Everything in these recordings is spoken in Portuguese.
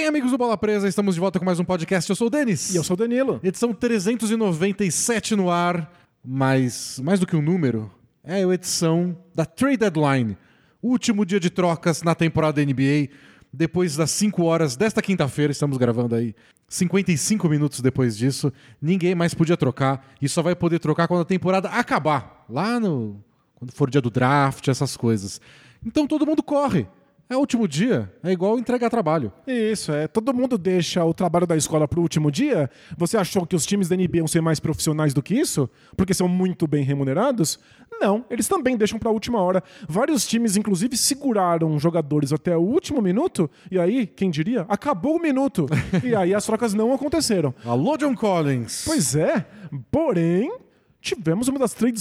Bem, amigos do Bola Presa, estamos de volta com mais um podcast. Eu sou o Denis. E eu sou o Danilo. Edição 397 no ar, mas mais do que um número, é a edição da Trade Deadline. O último dia de trocas na temporada da NBA. Depois das 5 horas desta quinta-feira, estamos gravando aí 55 minutos depois disso, ninguém mais podia trocar e só vai poder trocar quando a temporada acabar, quando for dia do draft, essas coisas. Então todo mundo corre. É o último dia, é igual entregar trabalho. Isso, todo mundo deixa o trabalho da escola pro último dia. Você achou que os times da NBA iam ser mais profissionais do que isso? Porque são muito bem remunerados? Não, eles também deixam pra última hora. Vários times, inclusive, seguraram jogadores até o último minuto, e aí, quem diria, acabou o minuto. E aí as trocas não aconteceram. Alô, John Collins! Pois é, porém, tivemos umas trade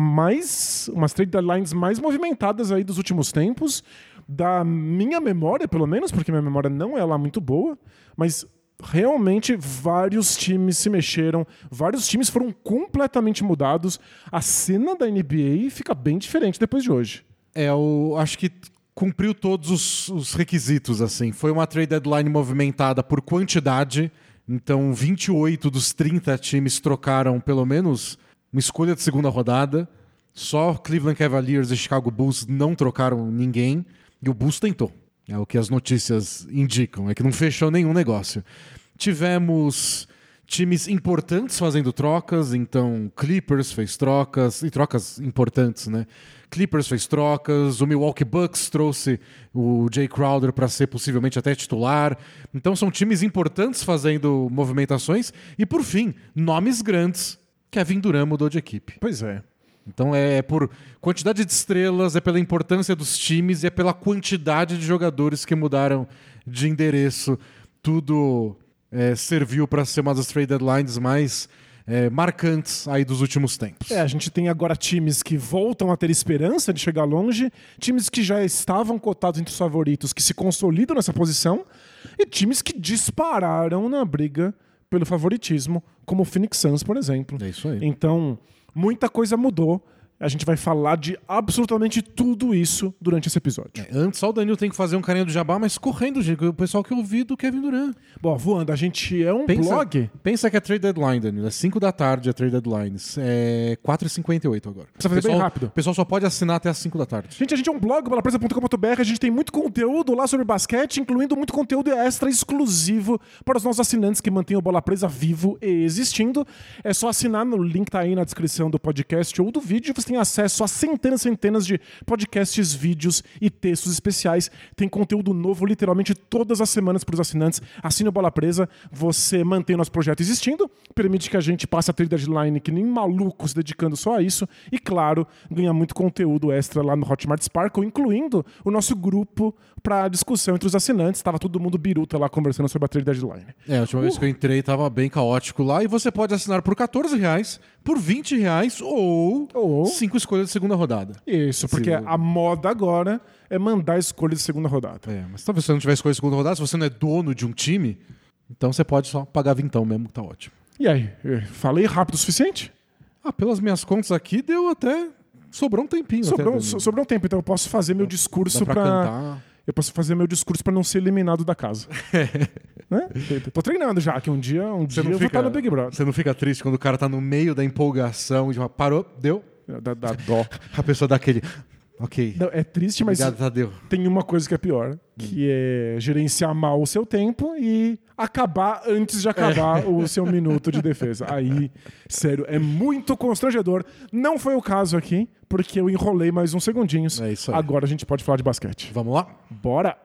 deadlines mais movimentadas aí dos últimos tempos. Da minha memória, pelo menos, porque minha memória não é lá muito boa, mas realmente vários times se mexeram, vários times foram completamente mudados. A cena da NBA fica bem diferente depois de hoje. Eu acho que cumpriu todos os requisitos, assim. Foi uma trade deadline movimentada por quantidade, então 28 dos 30 times trocaram pelo menos uma escolha de segunda rodada. Só Cleveland Cavaliers e Chicago Bulls não trocaram ninguém. E o Bulls tentou. É o que as notícias indicam. É que não fechou nenhum negócio. Tivemos times importantes fazendo trocas. Então, Clippers fez trocas. E trocas importantes, né? Clippers fez trocas. O Milwaukee Bucks trouxe o Jay Crowder para ser possivelmente até titular. Então, são times importantes fazendo movimentações. E, por fim, nomes grandes. Kevin Durant mudou de equipe. Pois é. Então é por quantidade de estrelas, é pela importância dos times e é pela quantidade de jogadores que mudaram de endereço. Tudo serviu para ser uma das trade deadlines mais marcantes aí dos últimos tempos. A gente tem agora times que voltam a ter esperança de chegar longe, times que já estavam cotados entre os favoritos, que se consolidam nessa posição, e times que dispararam na briga pelo favoritismo, como o Phoenix Suns, por exemplo. É isso aí. Então, muita coisa mudou. A gente vai falar de absolutamente tudo isso durante esse episódio. Antes, só o Danilo tem que fazer um carinha do jabá, mas correndo, gente, o pessoal que ouviu do Kevin Durant. Bom, voando, a gente é um blog. Pensa que é trade deadline, Danilo. É 5 da tarde a trade deadlines. É 4h58 agora. Precisa fazer bem rápido. O pessoal só pode assinar até as 5 da tarde. Gente, a gente é um blog, bolapresa.com.br. A gente tem muito conteúdo lá sobre basquete, incluindo muito conteúdo extra exclusivo para os nossos assinantes que mantêm o Bola Presa vivo e existindo. É só assinar no link, tá aí na descrição do podcast ou do vídeo. Você tem acesso a centenas de podcasts, vídeos e textos especiais. Tem conteúdo novo literalmente todas as semanas para os assinantes. Assine o Bola Presa, você mantém o nosso projeto existindo, permite que a gente passe a trade deadline que nem maluco se dedicando só a isso e, claro, ganha muito conteúdo extra lá no Hotmart Sparkle, incluindo o nosso grupo para discussão entre os assinantes. Estava todo mundo biruta lá conversando sobre a trade deadline. A última vez que eu entrei estava bem caótico lá e você pode assinar por R$14, por R$20 ou 5 escolhas de segunda rodada. Isso, porque a moda agora é mandar escolhas de segunda rodada. Mas talvez você não tiver escolha de segunda rodada, se você não é dono de um time, então você pode só pagar vintão mesmo, que tá ótimo. E aí, falei rápido o suficiente? Pelas minhas contas aqui, deu até... Sobrou um tempinho. Sobrou um tempo, então eu posso fazer meu discurso pra cantar. Eu posso fazer meu discurso pra não ser eliminado da casa. Né? Tô treinando já, que um dia eu vou estar no Big Brother. Você não fica triste quando o cara tá no meio da empolgação e parou, deu? Dá dó. A pessoa dá aquele... Ok. Não, é triste, mas obrigado, Tadeu. Tem uma coisa que é pior, que é gerenciar mal o seu tempo e acabar antes de acabar o seu minuto de defesa. Aí, sério, é muito constrangedor. Não foi o caso aqui, porque eu enrolei mais uns segundinhos. É isso aí. Agora a gente pode falar de basquete. Vamos lá? Bora!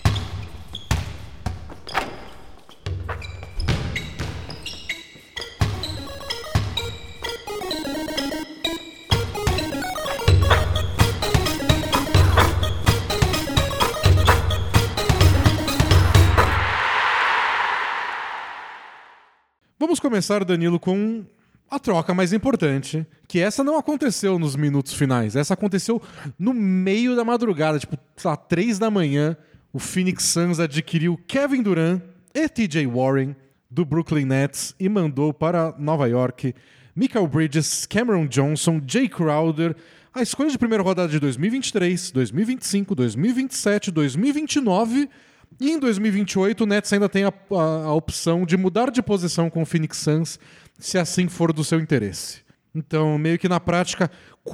Vamos começar, Danilo, com a troca mais importante, que essa não aconteceu nos minutos finais, essa aconteceu no meio da madrugada, tipo, 3 da manhã, o Phoenix Suns adquiriu Kevin Durant e TJ Warren do Brooklyn Nets e mandou para Nova York Mikal Bridges, Cameron Johnson, Jay Crowder, a escolha de primeira rodada de 2023, 2025, 2027, 2029 E em 2028 o Nets ainda tem a opção de mudar de posição com o Phoenix Suns, se assim for do seu interesse. Então, meio que na prática,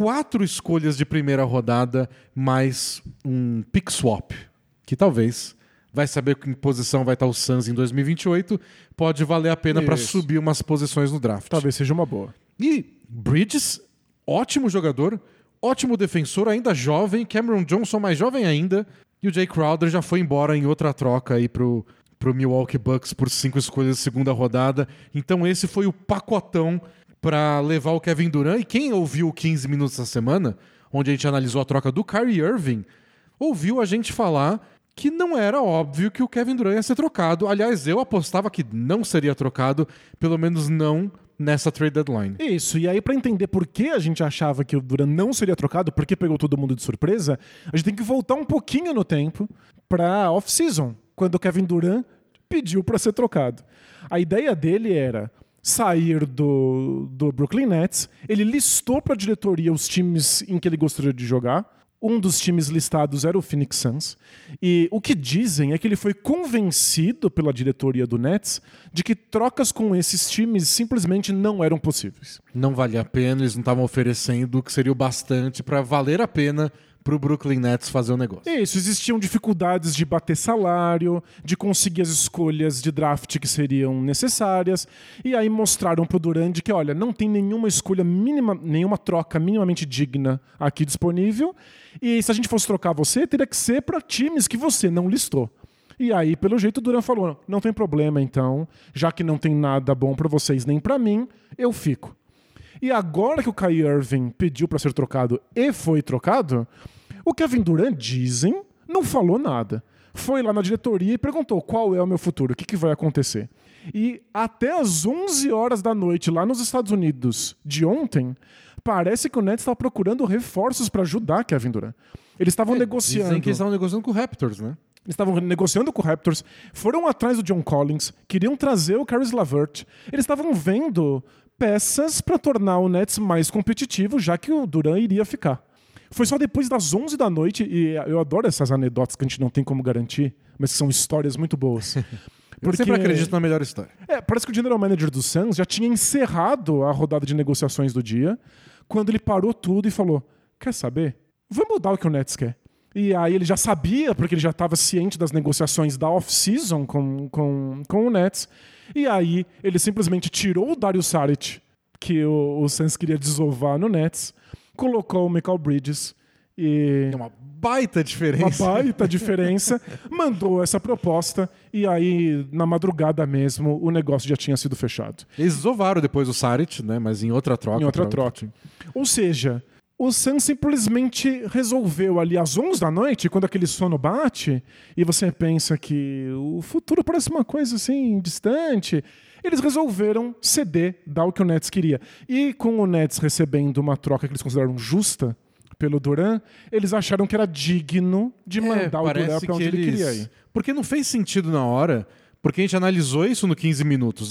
4 escolhas de primeira rodada mais um pick swap, que talvez, vai saber em que posição vai estar o Suns em 2028, pode valer a pena para subir umas posições no draft. Talvez seja uma boa. E Bridges, ótimo jogador, ótimo defensor, ainda jovem, Cameron Johnson mais jovem ainda, e o Jay Crowder já foi embora em outra troca aí pro Milwaukee Bucks por 5 escolhas de segunda rodada. Então esse foi o pacotão para levar o Kevin Durant. E quem ouviu 15 minutos da semana, onde a gente analisou a troca do Kyrie Irving, ouviu a gente falar que não era óbvio que o Kevin Durant ia ser trocado. Aliás, eu apostava que não seria trocado, pelo menos não nessa trade deadline. Isso, e aí pra entender por que a gente achava que o Durant não seria trocado, porque pegou todo mundo de surpresa, a gente tem que voltar um pouquinho no tempo pra off-season, quando o Kevin Durant pediu pra ser trocado. A ideia dele era sair do Brooklyn Nets, ele listou pra diretoria os times em que ele gostaria de jogar. Um dos times listados era o Phoenix Suns. E o que dizem é que ele foi convencido pela diretoria do Nets de que trocas com esses times simplesmente não eram possíveis. Não valia a pena, eles não estavam oferecendo o que seria o bastante para valer a pena para o Brooklyn Nets fazer o negócio. Isso, existiam dificuldades de bater salário, de conseguir as escolhas de draft que seriam necessárias, e aí mostraram pro Durant de que, olha, não tem nenhuma escolha mínima, nenhuma troca minimamente digna aqui disponível, e se a gente fosse trocar você, teria que ser para times que você não listou. E aí, pelo jeito, o Durant falou, não tem problema então, já que não tem nada bom para vocês nem para mim, eu fico. E agora que o Kyrie Irving pediu para ser trocado e foi trocado, o Kevin Durant, dizem, não falou nada. Foi lá na diretoria e perguntou qual é o meu futuro, o que vai acontecer. E até as 11 horas da noite, lá nos Estados Unidos, de ontem, parece que o Nets estava procurando reforços para ajudar Kevin Durant. Eles estavam negociando. Dizem que eles estavam negociando com o Raptors, né? Eles estavam negociando com o Raptors, foram atrás do John Collins, queriam trazer o Caris LeVert. Eles estavam vendo peças para tornar o Nets mais competitivo, já que o Durant iria ficar. Foi só depois das 11 da noite, e eu adoro essas anedotas que a gente não tem como garantir, mas que são histórias muito boas. Porque... Eu sempre acredito na melhor história. Parece que o general manager do Suns já tinha encerrado a rodada de negociações do dia, quando ele parou tudo e falou, quer saber? Vamos mudar o que o Nets quer. E aí ele já sabia, porque ele já estava ciente das negociações da off-season com o Nets, e aí ele simplesmente tirou o Dario Saric, que o Suns queria desovar no Nets, colocou o Mikal Bridges e... É uma baita diferença. Uma baita diferença. Mandou essa proposta e aí, na madrugada mesmo, o negócio já tinha sido fechado. Eles desovaram depois o Saric, né? Mas em outra troca. Em outra troca. Ou seja, o Suns simplesmente resolveu ali às 11 da noite, quando aquele sono bate, e você pensa que o futuro parece uma coisa assim, distante... Eles resolveram ceder, dar o que o Nets queria. E com o Nets recebendo uma troca que eles consideraram justa pelo Durant, eles acharam que era digno de mandar o Durant para onde ele queria ir. Porque não fez sentido na hora, porque a gente analisou isso no 15 minutos.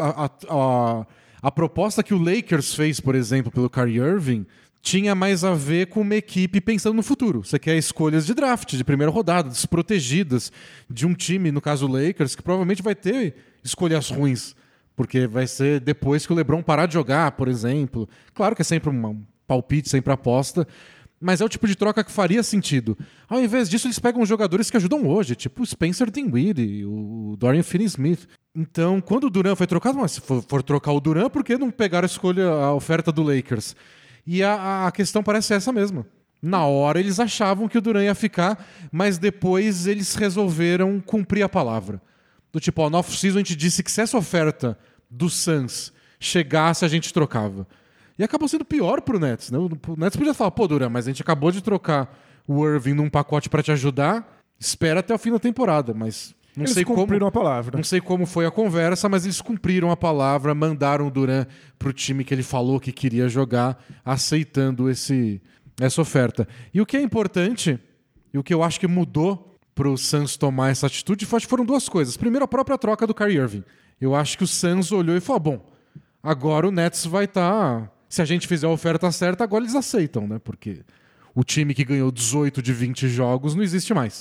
A proposta que o Lakers fez, por exemplo, pelo Kyrie Irving, tinha mais a ver com uma equipe pensando no futuro. Você quer escolhas de draft, de primeira rodada, desprotegidas, de um time, no caso o Lakers, que provavelmente vai ter escolhas ruins, porque vai ser depois que o LeBron parar de jogar, por exemplo. Claro que é sempre um palpite, sempre aposta, mas é o tipo de troca que faria sentido. Ao invés disso, eles pegam jogadores que ajudam hoje, tipo o Spencer Dinwiddie, o Dorian Finney-Smith. Então, quando o Durant foi trocado, mas se for trocar o Durant, por que não pegaram a oferta do Lakers? E a questão parece essa mesma. Na hora eles achavam que o Durant ia ficar, mas depois eles resolveram cumprir a palavra. Do tipo, no off-season a gente disse que se essa oferta do Suns chegasse, a gente trocava. E acabou sendo pior pro Nets, né? O Nets podia falar, pô, Durant, mas a gente acabou de trocar o Irving num pacote para te ajudar, espera até o fim da temporada, mas... Eles cumpriram a palavra. Não sei como foi a conversa, mas eles cumpriram a palavra, mandaram o Durant pro time que ele falou que queria jogar, aceitando essa oferta. E o que é importante, e o que eu acho que mudou pro Suns tomar essa atitude, foram duas coisas. Primeiro, a própria troca do Kyrie Irving. Eu acho que o Suns olhou e falou, bom, agora o Nets vai estar... Se a gente fizer a oferta certa, agora eles aceitam, né? Porque o time que ganhou 18 de 20 jogos não existe mais.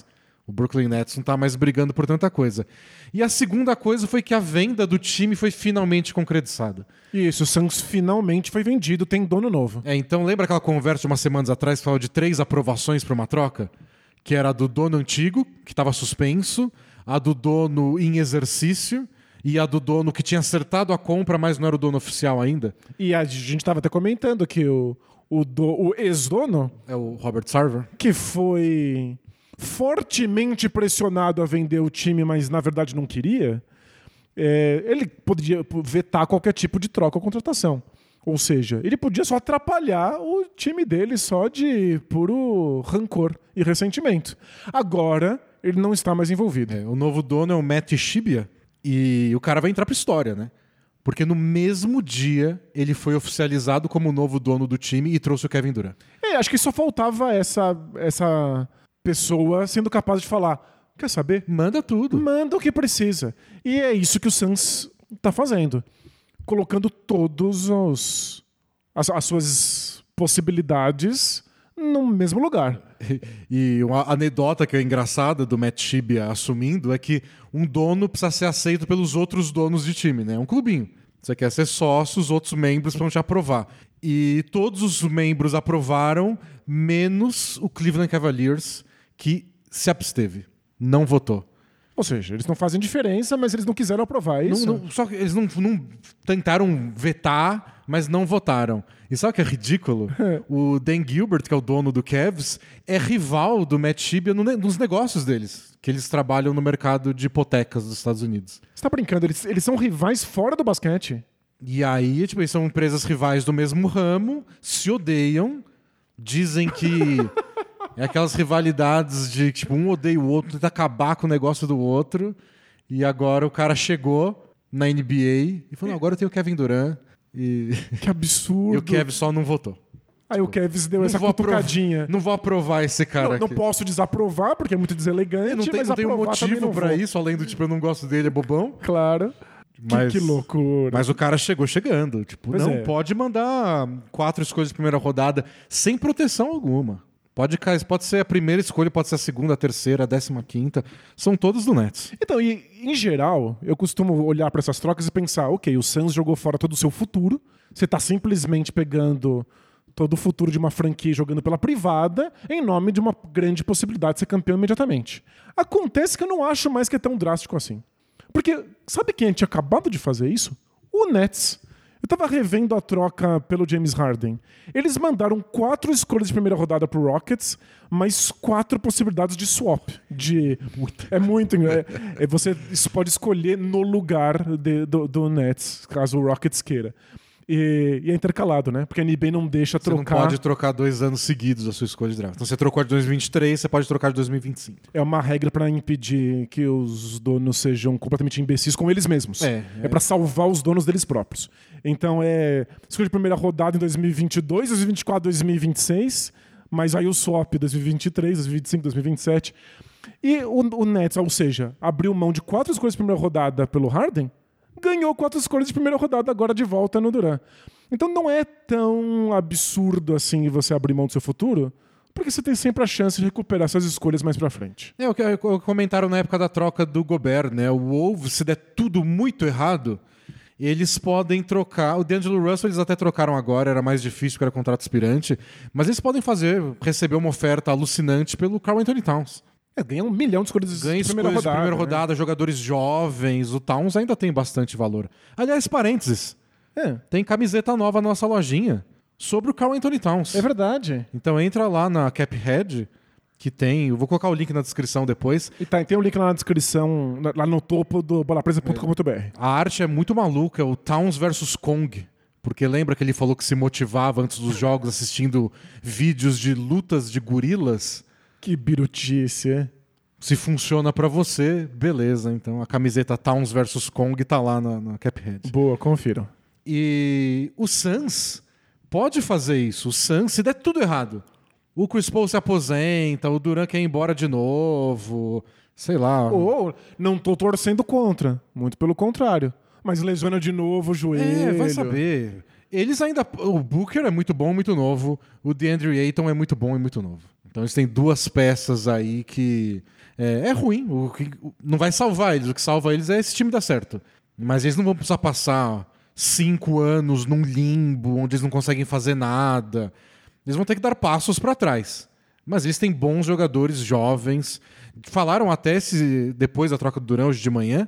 O Brooklyn Nets não tá mais brigando por tanta coisa. E a segunda coisa foi que a venda do time foi finalmente concretizada. Isso, o Suns finalmente foi vendido, tem dono novo. Então lembra aquela conversa de umas semanas atrás que falava de 3 aprovações para uma troca? Que era a do dono antigo, que estava suspenso, a do dono em exercício e a do dono que tinha acertado a compra, mas não era o dono oficial ainda. E a gente estava até comentando que o ex-dono... É o Robert Sarver. Que foi fortemente pressionado a vender o time, mas na verdade não queria, ele podia vetar qualquer tipo de troca ou contratação. Ou seja, ele podia só atrapalhar o time dele só de puro rancor e ressentimento. Agora, ele não está mais envolvido. O novo dono é o Matt Shibia e o cara vai entrar pra história, né? Porque no mesmo dia ele foi oficializado como o novo dono do time e trouxe o Kevin Durant. Acho que só faltava essa pessoa sendo capaz de falar: quer saber? Manda tudo. Manda o que precisa. E é isso que o Suns está fazendo. Colocando todos as suas possibilidades no mesmo lugar. E uma anedota que é engraçada do Matt Shibia assumindo é que um dono precisa ser aceito pelos outros donos de time, né? É um clubinho. Você quer ser sócio, os outros membros vão te aprovar. E todos os membros aprovaram, menos o Cleveland Cavaliers, que se absteve, não votou. Ou seja, eles não fazem diferença, mas eles não quiseram aprovar isso. Só que eles não tentaram vetar, mas não votaram. E sabe o que é ridículo? O Dan Gilbert, que é o dono do Cavs, é rival do Matt Shibia nos negócios deles, que eles trabalham no mercado de hipotecas dos Estados Unidos. Você tá brincando? Eles são rivais fora do basquete? E aí, eles são empresas rivais do mesmo ramo, se odeiam, dizem que... É aquelas rivalidades de, um odeia o outro, tenta acabar com o negócio do outro. E agora o cara chegou na NBA e falou, não, agora eu tenho o Kevin Durant. Que absurdo. E o Kevin só não votou. Aí o Kevin deu essa cutucadinha. Não vou aprovar esse cara não posso desaprovar, porque é muito deselegante, mas não tem um motivo pra isso, além do eu não gosto dele, é bobão. Claro. Que loucura. Mas o cara chegou chegando. Pode mandar 4 escolhas de primeira rodada sem proteção alguma. Pode ser a primeira escolha, pode ser a segunda, a terceira, a 15ª. São todos do Nets. Então, e em geral, eu costumo olhar para essas trocas e pensar, ok, o Suns jogou fora todo o seu futuro. Você está simplesmente pegando todo o futuro de uma franquia e jogando pela privada em nome de uma grande possibilidade de ser campeão imediatamente. Acontece que eu não acho mais que é tão drástico assim. Porque sabe quem tinha acabado de fazer isso? O Nets. Eu tava revendo a troca pelo James Harden. Eles mandaram 4 escolhas de primeira rodada pro Rockets, mais 4 possibilidades de swap. É muito. Você pode escolher no lugar do Nets, caso o Rockets queira. E é intercalado, né? Porque a NBA não deixa trocar. Você não pode trocar 2 anos seguidos a sua escolha de draft. Então, você trocou de 2023, você pode trocar de 2025. É uma regra para impedir que os donos sejam completamente imbecis com eles mesmos. É para salvar os donos deles próprios. Então, escolha de primeira rodada em 2022, 2024, 2026, mas aí o swap 2023, 2025, 2027. E o Nets, ou seja, abriu mão de 4 escolhas de primeira rodada pelo Harden, ganhou 4 escolhas de primeira rodada agora de volta no Durant. Então não é tão absurdo assim você abrir mão do seu futuro, porque você tem sempre a chance de recuperar suas escolhas mais pra frente. O que comentaram na época da troca do Gobert, né? O Wolves, se der tudo muito errado, eles podem trocar. O D'Angelo Russell eles até trocaram agora, era mais difícil porque era contrato aspirante, mas eles podem receber uma oferta alucinante pelo Karl Anthony Towns. Ganha 1 milhão de escolhas de primeira rodada, né? Jogadores jovens. O Towns ainda tem bastante valor. Aliás, parênteses. Tem camiseta nova na nossa lojinha sobre o Karl Anthony Towns. É verdade. Então entra lá na Caphead, que tem... Eu vou colocar o link na descrição depois. E tem um link lá na descrição, lá no topo do bolapresa.com.br. A arte é muito maluca. É o Towns versus Kong. Porque lembra que ele falou que se motivava antes dos jogos assistindo vídeos de lutas de gorilas? Que birutice. Se funciona pra você, beleza. Então a camiseta Towns vs Kong tá lá na Caphead. Boa, confiram. E o Suns pode fazer isso. O Suns, se der tudo errado, o Chris Paul se aposenta, o Durant quer ir embora de novo, sei lá. Ou não tô torcendo contra, muito pelo contrário. Mas lesiona de novo o joelho. Vai saber. Eles ainda... O Booker é muito bom, muito novo. O DeAndre Ayton é muito bom e muito novo. Então eles têm duas peças aí que é ruim. O que não vai salvar eles. O que salva eles é esse time dar certo. Mas eles não vão precisar passar 5 anos num limbo onde eles não conseguem fazer nada. Eles vão ter que dar passos para trás. Mas eles têm bons jogadores jovens. Falaram até depois da troca do Durant hoje de manhã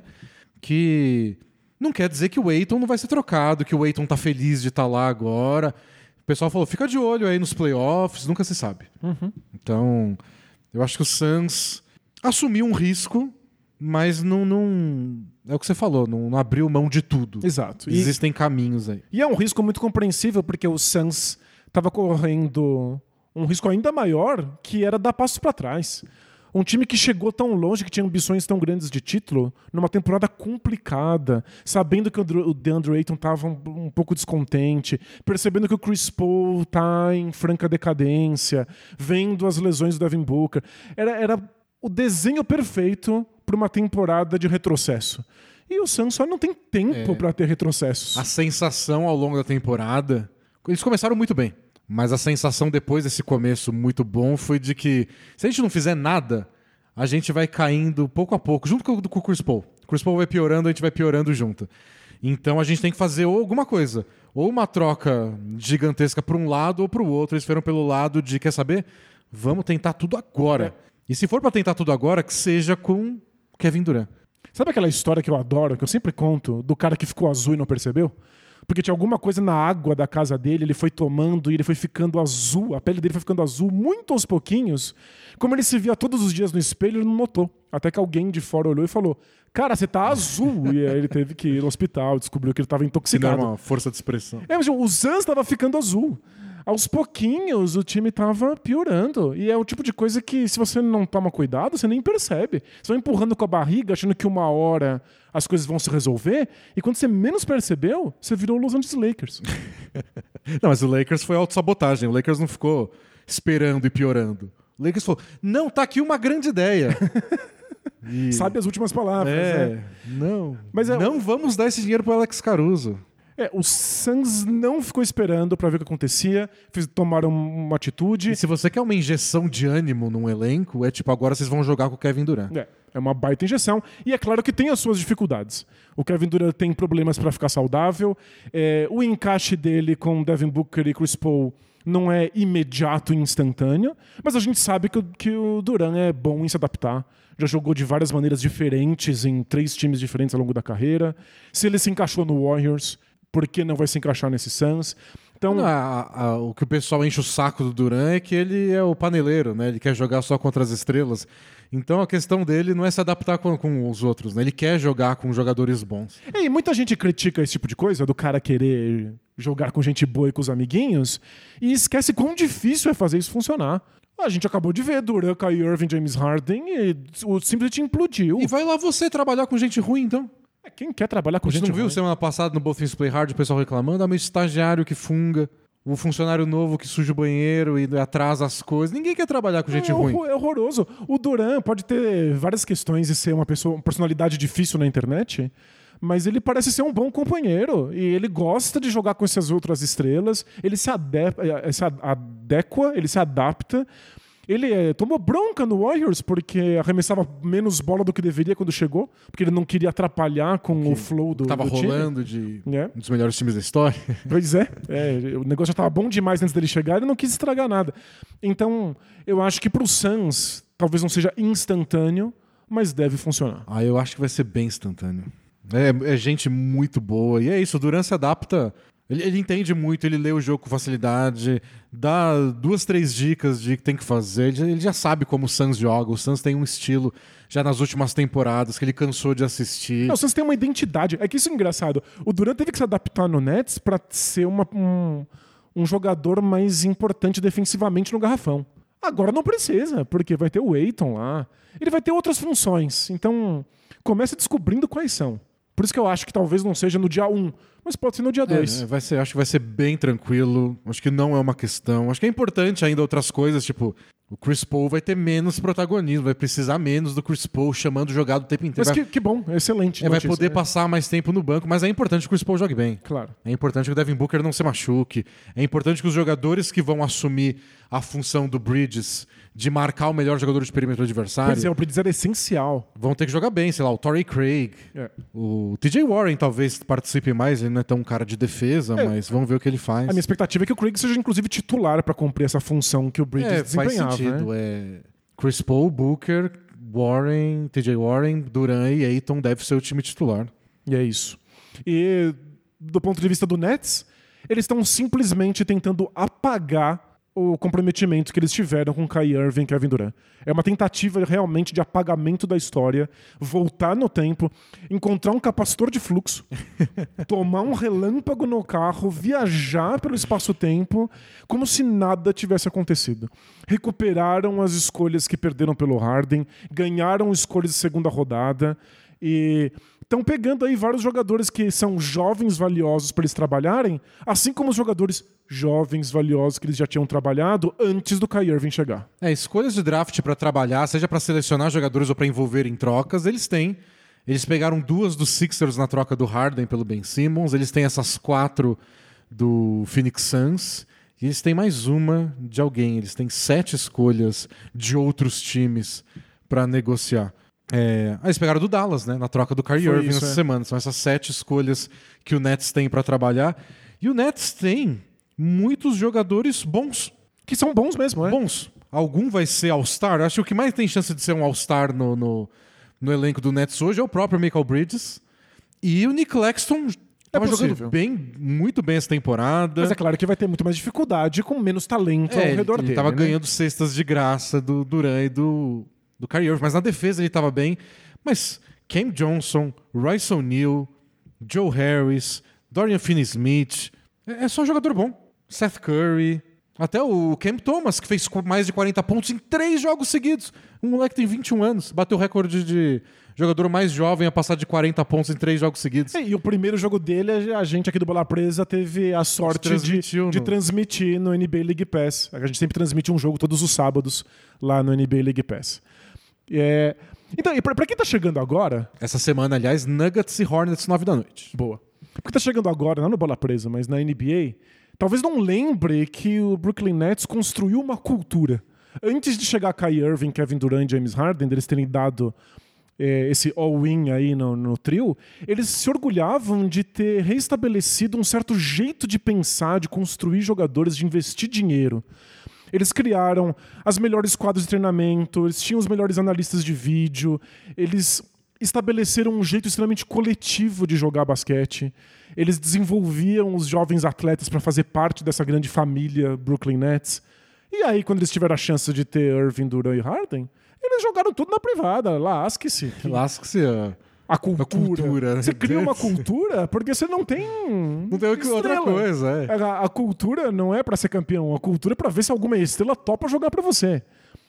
que não quer dizer que o Ayton não vai ser trocado, que o Ayton tá feliz de estar lá agora. O pessoal falou, fica de olho aí nos playoffs, nunca se sabe. Então, eu acho que o Suns assumiu um risco, mas não é o que você falou, não abriu mão de tudo. Exato. Existem caminhos aí. E é um risco muito compreensível, porque o Suns estava correndo um risco ainda maior, que era dar passos para trás. Um time que chegou tão longe, que tinha ambições tão grandes de título, numa temporada complicada, sabendo que o DeAndre Ayton estava um pouco descontente, percebendo que o Chris Paul está em franca decadência, vendo as lesões do Devin Booker. Era o desenho perfeito para uma temporada de retrocesso. E o Suns só não tem tempo para ter retrocessos. A sensação ao longo da temporada... Eles começaram muito bem. Mas a sensação depois desse começo muito bom foi de que se a gente não fizer nada, a gente vai caindo pouco a pouco, junto com o Chris Paul. O Chris Paul vai piorando, a gente vai piorando junto. Então a gente tem que fazer ou alguma coisa. Ou uma troca gigantesca para um lado ou para o outro. Eles foram pelo lado de, quer saber? Vamos tentar tudo agora. E se for para tentar tudo agora, que seja com Kevin Durant. Sabe aquela história que eu adoro, que eu sempre conto, do cara que ficou azul e não percebeu? Porque tinha alguma coisa na água da casa dele, ele foi tomando e ele foi ficando azul, a pele dele foi ficando azul muito aos pouquinhos. Como ele se via todos os dias no espelho, ele não notou. Até que alguém de fora olhou e falou, cara, você tá azul. E aí ele teve que ir no hospital, descobriu que ele estava intoxicado. Que não é uma força de expressão. Mas o Suns estava ficando azul. Aos pouquinhos o time estava piorando. E é o tipo de coisa que, se você não toma cuidado, você nem percebe. Você vai empurrando com a barriga, achando que uma hora as coisas vão se resolver. E quando você menos percebeu, você virou o Los Angeles Lakers. Não, mas o Lakers foi autossabotagem. O Lakers não ficou esperando e piorando. O Lakers falou, não, tá aqui uma grande ideia. Sabe as últimas palavras. Não. Mas não vamos dar esse dinheiro pro Alex Caruso. O Suns não ficou esperando para ver o que acontecia, tomaram uma atitude. E se você quer uma injeção de ânimo num elenco, é tipo, agora vocês vão jogar com o Kevin Durant. É uma baita injeção. E é claro que tem as suas dificuldades. O Kevin Durant tem problemas para ficar saudável. O encaixe dele com Devin Booker e Chris Paul não é imediato e instantâneo, mas a gente sabe que o Durant é bom em se adaptar. Já jogou de várias maneiras diferentes em 3 times diferentes ao longo da carreira. Se ele se encaixou no Warriors, por que não vai se encaixar nesse Suns? Então, o que o pessoal enche o saco do Durant é que ele é o paneleiro, né? Ele quer jogar só contra as estrelas. Então a questão dele não é se adaptar com os outros, né? Ele quer jogar com jogadores bons. E muita gente critica esse tipo de coisa, do cara querer jogar com gente boa e com os amiguinhos, e esquece quão difícil é fazer isso funcionar. A gente acabou de ver Durant, Kyrie Irving, James Harden, e o simplesmente implodiu. E vai lá você trabalhar com gente ruim, então. Quem quer trabalhar com gente ruim? Você não viu semana passada no Both Things Play Hard o pessoal reclamando? Meu estagiário que funga, o funcionário novo que suja o banheiro e atrasa as coisas. Ninguém quer trabalhar com gente ruim. É horroroso. O Durant pode ter várias questões e ser uma personalidade difícil na internet, mas ele parece ser um bom companheiro e ele gosta de jogar com essas outras estrelas. Ele se adequa, ele se adapta. Ele tomou bronca no Warriors porque arremessava menos bola do que deveria quando chegou, porque ele não queria atrapalhar com o flow do time. Tava rolando de um dos melhores times da história. Pois o negócio já estava bom demais antes dele chegar, ele não quis estragar nada. Então, eu acho que pro Suns talvez não seja instantâneo, mas deve funcionar. Eu acho que vai ser bem instantâneo. É gente muito boa. E é isso, o Durant se adapta. Ele entende muito, ele lê o jogo com facilidade, dá 2, 3 dicas de que tem que fazer. Ele já sabe como o Suns joga. O Suns tem um estilo já nas últimas temporadas que ele cansou de assistir. O Suns tem uma identidade. É que isso é engraçado. O Durant teve que se adaptar no Nets para ser um jogador mais importante defensivamente no garrafão. Agora não precisa, porque vai ter o Ayton lá. Ele vai ter outras funções. Então, comece descobrindo quais são. Por isso que eu acho que talvez não seja no dia 1, mas pode ser no dia 2. Acho que vai ser bem tranquilo. Acho que não é uma questão. Acho que é importante ainda outras coisas, tipo, o Chris Paul vai ter menos protagonismo, vai precisar menos do Chris Paul chamando o jogado o tempo inteiro. Mas que bom, excelente. Vai poder passar mais tempo no banco, mas é importante que o Chris Paul jogue bem. Claro. É importante que o Devin Booker não se machuque. É importante que os jogadores que vão assumir a função do Bridges de marcar o melhor jogador de perímetro adversário. Pois é, o Bridges era essencial. Vão ter que jogar bem, sei lá, o Torrey Craig. O TJ Warren talvez participe mais, ele não é tão um cara de defesa, mas vamos ver o que ele faz. A minha expectativa é que o Craig seja, inclusive, titular para cumprir essa função que o Bridges desempenhava. Faz sentido. Né? Chris Paul, Booker, Warren, TJ Warren, Durant e Ayton deve ser o time titular. E é isso. E do ponto de vista do Nets, eles estão simplesmente tentando apagar o comprometimento que eles tiveram com Kyrie Irving e Kevin Durant. É uma tentativa realmente de apagamento da história, voltar no tempo, encontrar um capacitor de fluxo, tomar um relâmpago no carro, viajar pelo espaço-tempo, como se nada tivesse acontecido. Recuperaram as escolhas que perderam pelo Harden, ganharam escolhas de segunda rodada e estão pegando aí vários jogadores que são jovens valiosos para eles trabalharem, assim como os jogadores jovens valiosos que eles já tinham trabalhado antes do Kyrie Irving chegar. Escolhas de draft para trabalhar, seja para selecionar jogadores ou para envolver em trocas, eles têm. Eles pegaram 2 dos Sixers na troca do Harden pelo Ben Simmons, eles têm essas 4 do Phoenix Suns e eles têm mais uma de alguém. Eles têm 7 escolhas de outros times para negociar. Eles pegaram do Dallas, né, na troca do Kyrie Irving nessa semana. São essas 7 escolhas que o Nets tem para trabalhar. E o Nets tem muitos jogadores bons. Que são bons mesmo, né? Bons. Algum vai ser All-Star. Acho que o que mais tem chance de ser um All-Star no elenco do Nets hoje é o próprio Michael Bridges. E o Nick Claxton estava jogando muito bem essa temporada. Mas é claro que vai ter muito mais dificuldade com menos talento ao redor dele. Ele estava ganhando cestas de graça do Durant e do Kyrie Irving, mas na defesa ele estava bem. Mas Cam Johnson, Royce O'Neal, Joe Harris, Dorian Finney-Smith, é só jogador bom. Seth Curry, até o Cam Thomas, que fez mais de 40 pontos em 3 jogos seguidos. Um moleque tem 21 anos, bateu o recorde de jogador mais jovem a passar de 40 pontos em 3 jogos seguidos. E o primeiro jogo dele, a gente aqui do Bola Presa teve a sorte de transmitir no NBA League Pass. A gente sempre transmite um jogo todos os sábados lá no NBA League Pass. Então, e pra quem tá chegando agora... Essa semana, aliás, Nuggets e Hornets, 9 da noite. Boa. Pra quem tá chegando agora, não no Bola Presa, mas na NBA, talvez não lembre que o Brooklyn Nets construiu uma cultura. Antes de chegar Kyrie Irving, Kevin Durant e James Harden, eles terem dado esse all-in aí no trio, eles se orgulhavam de ter reestabelecido um certo jeito de pensar, de construir jogadores, de investir dinheiro. Eles criaram as melhores quadras de treinamento, eles tinham os melhores analistas de vídeo, eles estabeleceram um jeito extremamente coletivo de jogar basquete, eles desenvolviam os jovens atletas para fazer parte dessa grande família Brooklyn Nets. E aí, quando eles tiveram a chance de ter Irving, Durant e Harden, eles jogaram tudo na privada. Lasque-se. Lasque-se a cultura. Você né? cria uma cultura porque você não tem. Não tem outra coisa. A cultura não é pra ser campeão. A cultura é pra ver se alguma estrela topa jogar pra você.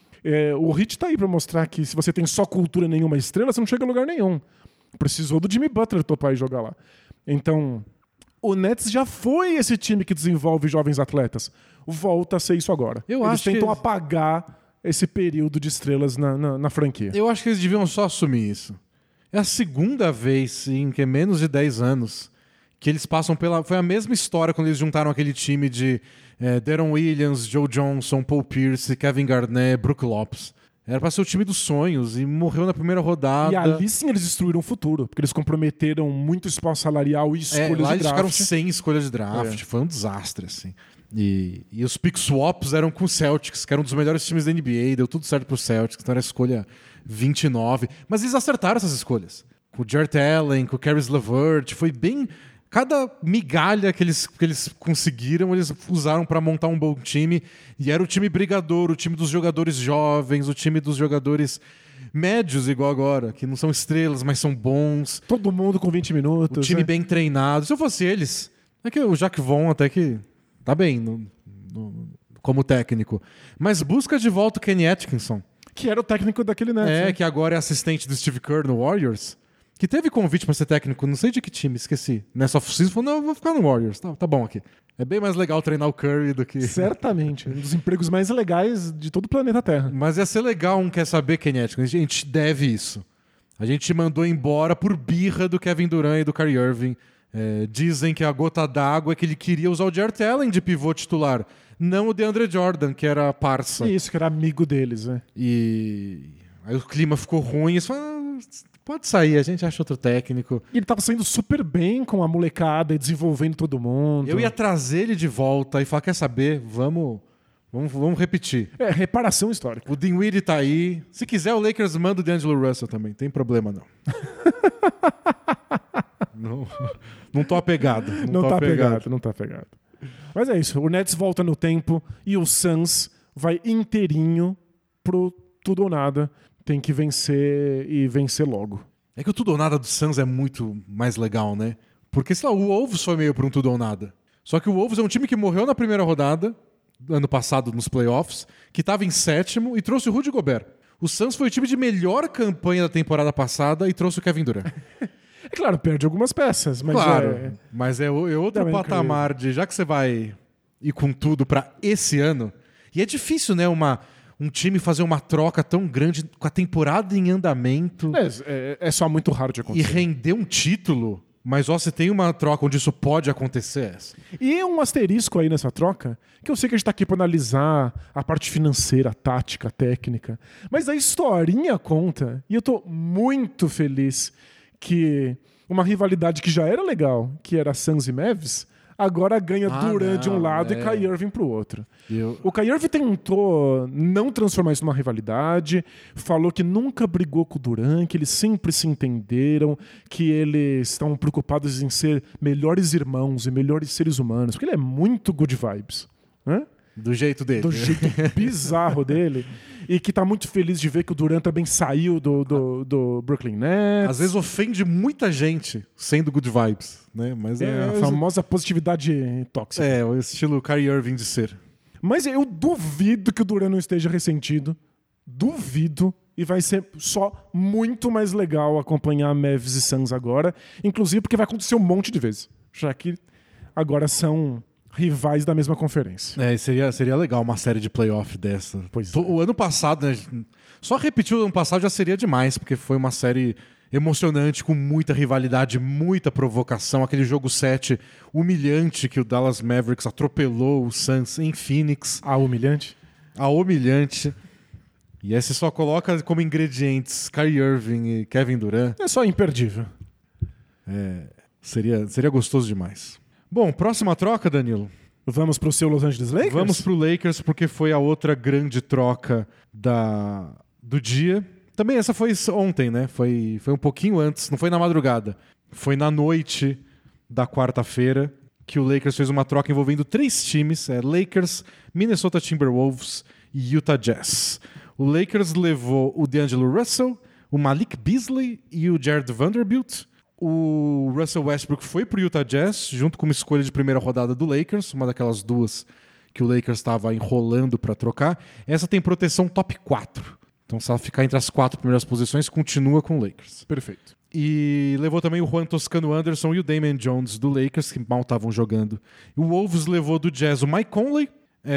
O Hit tá aí pra mostrar que se você tem só cultura e nenhuma estrela, você não chega a lugar nenhum. Precisou do Jimmy Butler topar e jogar lá. Então, o Nets já foi esse time que desenvolve jovens atletas. Volta a ser isso agora. Eles tentam apagar esse período de estrelas na franquia. Eu acho que eles deviam só assumir isso. É a segunda vez em que é menos de 10 anos que eles passam pela... Foi a mesma história quando eles juntaram aquele time de Deron Williams, Joe Johnson, Paul Pierce, Kevin Garnett, Brook Lopes. Era pra ser o time dos sonhos e morreu na primeira rodada. E ali sim eles destruíram o futuro, porque eles comprometeram muito espaço salarial e escolhas de draft. Lá eles ficaram sem escolhas de draft. Foi um desastre, assim. E os pick swaps eram com o Celtics, que era um dos melhores times da NBA, deu tudo certo pro Celtics, então era a escolha 29. Mas eles acertaram essas escolhas. Com o Jarrett Allen, com o Caris LeVert, foi bem... Cada migalha que eles conseguiram, eles usaram para montar um bom time. E era o time brigador, o time dos jogadores jovens, o time dos jogadores médios, igual agora, que não são estrelas, mas são bons. Todo mundo com 20 minutos. O time bem treinado. Se eu fosse eles, é que o Jacques Vaughn até que tá bem como técnico. Mas busca de volta o Kenny Atkinson. Que era o técnico daquele Nets. Que agora é assistente do Steve Kerr no Warriors. Que teve convite para ser técnico, não sei de que time, esqueci. Nessa off-season, falou, não, eu vou ficar no Warriors. Tá bom aqui. É bem mais legal treinar o Curry do que... Certamente. Um dos empregos mais legais de todo o planeta Terra. Mas ia ser legal quer saber, Kenny. A gente deve isso. A gente mandou embora por birra do Kevin Durant e do Kyrie Irving. Dizem que a gota d'água é que ele queria usar o Jarrett Allen de pivô titular. Não o DeAndre Jordan, que era parça. Isso, que era amigo deles, né? E aí o clima ficou ruim. Eles falaram, pode sair, a gente acha outro técnico. E ele tava saindo super bem com a molecada e desenvolvendo todo mundo. Eu ia trazer ele de volta e falar, quer saber? Vamos repetir. Reparação histórica. O Dinwiddie tá aí. Se quiser, o Lakers manda o D'Angelo Russell também. Tem problema, não. Não tô apegado. Não tá apegado. Mas é isso. O Nets volta no tempo e o Suns vai inteirinho pro tudo ou nada. Tem que vencer e vencer logo. É que o tudo ou nada do Suns é muito mais legal, né? Porque, sei lá, o Wolves foi meio pra um tudo ou nada. Só que o Wolves é um time que morreu na primeira rodada, ano passado nos playoffs, que tava em 7º e trouxe o Rudy Gobert. O Suns foi o time de melhor campanha da temporada passada e trouxe o Kevin Durant. É claro, perde algumas peças, mas claro, mas é outro também patamar de... Já que você vai ir com tudo pra esse ano... E é difícil, né, um time fazer uma troca tão grande com a temporada em andamento... É só muito raro de acontecer. E render um título... Mas você tem uma troca onde isso pode acontecer. E um asterisco aí nessa troca, que eu sei que a gente tá aqui para analisar a parte financeira, a tática, a técnica, mas a historinha conta, e eu tô muito feliz que uma rivalidade que já era legal, que era Suns e Mavs, agora ganha Durant de um lado e Kyrie Irving pro outro. O Kyrie Irving tentou não transformar isso numa rivalidade, falou que nunca brigou com o Durant, que eles sempre se entenderam, que eles estão preocupados em ser melhores irmãos e melhores seres humanos, porque ele é muito good vibes, né? Do jeito dele. Do jeito bizarro dele. E que tá muito feliz de ver que o Durant também saiu do Brooklyn Nets. Às vezes ofende muita gente sendo good vibes, né? Mas a famosa positividade tóxica. É, o estilo Kyrie Irving de ser. Mas eu duvido que o Durant não esteja ressentido. Duvido. E vai ser só muito mais legal acompanhar Mavs e Suns agora. Inclusive porque vai acontecer um monte de vezes. Já que agora são... rivais da mesma conferência. Seria legal uma série de playoff dessa. Pois O ano passado, né, só repetir o ano passado já seria demais, porque foi uma série emocionante, com muita rivalidade, muita provocação. Aquele jogo 7 humilhante que o Dallas Mavericks atropelou o Suns em Phoenix. A humilhante? A humilhante. E aí você só coloca como ingredientes Kyrie Irving e Kevin Durant. É só imperdível. Seria gostoso demais. Bom, próxima troca, Danilo. Vamos pro seu Los Angeles Lakers? Vamos pro Lakers, porque foi a outra grande troca do dia. Também essa foi ontem, né? Foi um pouquinho antes, não foi na madrugada. Foi na noite da quarta-feira que o Lakers fez uma troca envolvendo 3 times. Lakers, Minnesota Timberwolves e Utah Jazz. O Lakers levou o D'Angelo Russell, o Malik Beasley e o Jared Vanderbilt. O Russell Westbrook foi pro Utah Jazz, junto com uma escolha de primeira rodada do Lakers, uma daquelas duas que o Lakers estava enrolando para trocar. Essa tem proteção top 4. Então, se ela ficar entre as 4 primeiras posições, continua com o Lakers. Perfeito. E levou também o Juan Toscano Anderson e o Damian Jones do Lakers, que mal estavam jogando. O Wolves levou do Jazz o Mike Conley,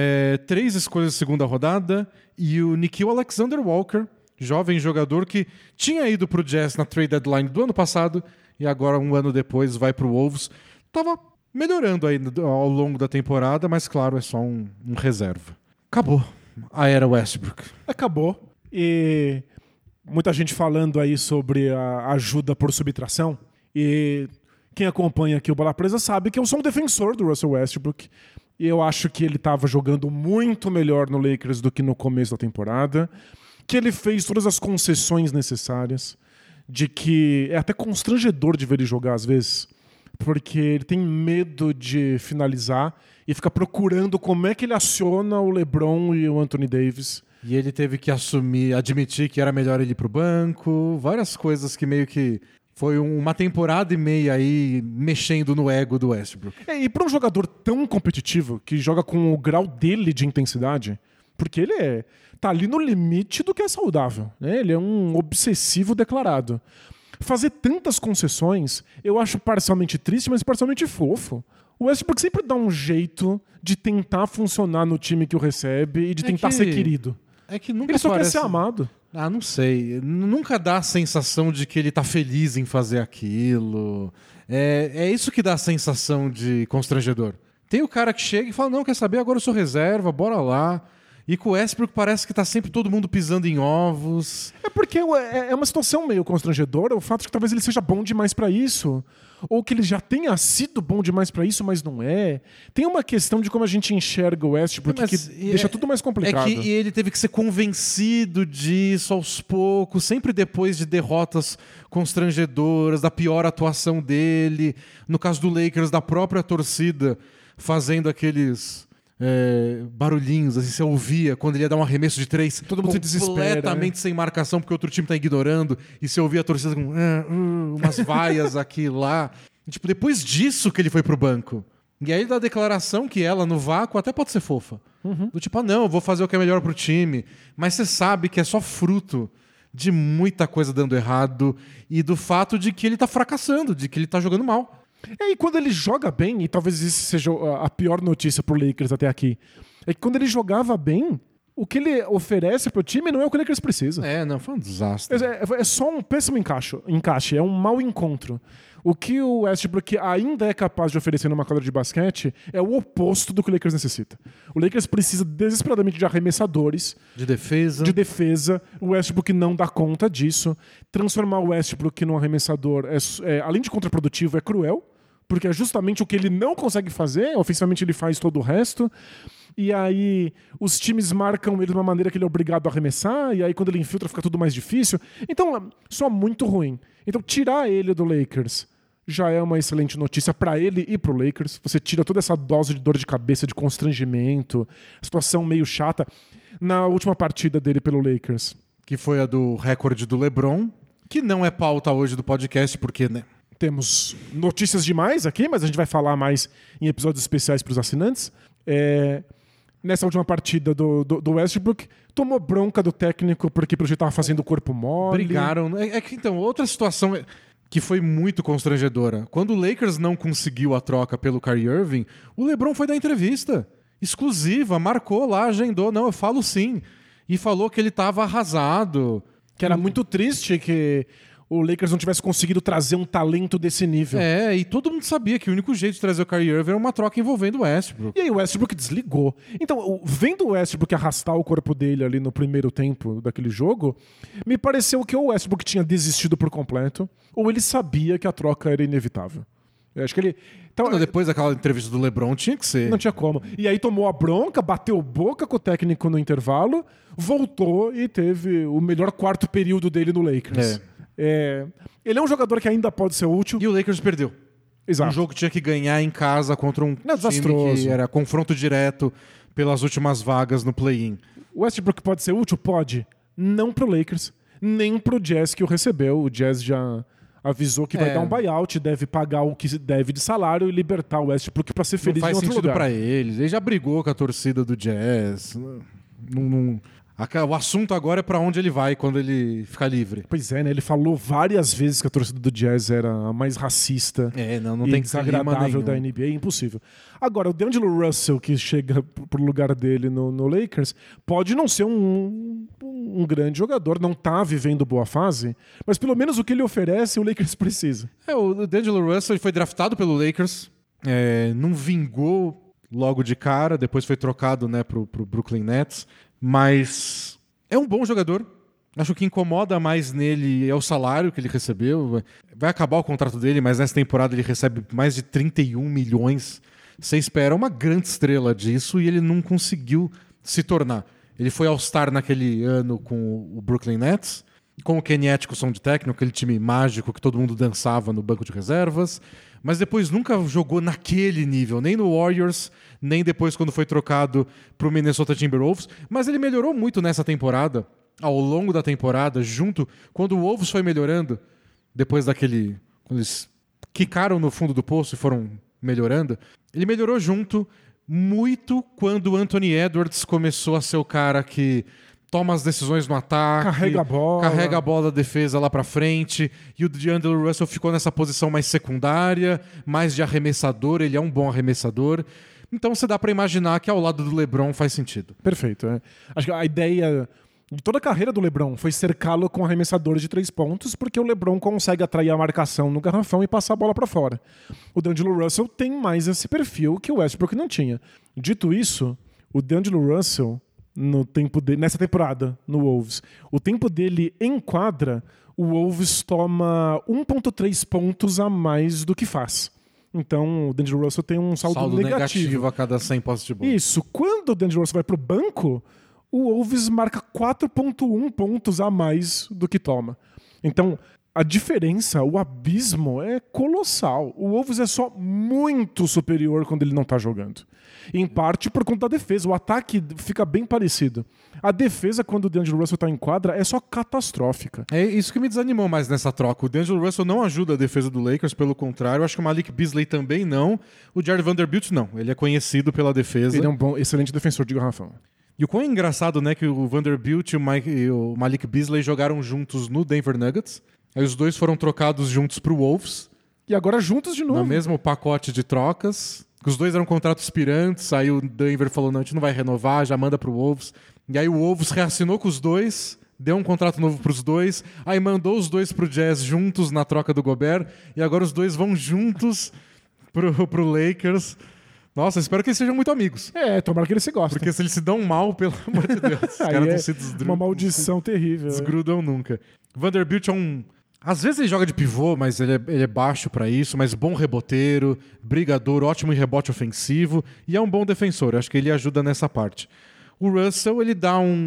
3 escolhas de segunda rodada, e o Nickeil Alexander-Walker, jovem jogador que tinha ido pro Jazz na trade deadline do ano passado, e agora, um ano depois, vai pro Wolves. Tava melhorando aí ao longo da temporada, mas claro, é só um reserva. Acabou a era Westbrook. Acabou. E muita gente falando aí sobre a ajuda por subtração. E quem acompanha aqui o Bola Presa sabe que eu sou um defensor do Russell Westbrook. E eu acho que ele estava jogando muito melhor no Lakers do que no começo da temporada. Que ele fez todas as concessões necessárias. De que é até constrangedor de ver ele jogar às vezes, porque ele tem medo de finalizar e fica procurando como é que ele aciona o LeBron e o Anthony Davis. E ele teve que admitir que era melhor ele ir pro banco, várias coisas que meio que foi uma temporada e meia aí mexendo no ego do Westbrook. E para um jogador tão competitivo, que joga com o grau dele de intensidade, porque ele tá ali no limite do que é saudável, né? Ele é um obsessivo declarado. Fazer tantas concessões, eu acho parcialmente triste, mas parcialmente fofo. O Westbrook sempre dá um jeito de tentar funcionar no time que o recebe e de tentar ser querido. É que nunca ele só parece... quer ser amado. Não sei. Nunca dá a sensação de que ele tá feliz em fazer aquilo. É isso que dá a sensação de constrangedor. Tem o cara que chega e fala, não, quer saber, agora eu sou reserva, bora lá. E com o Westbrook parece que tá sempre todo mundo pisando em ovos. É porque é uma situação meio constrangedora o fato de que talvez ele seja bom demais pra isso. Ou que ele já tenha sido bom demais pra isso, mas não é. Tem uma questão de como a gente enxerga o Westbrook que deixa tudo mais complicado. É que ele teve que ser convencido disso aos poucos, sempre depois de derrotas constrangedoras, da pior atuação dele. No caso do Lakers, da própria torcida, fazendo aqueles... barulhinhos, assim, você ouvia quando ele ia dar um arremesso de 3, todo mundo se desespera, completamente sem marcação, porque o outro time tá ignorando, e você ouvia a torcida com umas vaias aqui e lá. E, tipo, depois disso que ele foi pro banco. E aí ele dá a declaração que ela, no vácuo, até pode ser fofa. Do tipo, não, eu vou fazer o que é melhor pro time. Mas você sabe que é só fruto de muita coisa dando errado e do fato de que ele tá fracassando, de que ele tá jogando mal. E quando ele joga bem, e talvez isso seja a pior notícia pro Lakers até aqui, é que quando ele jogava bem, o que ele oferece pro time não é o que o Lakers precisa. Não, foi um desastre. É só um péssimo encaixe, é um mau encontro. O que o Westbrook ainda é capaz de oferecer numa quadra de basquete é o oposto do que o Lakers necessita. O Lakers precisa desesperadamente de arremessadores. De defesa. O Westbrook não dá conta disso. Transformar o Westbrook num arremessador, além de contraprodutivo, é cruel. Porque é justamente o que ele não consegue fazer. Ofensivamente ele faz todo o resto. E aí os times marcam ele de uma maneira que ele é obrigado a arremessar. E aí quando ele infiltra fica tudo mais difícil. Então, só muito ruim. Então tirar ele do Lakers já é uma excelente notícia para ele e pro Lakers. Você tira toda essa dose de dor de cabeça, de constrangimento, situação meio chata. Na última partida dele pelo Lakers, que foi a do recorde do LeBron, que não é pauta hoje do podcast, porque, né? Temos notícias demais aqui, mas a gente vai falar mais em episódios especiais para os assinantes. Nessa última partida do Westbrook, tomou bronca do técnico porque pelo jeito estava fazendo o corpo mole. Brigaram. Então, outra situação que foi muito constrangedora. Quando o Lakers não conseguiu a troca pelo Kyrie Irving, o LeBron foi dar entrevista exclusiva, marcou lá, agendou. Não, eu falo sim. E falou que ele estava arrasado. Que era muito triste que o Lakers não tivesse conseguido trazer um talento desse nível. E todo mundo sabia que o único jeito de trazer o Kyrie Irving era uma troca envolvendo o Westbrook. E aí o Westbrook desligou. Então, vendo o Westbrook arrastar o corpo dele ali no primeiro tempo daquele jogo, me pareceu que ou o Westbrook tinha desistido por completo, ou ele sabia que a troca era inevitável. Eu acho que ele... Então, depois daquela entrevista do LeBron, tinha que ser. Não tinha como. E aí tomou a bronca, bateu boca com o técnico no intervalo, voltou e teve o melhor quarto período dele no Lakers. Ele é um jogador que ainda pode ser útil. E o Lakers perdeu. Exato. Um jogo que tinha que ganhar em casa contra um time desastroso. que era confronto direto pelas últimas vagas no play-in. O Westbrook pode ser útil? Pode. Não pro Lakers, nem pro Jazz que o recebeu. O Jazz já avisou que vai dar um buyout, deve pagar o que deve de salário e libertar o Westbrook pra ser feliz em outro lugar. Não faz sentido pra eles. Ele já brigou com a torcida do Jazz. O assunto agora é pra onde ele vai quando ele ficar livre. Pois é, né? Ele falou várias vezes que a torcida do Jazz era a mais racista não e tem desagradável da NBA. É impossível. Agora, o D'Angelo Russell, que chega pro lugar dele no Lakers, pode não ser um grande jogador, não tá vivendo boa fase, mas pelo menos o que ele oferece, o Lakers precisa. O D'Angelo Russell foi draftado pelo Lakers, não vingou logo de cara, depois foi trocado, né, pro Brooklyn Nets. Mas é um bom jogador. Acho que o que incomoda mais nele é o salário que ele recebeu. Vai acabar o contrato dele, mas nessa temporada ele recebe mais de 31 milhões. Você espera uma grande estrela disso e ele não conseguiu se tornar. Ele foi All-Star naquele ano com o Brooklyn Nets, com o Kenny Atkinson de técnico, aquele time mágico que todo mundo dançava no banco de reservas, mas depois nunca jogou naquele nível, nem no Warriors, nem depois quando foi trocado para o Minnesota Timberwolves. Mas ele melhorou muito nessa temporada, ao longo da temporada, quando o Wolves foi melhorando, depois daquele... quando eles quicaram no fundo do poço e foram melhorando, ele melhorou junto muito quando o Anthony Edwards começou a ser o cara que toma as decisões no ataque, carrega a bola da defesa lá pra frente, e o D'Angelo Russell ficou nessa posição mais secundária, mais de arremessador. Ele é um bom arremessador. Então você dá pra imaginar que ao lado do LeBron faz sentido. Perfeito. Acho que a ideia de toda a carreira do LeBron foi cercá-lo com arremessadores de 3 pontos, porque o LeBron consegue atrair a marcação no garrafão e passar a bola para fora. O D'Angelo Russell tem mais esse perfil que o Westbrook não tinha. Dito isso, o D'Angelo Russell, nessa temporada, no Wolves, o tempo dele em quadra, o Wolves toma 1,3 pontos a mais do que faz. Então, o D'Angelo Russell tem um saldo negativo a cada 100 posses de bola. Isso. Quando o D'Angelo Russell vai pro banco, o Wolves marca 4,1 pontos a mais do que toma. Então, a diferença, o abismo é colossal. O Wolves é só muito superior quando ele não tá jogando. Em parte por conta da defesa. O ataque fica bem parecido. A defesa, quando o D'Angelo Russell tá em quadra, é só catastrófica. É isso que me desanimou mais nessa troca. O D'Angelo Russell não ajuda a defesa do Lakers, pelo contrário. Eu acho que o Malik Beasley também não. O Jared Vanderbilt não. Ele é conhecido pela defesa. Ele é um excelente defensor de garrafão. E o quão engraçado, né, que o Vanderbilt e o Malik Beasley jogaram juntos no Denver Nuggets. Aí os dois foram trocados juntos pro Wolves. E agora juntos de novo. No mesmo pacote de trocas. Os dois eram contratos expirantes. Aí o Denver falou, não, a gente não vai renovar, já manda pro Wolves. E aí o Wolves reassinou com os dois, deu um contrato novo pros dois. Aí mandou os dois pro Jazz juntos na troca do Gobert. E agora os dois vão juntos pro Lakers. Nossa, espero que eles sejam muito amigos. Tomara que eles se gostem. Porque se eles se dão mal, pelo amor de Deus, os caras não se uma maldição terrível. Desgrudam nunca. Vanderbilt é um... Às vezes ele joga de pivô, mas ele é baixo pra isso, mas bom reboteiro, brigador, ótimo em rebote ofensivo e é um bom defensor. Eu acho que ele ajuda nessa parte. O Russell, ele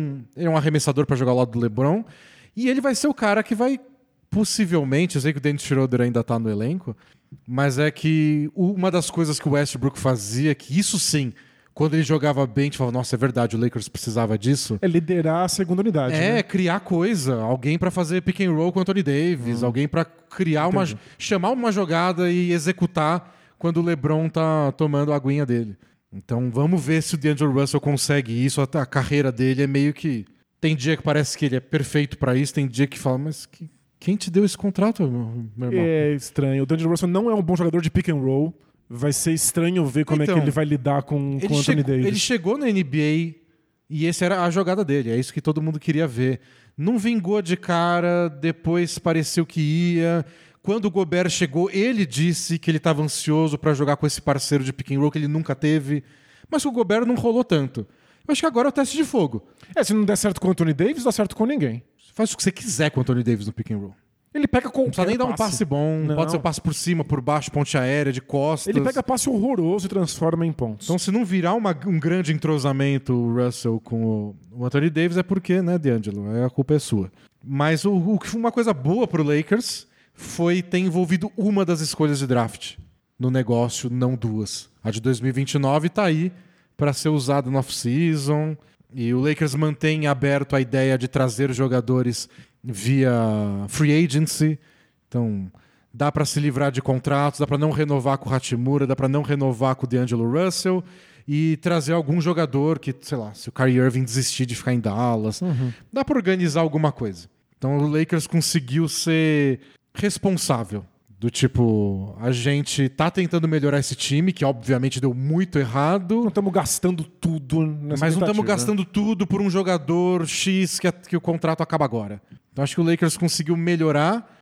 é um arremessador pra jogar ao lado do LeBron e ele vai ser o cara que vai possivelmente, eu sei que o Dennis Schroeder ainda tá no elenco, mas é que uma das coisas que o Westbrook fazia, que isso sim, quando ele jogava bem, a gente falava, nossa, é verdade, o Lakers precisava disso. É liderar a segunda unidade. Né? Criar coisa. Alguém pra fazer pick and roll com o Anthony Davis. Alguém pra criar chamar uma jogada e executar quando o LeBron tá tomando a aguinha dele. Então vamos ver se o D'Angelo Russell consegue isso. A carreira dele é meio que... Tem dia que parece que ele é perfeito pra isso. Tem dia que fala, mas quem te deu esse contrato, meu irmão? É estranho. O D'Angelo Russell não é um bom jogador de pick and roll. Vai ser estranho ver como é que ele vai lidar com o Anthony Davis. Ele chegou na NBA e essa era a jogada dele. É isso que todo mundo queria ver. Não vingou de cara, depois pareceu que ia. Quando o Gobert chegou, ele disse que ele estava ansioso para jogar com esse parceiro de pick and roll que ele nunca teve. Mas o Gobert não rolou tanto. Eu acho que agora é o teste de fogo. Se não der certo com o Anthony Davis, dá certo com ninguém. Faz o que você quiser com o Anthony Davis no pick and roll. Ele pega qualquer Não precisa nem dar um passe bom. Não. Pode ser um passe por cima, por baixo, ponte aérea, de costas. Ele pega passe horroroso e transforma em pontos. Então, se não virar um grande entrosamento o Russell com o Anthony Davis, é porque, né, D'Angelo? A culpa é sua. Mas uma coisa boa pro Lakers foi ter envolvido uma das escolhas de draft no negócio, não duas. A de 2029 tá aí para ser usada no off-season. E o Lakers mantém aberto a ideia de trazer jogadores via free agency. Então, dá para se livrar de contratos, dá para não renovar com o Hachimura, dá para não renovar com o D'Angelo Russell e trazer algum jogador que, sei lá, se o Kyrie Irving desistir de ficar em Dallas, dá para organizar alguma coisa. Então, o Lakers conseguiu ser responsável. Do tipo, a gente tá tentando melhorar esse time, que obviamente deu muito errado. Não estamos gastando tudo nessa Mas não estamos tentativa, gastando tudo por um jogador X que o contrato acaba agora. Então acho que o Lakers conseguiu melhorar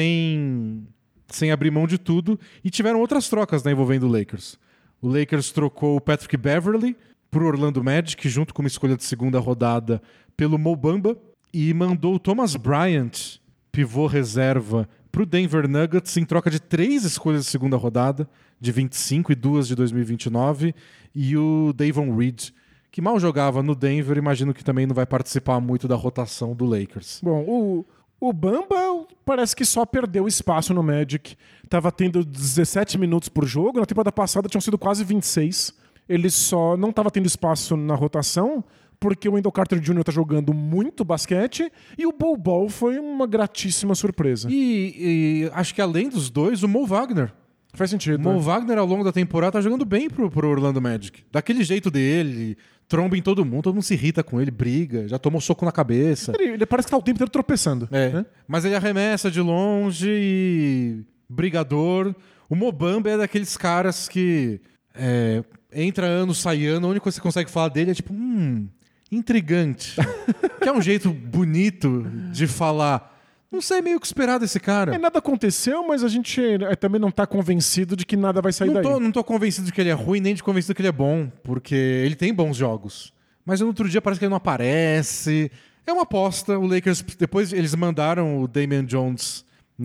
sem abrir mão de tudo. E tiveram outras trocas, né, envolvendo o Lakers. O Lakers trocou o Patrick Beverley pro Orlando Magic, junto com uma escolha de segunda rodada pelo Mo Bamba. E mandou o Thomas Bryant, pivô reserva, pro Denver Nuggets em troca de 3 escolhas de segunda rodada, de 25 e 2 de 2029, e o Davon Reed, que mal jogava no Denver, imagino que também não vai participar muito da rotação do Lakers. Bom, o Bamba parece que só perdeu espaço no Magic. Tava tendo 17 minutos por jogo, na temporada passada tinham sido quase 26. Ele só não estava tendo espaço na rotação porque o Wendell Carter Jr. tá jogando muito basquete e o Bol Bol foi uma gratíssima surpresa. E acho que além dos dois, o Mo Wagner. Faz sentido. O Mo Wagner, ao longo da temporada, tá jogando bem pro Orlando Magic. Daquele jeito dele, tromba em todo mundo se irrita com ele, briga, já tomou soco na cabeça. Ele parece que tá o tempo inteiro tropeçando. Né? Mas ele arremessa de longe e brigador. O Mo Bamba é daqueles caras que entra ano, sai ano, a única coisa que você consegue falar dele é tipo, intrigante. Que é um jeito bonito de falar... Não sei meio o que esperar desse cara. Nada aconteceu, mas a gente também não tá convencido de que nada vai sair daí. Não tô convencido de que ele é ruim, nem de convencido de que ele é bom. Porque ele tem bons jogos. Mas no outro dia parece que ele não aparece. É uma aposta. O Lakers, depois eles mandaram o Damian Jones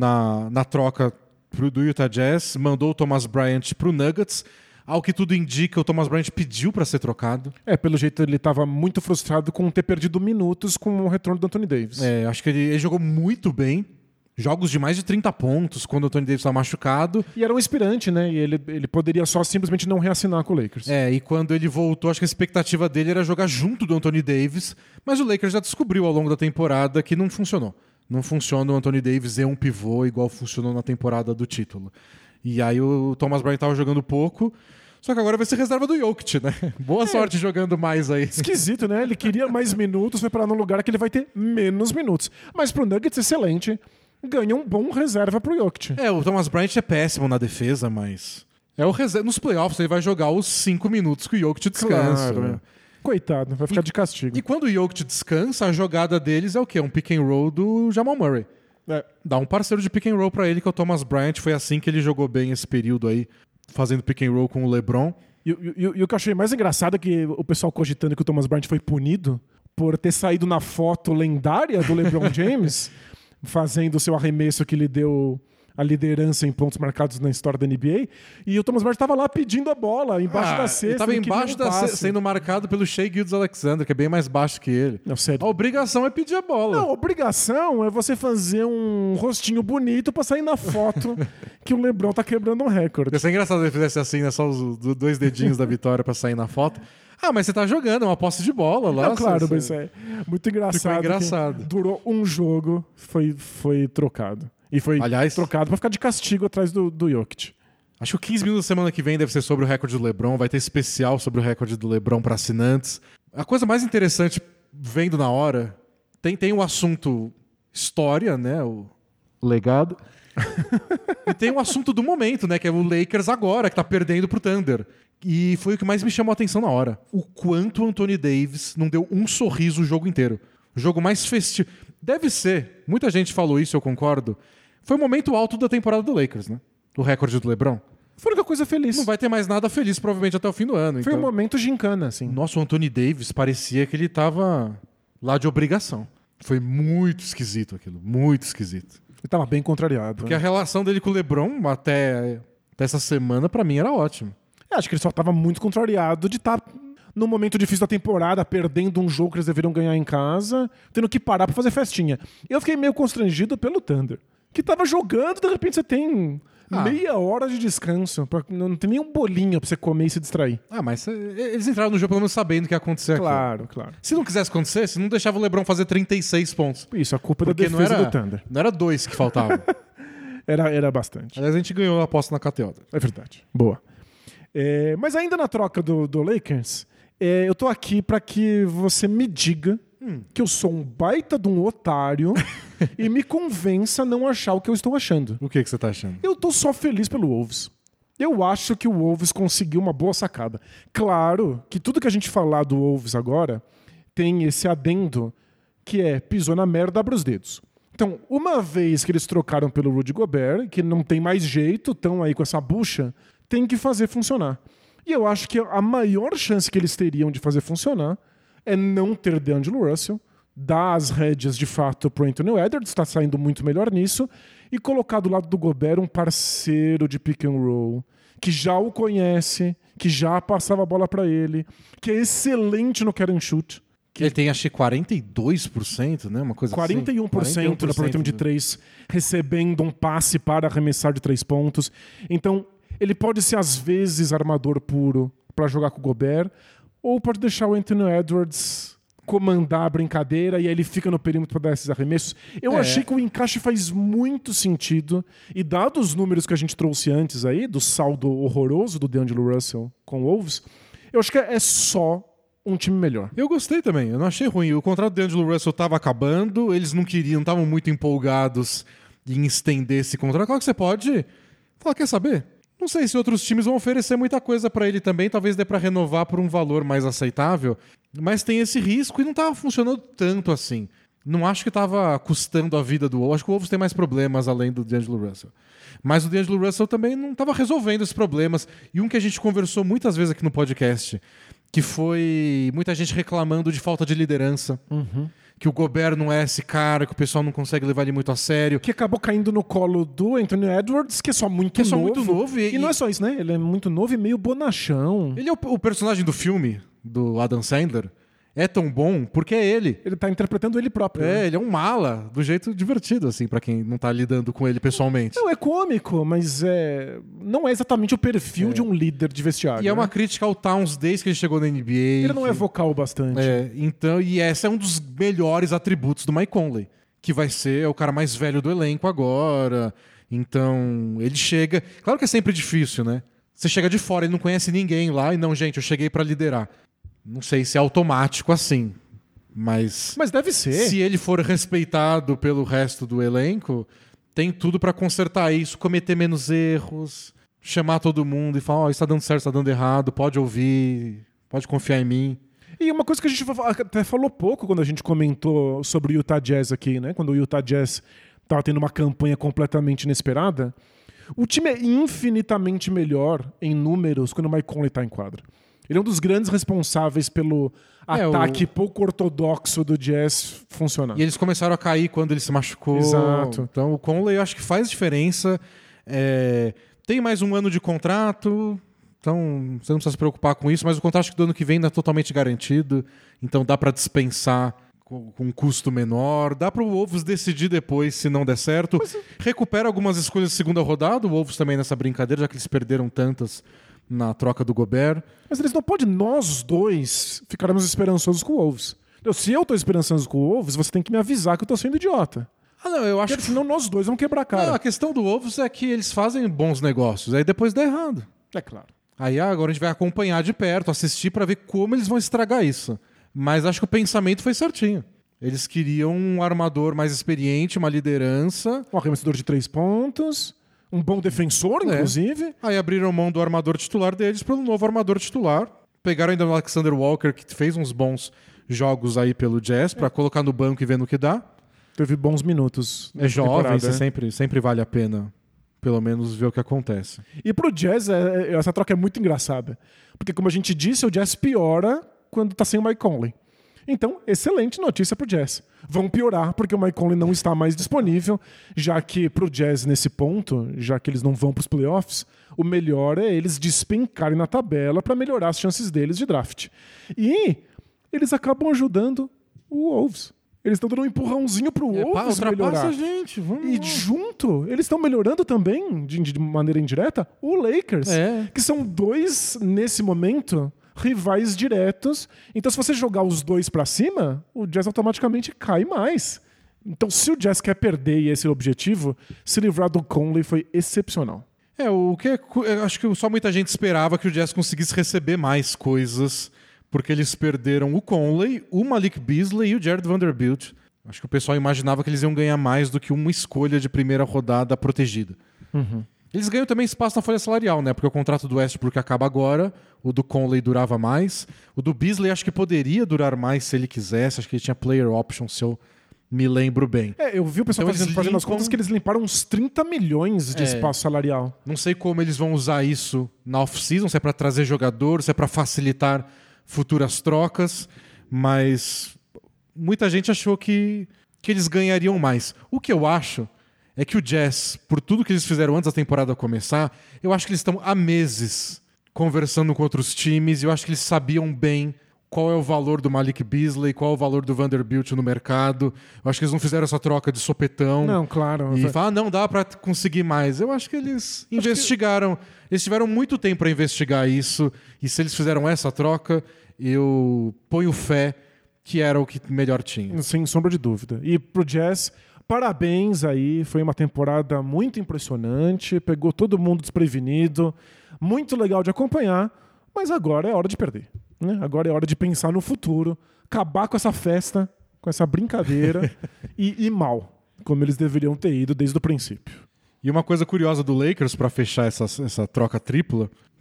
na troca do Utah Jazz. Mandou o Thomas Bryant pro Nuggets. Ao que tudo indica, o Thomas Bryant pediu para ser trocado. Pelo jeito ele estava muito frustrado com ter perdido minutos com o retorno do Anthony Davis. Acho que ele jogou muito bem. Jogos de mais de 30 pontos quando o Anthony Davis estava machucado. E era um inspirante, né? E ele poderia só simplesmente não reassinar com o Lakers. E quando ele voltou, acho que a expectativa dele era jogar junto do Anthony Davis. Mas o Lakers já descobriu ao longo da temporada que não funcionou. Não funciona o Anthony Davis um pivô igual funcionou na temporada do título. E aí o Thomas Bryant tava jogando pouco, só que agora vai ser reserva do Jokic, né? Boa sorte jogando mais aí. Esquisito, né? Ele queria mais minutos, foi parar num lugar que ele vai ter menos minutos. Mas pro Nuggets, excelente. Ganha um bom reserva pro Jokic. O Thomas Bryant é péssimo na defesa, mas... Nos playoffs ele vai jogar os 5 minutos que o Jokic descansa. Claro, Coitado, vai ficar de castigo. E quando o Jokic descansa, a jogada deles é o quê? Um pick and roll do Jamal Murray. Dá um parceiro de pick and roll pra ele, que é o Thomas Bryant. Foi assim que ele jogou bem esse período aí, fazendo pick and roll com o LeBron. E o que eu achei mais engraçado é que o pessoal cogitando que o Thomas Bryant foi punido por ter saído na foto lendária do LeBron James, fazendo o seu arremesso que lhe deu a liderança em pontos marcados na história da NBA, e o Thomas Bryant estava lá pedindo a bola embaixo da cesta. Ele estava embaixo da cesta, sendo marcado pelo Shai Gilgeous-Alexander, que é bem mais baixo que ele. Não, sério. A obrigação é pedir a bola. Não, a obrigação é você fazer um rostinho bonito pra sair na foto que o LeBron tá quebrando um recorde. Ia ser engraçado se ele fizesse assim, né? Só os 2 dedinhos da vitória pra sair na foto. Mas você tá jogando, é uma posse de bola lá. Não, claro, mas muito engraçado. Ficou engraçado. Durou um jogo, foi trocado. E foi trocado pra ficar de castigo atrás do Jokic. Acho que o 15 minutos da semana que vem deve ser sobre o recorde do LeBron. Vai ter especial sobre o recorde do LeBron para assinantes. A coisa mais interessante, vendo na hora, tem um assunto história, né? O legado. E tem um assunto do momento, né? Que é o Lakers agora, que tá perdendo pro Thunder. E foi o que mais me chamou a atenção na hora. O quanto o Anthony Davis não deu um sorriso o jogo inteiro. O jogo mais festivo. Deve ser. Muita gente falou isso, eu concordo. Foi o momento alto da temporada do Lakers, né? O recorde do LeBron. Foi uma coisa feliz. Não vai ter mais nada feliz, provavelmente, até o fim do ano. Foi um momento gincana, assim. Nossa, o Anthony Davis parecia que ele tava lá de obrigação. Foi muito esquisito aquilo. Muito esquisito. Ele tava bem contrariado. Porque a relação dele com o LeBron, até essa semana, pra mim, era ótima. Acho que ele só tava muito contrariado de estar num momento difícil da temporada, perdendo um jogo que eles deveriam ganhar em casa, tendo que parar pra fazer festinha. Eu fiquei meio constrangido pelo Thunder, que tava jogando, de repente você tem meia hora de descanso, não tem nenhum bolinho pra você comer e se distrair. Mas eles entraram no jogo pelo menos sabendo o que ia acontecer. Claro. Se não quisesse acontecer, se não deixava o LeBron fazer 36 pontos. Isso, a culpa é da defesa do Thunder. Não era 2 que faltavam. Era bastante. Aliás, a gente ganhou a aposta na KTO. É verdade. Boa. Mas ainda na troca do Lakers, eu tô aqui pra que você me diga que eu sou um baita de um otário e me convença a não achar o que eu estou achando. O que você tá achando? Eu tô só feliz pelo Wolves. Eu acho que o Wolves conseguiu uma boa sacada. Claro que tudo que a gente falar do Wolves agora tem esse adendo que pisou na merda, abre os dedos. Então, uma vez que eles trocaram pelo Rudy Gobert, que não tem mais jeito, estão aí com essa bucha, tem que fazer funcionar. E eu acho que a maior chance que eles teriam de fazer funcionar é não ter D'Angelo Russell, dar as rédeas de fato pro Anthony Edwards, está saindo muito melhor nisso, e colocar do lado do Gobert um parceiro de pick and roll, que já o conhece, que já passava a bola para ele, que é excelente no catch and shoot. Ele tem, acho que 42%, né? Uma coisa 41% assim. no aproveitamento de 3, recebendo um passe para arremessar de 3 pontos. Então, ele pode ser, às vezes, armador puro para jogar com o Gobert, ou pode deixar o Anthony Edwards comandar a brincadeira e aí ele fica no perímetro para dar esses arremessos. Eu achei que o encaixe faz muito sentido, e dados os números que a gente trouxe antes aí, do saldo horroroso do D'Angelo Russell com o Wolves, eu acho que é só um time melhor. Eu gostei também, eu não achei ruim. O contrato do D'Angelo Russell estava acabando, eles não estavam muito empolgados em estender esse contrato. Claro que você pode falar, quer saber? Não sei se outros times vão oferecer muita coisa para ele também, talvez dê para renovar por um valor mais aceitável. Mas tem esse risco e não tava funcionando tanto assim. Não acho que tava custando a vida do Wolves. Acho que o Wolves tem mais problemas além do D'Angelo Russell. Mas o D'Angelo Russell também não tava resolvendo esses problemas. E um que a gente conversou muitas vezes aqui no podcast, que foi muita gente reclamando de falta de liderança. Que o Gobert não é esse cara, que o pessoal não consegue levar ele muito a sério. Que acabou caindo no colo do Anthony Edwards, que é só muito novo. E não é só isso, né? Ele é muito novo e meio bonachão. Ele é o personagem do filme, do Adam Sandler. É tão bom porque é ele. Ele tá interpretando ele próprio. É, ele é um mala, do jeito divertido, assim, pra quem não tá lidando com ele pessoalmente. Não, é cômico, mas não é exatamente o perfil de um líder de vestiário. E é uma crítica ao Towns desde que ele chegou na NBA. Ele não é vocal bastante. Então, e esse é um dos melhores atributos do Mike Conley, que vai ser o cara mais velho do elenco agora. Então, ele chega... Claro que é sempre difícil, né? Você chega de fora, ele não conhece ninguém lá, e não, gente, eu cheguei pra liderar. Não sei se é automático assim, mas deve ser. Se ele for respeitado pelo resto do elenco, tem tudo pra consertar isso, cometer menos erros, chamar todo mundo e falar, isso tá dando certo, isso tá dando errado, pode ouvir, pode confiar em mim. E uma coisa que a gente até falou pouco quando a gente comentou sobre o Utah Jazz aqui, né? Quando o Utah Jazz tava tendo uma campanha completamente inesperada, o time é infinitamente melhor em números quando o Mike Conley tá em quadra. Ele é um dos grandes responsáveis pelo ataque pouco ortodoxo do Jazz funcionar. E eles começaram a cair quando ele se machucou. Exato. Então o Conley eu acho que faz diferença. Tem mais um ano de contrato, então você não precisa se preocupar com isso, mas o contrato do ano que vem não é totalmente garantido, então dá para dispensar com um custo menor. Dá para o Wolves decidir depois se não der certo. Recupera algumas escolhas de segunda rodada, o Wolves também nessa brincadeira, já que eles perderam tantas na troca do Gobert. Mas eles não podem, nós dois, ficarmos esperançosos com o Wolves. Se eu tô esperançoso com o Wolves, você tem que me avisar que eu tô sendo idiota. Não, eu acho que senão nós dois vamos quebrar a cara. Não, a questão do Wolves é que eles fazem bons negócios, aí depois dá errado. É claro. Aí agora a gente vai acompanhar de perto, assistir pra ver como eles vão estragar isso. Mas acho que o pensamento foi certinho. Eles queriam um armador mais experiente, uma liderança. Um arremessador de 3 pontos... Um bom defensor, inclusive. Aí abriram mão do armador titular deles pelo novo armador titular. Pegaram ainda o Alexander Walker, que fez uns bons jogos aí pelo Jazz, pra colocar no banco e ver no que dá. Teve bons minutos. É jovem, você sempre vale a pena, pelo menos, ver o que acontece. E pro Jazz, essa troca é muito engraçada. Porque, como a gente disse, o Jazz piora quando tá sem o Mike Conley. Então, excelente notícia pro Jazz. Vão piorar porque o Mike Conley não está mais disponível, já que pro Jazz nesse ponto, já que eles não vão pros playoffs, o melhor é eles despencarem na tabela para melhorar as chances deles de draft. E eles acabam ajudando o Wolves. Eles estão dando um empurrãozinho pro Wolves melhorar. A gente, vamos e lá. junto, eles estão melhorando também, de maneira indireta, o Lakers, que são dois, nesse momento, rivais diretos. Então, se você jogar os dois pra cima, o Jazz automaticamente cai mais. Então, se o Jazz quer perder e esse é o objetivo, se livrar do Conley foi excepcional. O que eu acho que só muita gente esperava que o Jazz conseguisse receber mais coisas, porque eles perderam o Conley, o Malik Beasley e o Jared Vanderbilt. Acho que o pessoal imaginava que eles iam ganhar mais do que uma escolha de primeira rodada protegida. Eles ganham também espaço na folha salarial, né? Porque o contrato do Westbrook acaba agora, o do Conley durava mais. O do Beasley acho que poderia durar mais se ele quisesse, acho que ele tinha player option, se eu me lembro bem. Eu vi o pessoal fazendo as contas que eles limparam uns 30 milhões de espaço salarial. Não sei como eles vão usar isso na off-season, se é para trazer jogador, se é para facilitar futuras trocas, mas muita gente achou que eles ganhariam mais. O que eu acho é que o Jazz, por tudo que eles fizeram antes da temporada começar, eu acho que eles estão há meses conversando com outros times e eu acho que eles sabiam bem qual é o valor do Malik Beasley, qual é o valor do Vanderbilt no mercado. Eu acho que eles não fizeram essa troca de sopetão. Não, claro. E falar, não, dá pra conseguir mais. Eu acho que eles investigaram. Eles tiveram muito tempo para investigar isso. E se eles fizeram essa troca, eu ponho fé que era o que melhor tinha. Sem sombra de dúvida. E pro Jazz, parabéns aí. Foi uma temporada muito impressionante. Pegou todo mundo desprevenido. Muito legal de acompanhar. Mas agora é hora de perder. Agora é hora de pensar no futuro, acabar com essa festa, com essa brincadeira e ir mal, como eles deveriam ter ido desde o princípio. E uma coisa curiosa do Lakers, para fechar essa troca tripla,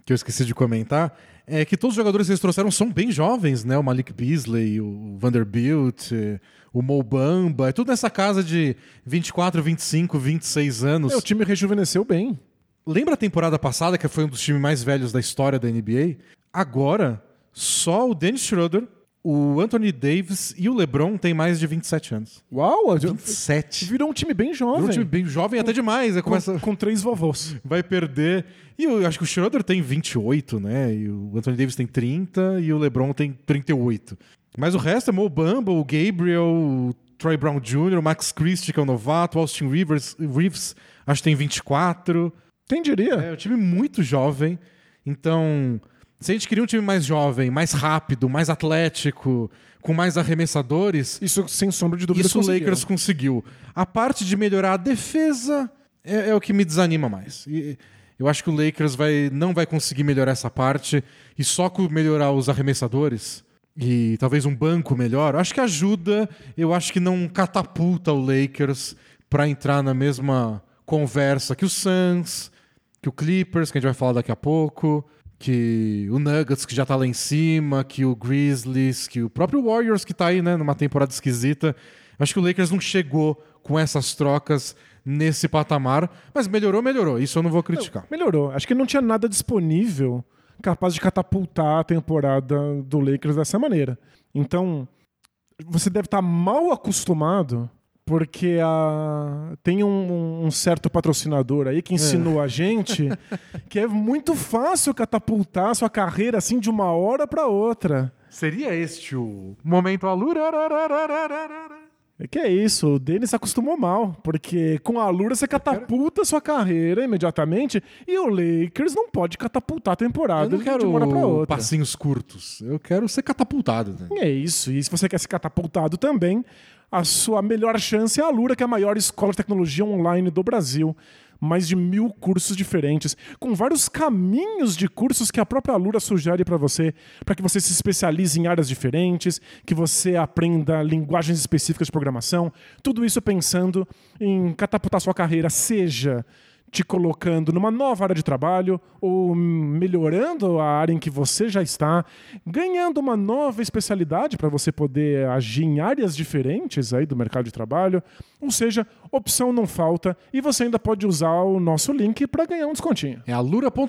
que eu esqueci de comentar, é que todos os jogadores que eles trouxeram são bem jovens, né? O Malik Beasley, o Vanderbilt, o Mo Bamba, é tudo nessa casa de 24, 25, 26 anos. O time rejuvenesceu bem. Lembra a temporada passada, que foi um dos times mais velhos da história da NBA? Agora, só o Dennis Schroeder, o Anthony Davis e o LeBron têm mais de 27 anos. Uau! 27. Virou um time bem jovem. Virou um time bem jovem até demais. Com 3 vovôs. Vai perder. E eu acho que o Schroeder tem 28, né? E o Anthony Davis tem 30 e o LeBron tem 38. Mas o resto é Mo Bamba, o Gabriel, o Troy Brown Jr., o Max Christie, que é o novato, o Austin Reeves, acho que tem 24. Quem diria? É um time muito jovem. Então, se a gente queria um time mais jovem, mais rápido, mais atlético, com mais arremessadores... Isso, sem sombra de dúvida, isso o Lakers conseguiu. A parte de melhorar a defesa é o que me desanima mais. E eu acho que o Lakers não vai conseguir melhorar essa parte. E só com melhorar os arremessadores e talvez um banco melhor, eu acho que ajuda. Eu acho que não catapulta o Lakers para entrar na mesma conversa que o Suns, que o Clippers, que a gente vai falar daqui a pouco, que o Nuggets, que já tá lá em cima, que o Grizzlies, que o próprio Warriors, que tá aí, né, numa temporada esquisita. Acho que o Lakers não chegou com essas trocas nesse patamar, mas melhorou. Isso eu não vou criticar. Melhorou. Acho que não tinha nada disponível capaz de catapultar a temporada do Lakers dessa maneira. Então, você deve estar mal acostumado porque tem um certo patrocinador aí que ensinou a gente que é muito fácil catapultar a sua carreira assim de uma hora para outra. Seria este o momento Alura? É que é isso, o Dennis acostumou mal, porque com a Alura você catapulta a sua carreira imediatamente e o Lakers não pode catapultar a temporada de uma hora pra outra. Passinhos curtos, eu quero ser catapultado. Né? É isso, e se você quer ser catapultado também, a sua melhor chance é a Alura, que é a maior escola de tecnologia online do Brasil. Mais de 1000 cursos diferentes, com vários caminhos de cursos que a própria Alura sugere para que você se especialize em áreas diferentes, que você aprenda linguagens específicas de programação, tudo isso pensando em catapultar sua carreira, seja te colocando numa nova área de trabalho ou melhorando a área em que você já está, ganhando uma nova especialidade para você poder agir em áreas diferentes aí do mercado de trabalho. Ou seja, opção não falta e você ainda pode usar o nosso link para ganhar um descontinho. É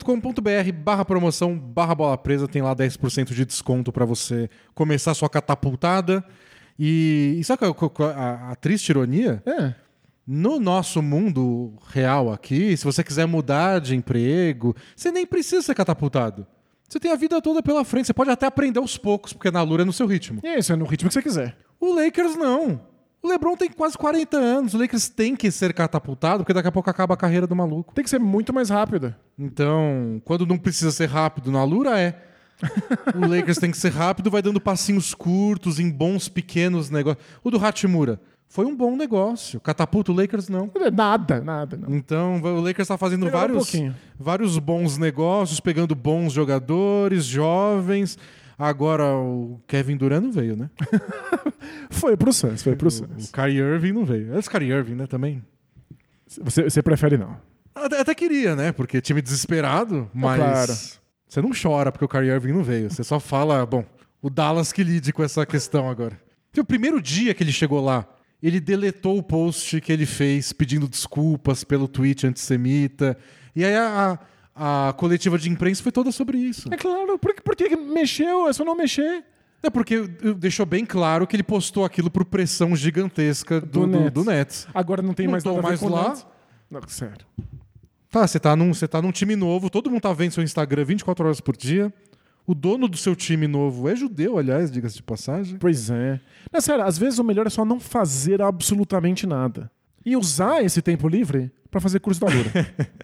alura.com.br/promoção/bola presa, tem lá 10% de desconto para você começar a sua catapultada. E sabe a triste ironia? No nosso mundo real aqui, se você quiser mudar de emprego, você nem precisa ser catapultado. Você tem a vida toda pela frente. Você pode até aprender aos poucos, porque na Alura é no seu ritmo. Isso, é no ritmo que você quiser. O Lakers não. O LeBron tem quase 40 anos. O Lakers tem que ser catapultado, porque daqui a pouco acaba a carreira do maluco. Tem que ser muito mais rápido. Então, quando não precisa ser rápido na Alura, o Lakers tem que ser rápido, vai dando passinhos curtos em bons pequenos negócios. O do Hachimura foi um bom negócio. Catapulta o Lakers, não. Nada. Não. Então, o Lakers está fazendo vários bons negócios, pegando bons jogadores, jovens. Agora o Kevin Durant não veio, né? Foi pro Suns. O Kyrie Irving não veio. Esse Kyrie Irving, né, também? Você prefere não? Até queria, né? Porque time desesperado, mas... Claro. Você não chora porque o Kyrie Irving não veio. Você só fala, bom, o Dallas que lide com essa questão agora. O primeiro dia que ele chegou lá, ele deletou o post que ele fez pedindo desculpas pelo tweet antissemita. E aí a coletiva de imprensa foi toda sobre isso. É claro, por que mexeu? É só não mexer. É porque deixou bem claro que ele postou aquilo por pressão gigantesca do Nets. Agora não tem mais nada a ver com lá. Não, sério. Tá, você tá num time novo, todo mundo tá vendo seu Instagram 24 horas por dia. O dono do seu time novo é judeu, aliás, diga-se de passagem. Pois é. Não, sério, às vezes o melhor é só não fazer absolutamente nada. E usar esse tempo livre pra fazer curso da Alura.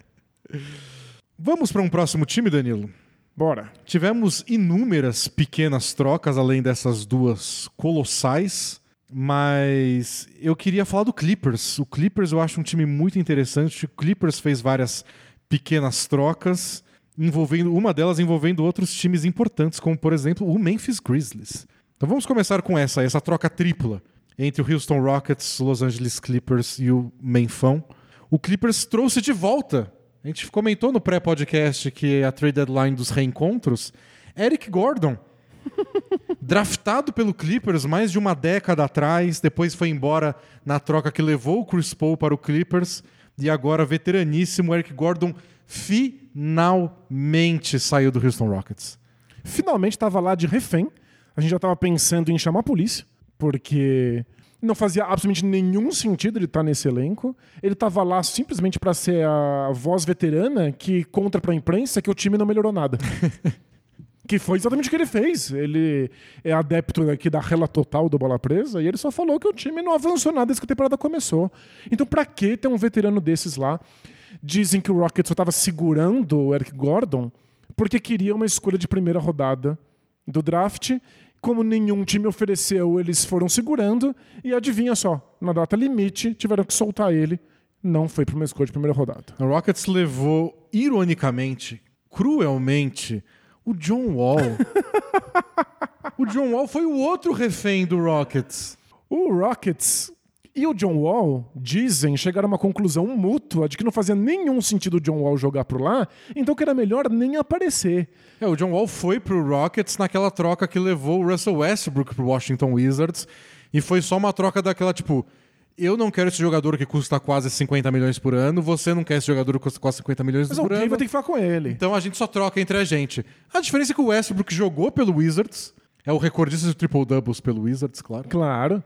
Vamos para um próximo time, Danilo? Bora. Tivemos inúmeras pequenas trocas, além dessas duas colossais, mas eu queria falar do Clippers. O Clippers eu acho um time muito interessante. O Clippers fez várias pequenas trocas, uma delas envolvendo outros times importantes, como, por exemplo, o Memphis Grizzlies. Então vamos começar com essa troca tripla entre o Houston Rockets, Los Angeles Clippers e o Menfão. O Clippers trouxe de volta a gente comentou no pré-podcast que é a trade deadline dos reencontros, Eric Gordon, draftado pelo Clippers mais de uma década atrás, depois foi embora na troca que levou o Chris Paul para o Clippers, e agora veteraníssimo Eric Gordon finalmente saiu do Houston Rockets. Finalmente estava lá de refém. A gente já estava pensando em chamar a polícia, porque não fazia absolutamente nenhum sentido ele estar nesse elenco. Ele estava lá simplesmente para ser a voz veterana que conta para a imprensa que o time não melhorou nada. Que foi exatamente o que ele fez. Ele é adepto aqui da rela total do Bola Presa e ele só falou que o time não avançou nada desde que a temporada começou. Então, pra que ter um veterano desses lá? Dizem que o Rockets só estava segurando o Eric Gordon porque queria uma escolha de primeira rodada do draft. Como nenhum time ofereceu, eles foram segurando e adivinha só, na data limite tiveram que soltar ele. Não foi para uma escolha de primeira rodada. O Rockets levou, ironicamente, cruelmente, o John Wall. O John Wall foi o outro refém do Rockets. O Rockets e o John Wall chegaram a uma conclusão mútua de que não fazia nenhum sentido o John Wall jogar por lá, então que era melhor nem aparecer. O John Wall foi pro Rockets naquela troca que levou o Russell Westbrook pro Washington Wizards, e foi só uma troca daquela tipo, eu não quero esse jogador que custa quase 50 milhões por ano, você não quer esse jogador que custa quase 50 milhões por ano. Mas alguém vai ter que falar com ele. Então a gente só troca entre a gente. A diferença é que o Westbrook jogou pelo Wizards, é o recordista de triple-doubles pelo Wizards, claro. Claro.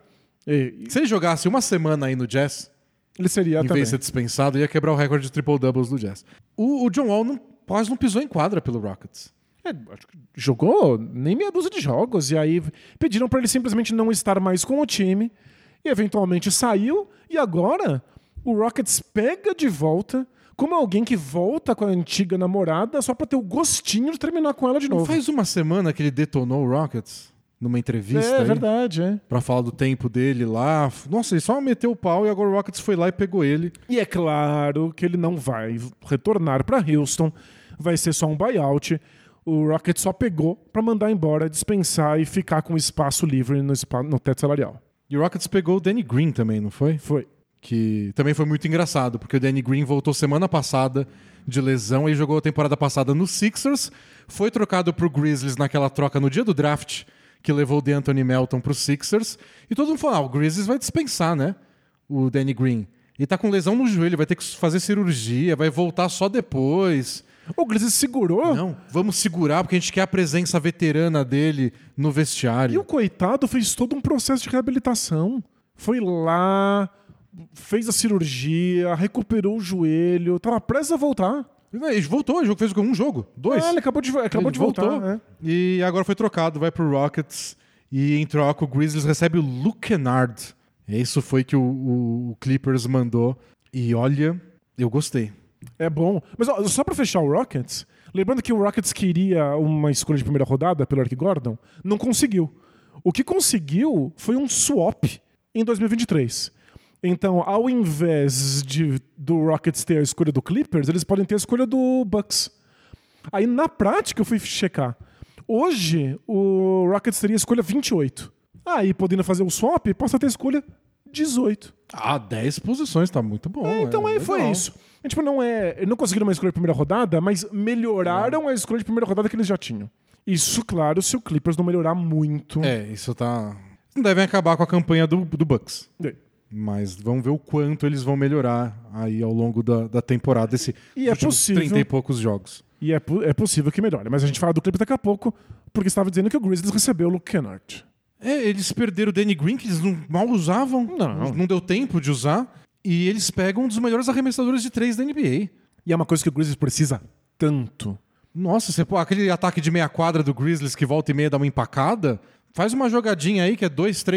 Se ele jogasse uma semana aí no Jazz, ele seria em também. vez de ser dispensado, ia quebrar o recorde de triple-doubles do Jazz. O John Wall quase não pisou em quadra pelo Rockets. Acho que jogou nem meia dúzia de jogos, e aí pediram para ele simplesmente não estar mais com o time, e eventualmente saiu, e agora o Rockets pega de volta como alguém que volta com a antiga namorada só pra ter o gostinho de terminar com ela de novo. Não faz uma semana que ele detonou o Rockets numa entrevista. É verdade, é. Pra falar do tempo dele lá. Nossa, ele só meteu o pau e agora o Rockets foi lá e pegou ele. E é claro que ele não vai retornar pra Houston, vai ser só um buyout. O Rockets só pegou pra mandar embora, dispensar e ficar com espaço livre no teto salarial. E o Rockets pegou o Danny Green também, não foi? Foi. Que também foi muito engraçado, porque o Danny Green voltou semana passada de lesão e jogou a temporada passada no Sixers, foi trocado pro Grizzlies naquela troca no dia do draft, que levou o DeAnthony Melton pro Sixers, e todo mundo falou, o Grizzlies vai dispensar, né, o Danny Green. E tá com lesão no joelho, vai ter que fazer cirurgia, vai voltar só depois. O Grizzlies segurou? Não, vamos segurar porque a gente quer a presença veterana dele no vestiário. E o coitado fez todo um processo de reabilitação. Foi lá, fez a cirurgia, recuperou o joelho, tava prestes a voltar. Ele voltou, ele fez um jogo, 2. Ele acabou de voltar. É. E agora foi trocado, vai pro Rockets. E em troca o Grizzlies recebe o Luke Kennard. Isso foi que o Clippers mandou. E olha, eu gostei. É bom. Mas ó, só pra fechar o Rockets, lembrando que o Rockets queria uma escolha de primeira rodada pelo Eric Gordon, não conseguiu. O que conseguiu foi um swap em 2023. Então, ao invés do Rockets ter a escolha do Clippers, eles podem ter a escolha do Bucks. Aí, na prática, eu fui checar. Hoje, o Rockets teria a escolha 28. Aí, podendo fazer o swap, passa a ter a escolha 18. 10 posições, tá muito bom. Então aí foi isso. Tipo, não conseguiram uma escolha de primeira rodada, mas melhoraram a escolha de primeira rodada que eles já tinham. Isso, claro, se o Clippers não melhorar muito. Isso tá... Não devem acabar com a campanha do Bucks. É. Mas vamos ver o quanto eles vão melhorar aí ao longo da temporada, e é possível 30 e poucos jogos. E é possível que melhore. Mas a gente fala do Clippers daqui a pouco, porque estava dizendo que o Grizzlies recebeu o Luke Kennard. Eles perderam o Danny Green, que eles mal usavam. Não deu tempo de usar. E eles pegam um dos melhores arremessadores de 3 da NBA. E é uma coisa que o Grizzlies precisa tanto. Nossa, aquele ataque de meia quadra do Grizzlies que volta e meia dá uma empacada, faz uma jogadinha aí que é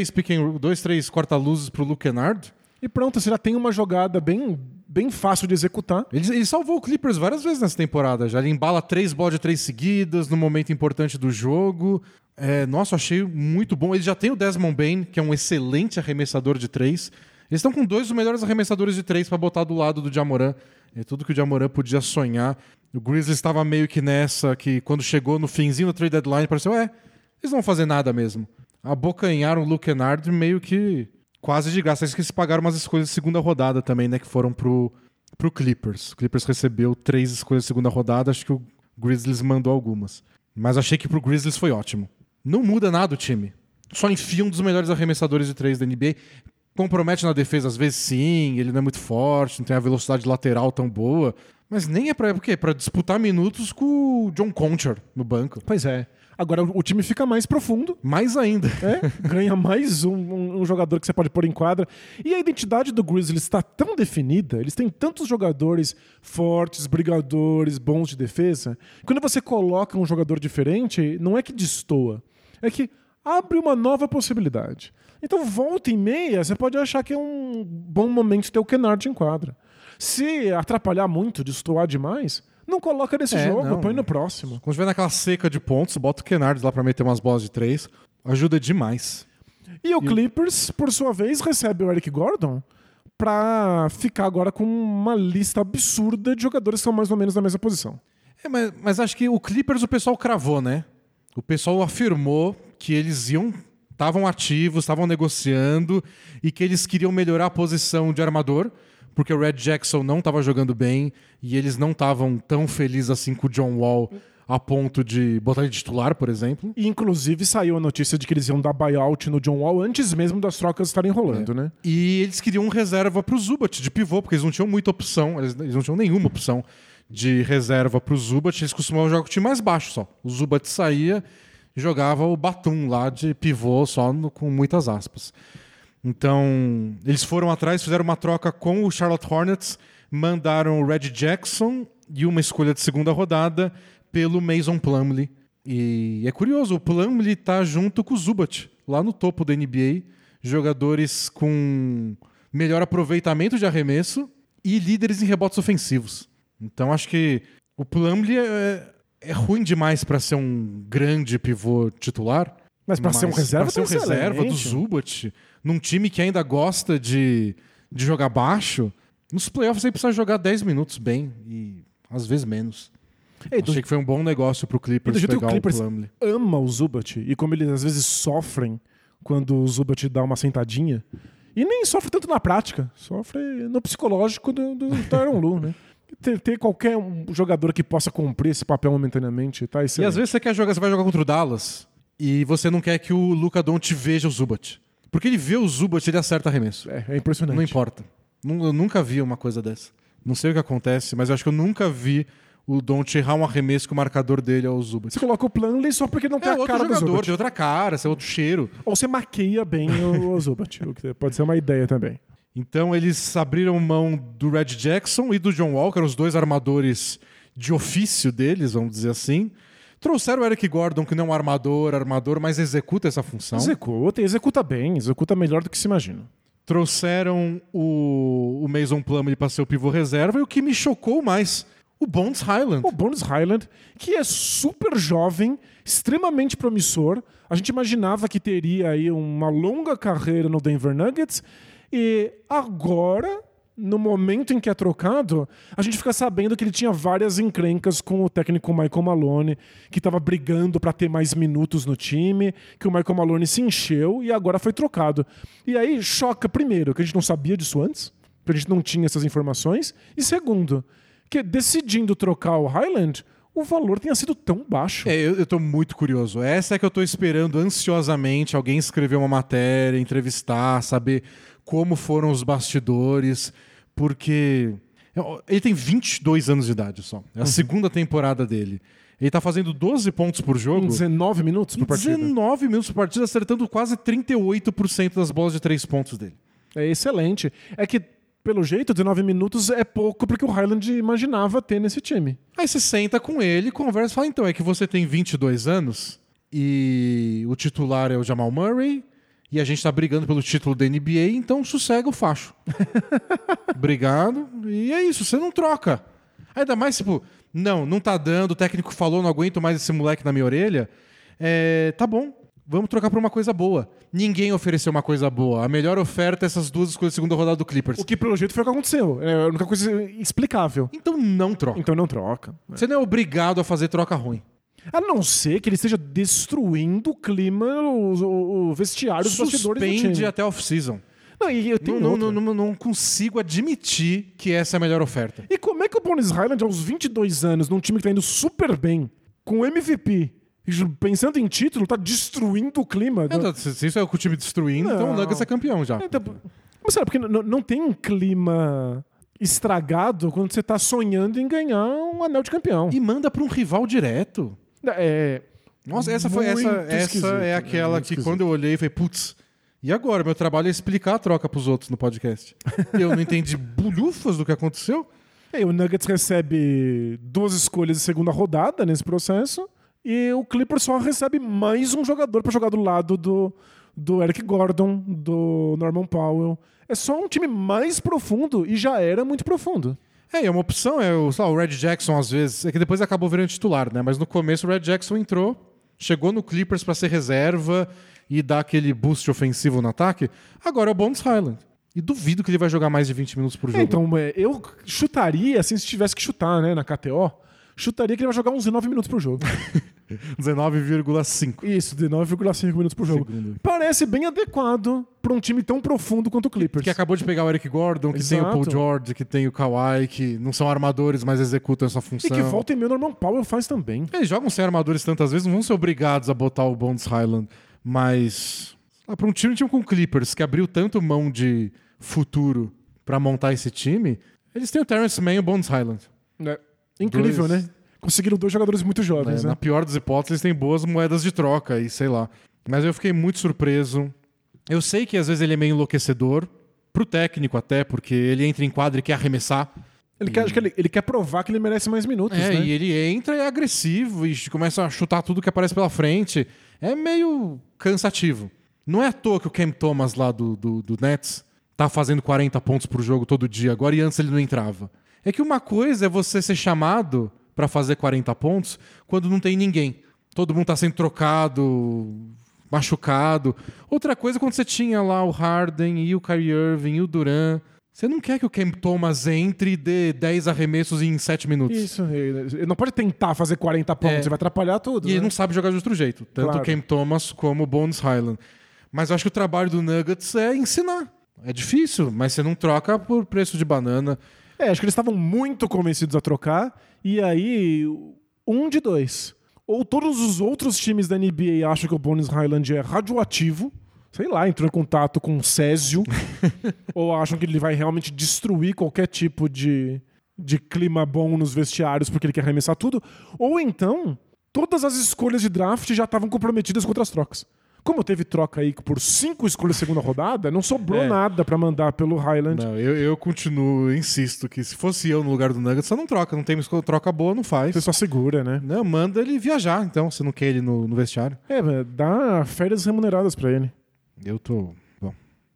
2-3 corta-luzes pro Luke Kennard. E pronto, você já tem uma jogada bem fácil de executar. Ele salvou o Clippers várias vezes nessa temporada. Já ele embala 3 bolas de 3 seguidas no momento importante do jogo. Nossa, achei muito bom. Ele já tem o Desmond Bane, que é um excelente arremessador de 3. Eles estão com 2 dos melhores arremessadores de 3 para botar do lado do Ja Morant. É tudo que o Ja Morant podia sonhar. O Grizzlies estava meio que nessa, que quando chegou no finzinho da trade deadline, pareceu, eles não vão fazer nada mesmo. Abocanharam o Luke Kennard meio que quase de graça. Eles pagaram umas escolhas de segunda rodada também, né, que foram pro pro Clippers. O Clippers recebeu 3 escolhas de segunda rodada, acho que o Grizzlies mandou algumas. Mas achei que pro Grizzlies foi ótimo. Não muda nada o time. Só enfia um dos melhores arremessadores de 3 da NBA. Compromete na defesa, às vezes sim, ele não é muito forte, não tem a velocidade lateral tão boa. Mas nem é pra quê? Pra disputar minutos com o John Concher no banco. Pois é. Agora o time fica mais profundo. Mais ainda. Ganha mais um jogador que você pode pôr em quadra. E a identidade do Grizzlies está tão definida, eles têm tantos jogadores fortes, brigadores, bons de defesa, quando você coloca um jogador diferente, não é que destoa, é que abre uma nova possibilidade. Então, volta e meia, você pode achar que é um bom momento ter o Kennard em quadra. Se atrapalhar muito, destoar demais, não coloca nesse jogo, põe no próximo. Quando estiver naquela seca de pontos, bota o Kennard lá pra meter umas bolas de 3. Ajuda demais. E o Clippers, por sua vez, recebe o Eric Gordon pra ficar agora com uma lista absurda de jogadores que são mais ou menos na mesma posição. Mas acho que o Clippers o pessoal cravou, né? O pessoal afirmou que eles estavam ativos, estavam negociando e que eles queriam melhorar a posição de armador, porque o Red Jackson não estava jogando bem e eles não estavam tão felizes assim com o John Wall a ponto de botar ele de titular, por exemplo. E, inclusive, saiu a notícia de que eles iam dar buyout no John Wall antes mesmo das trocas estarem rolando, né? E eles queriam um reserva pro Zubat de pivô, porque eles não tinham muita opção, eles não tinham nenhuma opção de reserva pro Zubat, eles costumavam jogar com o time mais baixo só. O Zubat saía e jogava o Batum lá de pivô só com muitas aspas. Então, eles foram atrás, fizeram uma troca com o Charlotte Hornets, mandaram o Red Jackson e uma escolha de segunda rodada pelo Mason Plumlee. E é curioso, o Plumlee tá junto com o Zubat, lá no topo da NBA, jogadores com melhor aproveitamento de arremesso e líderes em rebotes ofensivos. Então, acho que o Plumlee é ruim demais para ser um grande pivô titular. Mas para ser um reserva, pra ser um reserva do Zubat, num time que ainda gosta de jogar baixo, nos playoffs aí precisa jogar 10 minutos bem e às vezes menos. Achei que foi um bom negócio pro Clippers pegar o Plumlee. Ama o Zubat e como eles às vezes sofrem quando o Zubat dá uma sentadinha. E nem sofre tanto na prática, sofre no psicológico do Tyronn Lue, né? Ter qualquer jogador que possa cumprir esse papel momentaneamente, tá excelente. E às vezes você vai jogar contra o Dallas e você não quer que o Luka Doncic veja o Zubat. Porque ele vê o Zubat, ele acerta arremesso. É impressionante. Não importa. Eu nunca vi uma coisa dessa. Não sei o que acontece, mas eu acho que eu nunca vi o Doncic errar um arremesso que o marcador dele é o Zubat. Você coloca o Plumlee só porque não tem a cara do Zubat. Outro jogador, tem outra cara, é outro cheiro. Ou você maqueia bem o Zubat, o que pode ser uma ideia também. Então eles abriram mão do Red Jackson e do John Wall, que eram os dois armadores de ofício deles, vamos dizer assim. Trouxeram o Eric Gordon, que não é um armador, mas executa essa função. Executa bem, executa melhor do que se imagina. Trouxeram o Mason Plumlee para ser o pivô reserva e o que me chocou mais, o Bones Hyland. O Bones Hyland, que é super jovem, extremamente promissor. A gente imaginava que teria aí uma longa carreira no Denver Nuggets e agora, no momento em que é trocado, a gente fica sabendo que ele tinha várias encrencas com o técnico Michael Malone, que estava brigando para ter mais minutos no time, que o Michael Malone se encheu e agora foi trocado. E aí choca, primeiro, que a gente não sabia disso antes, que a gente não tinha essas informações, e segundo, que decidindo trocar o Hyland, o valor tenha sido tão baixo. Eu tô muito curioso. Essa é que eu tô esperando ansiosamente alguém escrever uma matéria, entrevistar, saber como foram os bastidores, porque ele tem 22 anos de idade só. É a segunda temporada dele. Ele tá fazendo 12 pontos por jogo. Em 19 minutos por partida. 19 minutos por partida, acertando quase 38% das bolas de 3 pontos dele. É excelente. É que, pelo jeito, 19 minutos é pouco porque o Hyland imaginava ter nesse time. Aí você senta com ele, conversa e fala, então, é que você tem 22 anos e o titular é o Jamal Murray e a gente tá brigando pelo título da NBA, então sossega o facho. Obrigado. E é isso, você não troca. Ainda mais, tipo, não tá dando, o técnico falou, não aguento mais esse moleque na minha orelha. Tá bom, vamos trocar por uma coisa boa. Ninguém ofereceu uma coisa boa. A melhor oferta é essas duas escolhas de segunda rodada do Clippers. O que, pelo jeito, foi o que aconteceu. É a única coisa explicável. Então não troca. Então não troca. Você não é obrigado a fazer troca ruim. A não ser que ele esteja destruindo o clima, o vestiário dos bastidores do time. Suspende até off-season. Não, e eu tenho outra. Não consigo admitir que essa é a melhor oferta. E como é que o Bones Highland, aos 22 anos, num time que tá indo super bem, com MVP, pensando em título, tá destruindo o clima? Se isso é o time destruindo, então o Nuggets é campeão já. Mas será, porque não tem um clima estragado quando você tá sonhando em ganhar um anel de campeão. E manda pra um rival direto. Nossa, essa é aquela que quando eu olhei, falei, putz, e agora? Meu trabalho é explicar a troca pros outros no podcast. Eu não entendi bulhufas do que aconteceu. O Nuggets recebe 2 escolhas de segunda rodada nesse processo e o Clippers só recebe mais um jogador pra jogar do lado do Eric Gordon, do Norman Powell. É só um time mais profundo e já era muito profundo. É uma opção, o Red Jackson às vezes, é que depois acabou virando titular, né? Mas no começo o Red Jackson entrou, chegou no Clippers pra ser reserva e dar aquele boost ofensivo no ataque. Agora é o Bones Highland. E duvido que ele vai jogar mais de 20 minutos por jogo. Então, eu chutaria, assim, se tivesse que chutar, né, na KTO, chutaria que ele vai jogar uns 19 minutos por jogo. 19,5. Isso, 19,5 minutos por jogo. Parece bem adequado pra um time tão profundo quanto o Clippers. Que acabou de pegar o Eric Gordon, que tem o Paul George, que tem o Kawhi, que não são armadores, mas executam essa função. E que volta e meia o Norman Powell faz também. Eles jogam sem armadores tantas vezes, não vão ser obrigados a botar o Bones Highland. Mas pra um time com Clippers, que abriu tanto mão de futuro pra montar esse time, eles têm o Terrence Mann e o Bones Highland. Incrível, né? Conseguiram 2 jogadores muito jovens, né? Na pior das hipóteses, eles têm boas moedas de troca e sei lá. Mas eu fiquei muito surpreso. Eu sei que às vezes ele é meio enlouquecedor, pro técnico até, porque ele entra em quadra e quer arremessar. Acho que ele quer provar que ele merece mais minutos, né? E ele entra e é agressivo e começa a chutar tudo que aparece pela frente. É meio cansativo. Não é à toa que o Cam Thomas lá do Nets tá fazendo 40 pontos por jogo todo dia agora e antes ele não entrava. É que uma coisa é você ser chamado pra fazer 40 pontos quando não tem ninguém. Todo mundo tá sendo trocado, machucado. Outra coisa é quando você tinha lá o Harden e o Kyrie Irving e o Durant. Você não quer que o Cam Thomas entre e dê 10 arremessos em 7 minutos. Isso. Ele não pode tentar fazer 40 pontos, ele vai atrapalhar tudo. E ele não sabe jogar de outro jeito. Tanto o Cam Thomas como o Bones Highland. Mas eu acho que o trabalho do Nuggets é ensinar. É difícil, mas você não troca por preço de banana. Acho que eles estavam muito convencidos a trocar. E aí, um de dois. Ou todos os outros times da NBA acham que o Bones Highland é radioativo. Sei lá, entrou em contato com o Césio. Ou acham que ele vai realmente destruir qualquer tipo de clima bom nos vestiários porque ele quer arremessar tudo. Ou então, todas as escolhas de draft já estavam comprometidas com outras trocas. Como teve troca aí por 5 escolhas de segunda rodada, não sobrou nada pra mandar pelo Highland. Não, eu continuo, insisto, que se fosse eu no lugar do Nuggets, você não troca. Não tem troca boa, não faz. Você só segura, né? Não, manda ele viajar, então, se não quer ele no vestiário. Dá férias remuneradas pra ele. Eu tô... Bom.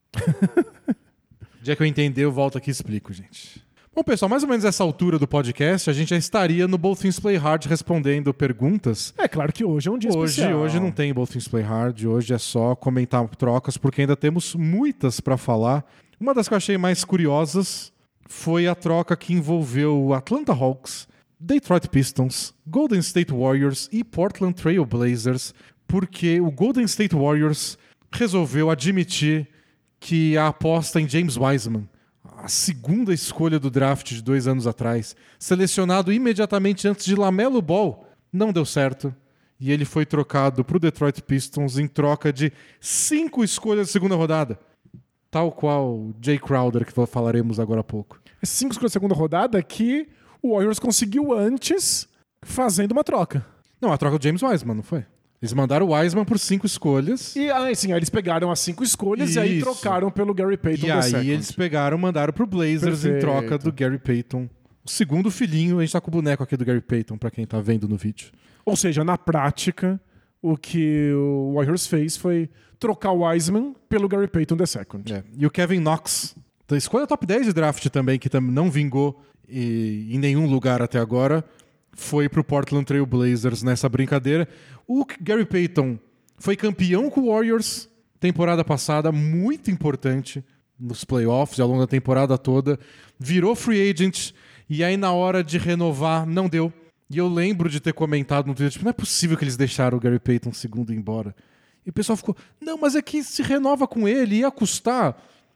O dia que eu entender, eu volto aqui e explico, gente. Bom, pessoal, mais ou menos essa altura do podcast, a gente já estaria no Both Things Play Hard respondendo perguntas. É claro que hoje é um dia especial. Hoje não tem Both Things Play Hard, hoje é só comentar trocas, porque ainda temos muitas pra falar. Uma das que eu achei mais curiosas foi a troca que envolveu o Atlanta Hawks, Detroit Pistons, Golden State Warriors e Portland Trail Blazers, porque o Golden State Warriors resolveu admitir que a aposta em James Wiseman, a segunda escolha do draft de 2 anos atrás, selecionado imediatamente antes de LaMelo Ball, não deu certo. E ele foi trocado para o Detroit Pistons em troca de 5 escolhas de segunda rodada. Tal qual Jay Crowder, que falaremos agora há pouco. 5 escolhas de segunda rodada que o Warriors conseguiu antes fazendo uma troca. Não, a troca do James Wiseman, não foi? Eles mandaram o Wiseman por 5 escolhas. Sim, aí eles pegaram as 5 escolhas e aí trocaram pelo Gary Payton. E aí eles mandaram pro Blazers em troca do Gary Payton. O segundo filhinho, a gente tá com o boneco aqui do Gary Payton, pra quem tá vendo no vídeo. Ou seja, na prática, o que o Warriors fez foi trocar o Wiseman pelo Gary Payton II. E o Kevin Knox, da escolha top 10 de draft também, que não vingou em nenhum lugar até agora, foi pro Portland Trail Blazers nessa brincadeira. O Gary Payton foi campeão com o Warriors temporada passada, muito importante nos playoffs e ao longo da temporada toda. Virou free agent e aí na hora de renovar não deu. E eu lembro de ter comentado no Twitter, tipo, não é possível que eles deixaram o Gary Payton II embora. E o pessoal ficou, não, mas é que se renova com ele, ia custar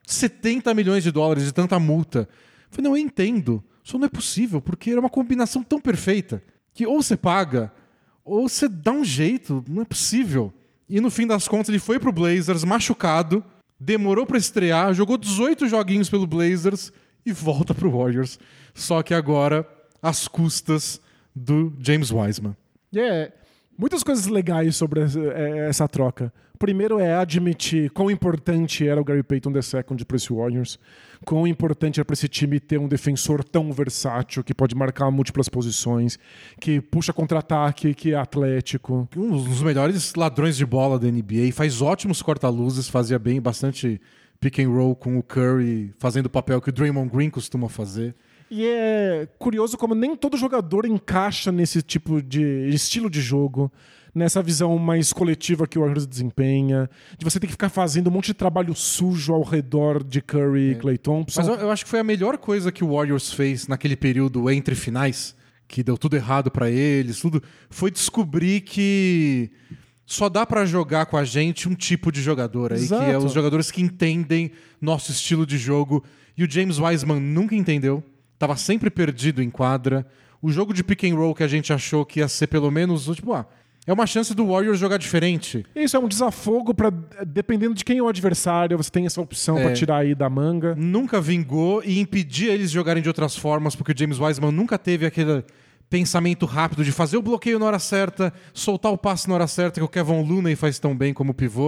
$70 milhões de tanta multa. Eu falei, não, eu entendo. Só não é possível, porque era uma combinação tão perfeita que ou você paga, ou você dá um jeito. Não é possível. E no fim das contas, ele foi pro Blazers machucado, demorou pra estrear, jogou 18 joguinhos pelo Blazers e volta pro Warriors. Só que agora, às custas do James Wiseman. Muitas coisas legais sobre essa troca. Primeiro é admitir quão importante era o Gary Payton II para esse Warriors, quão importante era para esse time ter um defensor tão versátil, que pode marcar múltiplas posições, que puxa contra-ataque, que é atlético. Um dos melhores ladrões de bola da NBA, faz ótimos corta-luzes, fazia bem bastante pick and roll com o Curry, fazendo o papel que o Draymond Green costuma fazer. E é curioso como nem todo jogador encaixa nesse tipo de estilo de jogo, nessa visão mais coletiva que o Warriors desempenha, de você ter que ficar fazendo um monte de trabalho sujo ao redor de Curry e Klay Thompson. Mas eu acho que foi a melhor coisa que o Warriors fez naquele período entre finais, que deu tudo errado pra eles, tudo, foi descobrir que só dá pra jogar com a gente um tipo de jogador aí, Exato. que é os jogadores que entendem nosso estilo de jogo. E o James Wiseman nunca entendeu. Tava sempre perdido em quadra. O jogo de pick and roll que a gente achou que ia ser pelo menos, tipo, é uma chance do Warriors jogar diferente. Isso é um desafogo para, dependendo de quem é o adversário, você tem essa opção pra tirar aí da manga. Nunca vingou e impedia eles de jogarem de outras formas, porque o James Wiseman nunca teve aquele pensamento rápido de fazer o bloqueio na hora certa, soltar o passe na hora certa, que o Kevin Looney faz tão bem como pivô.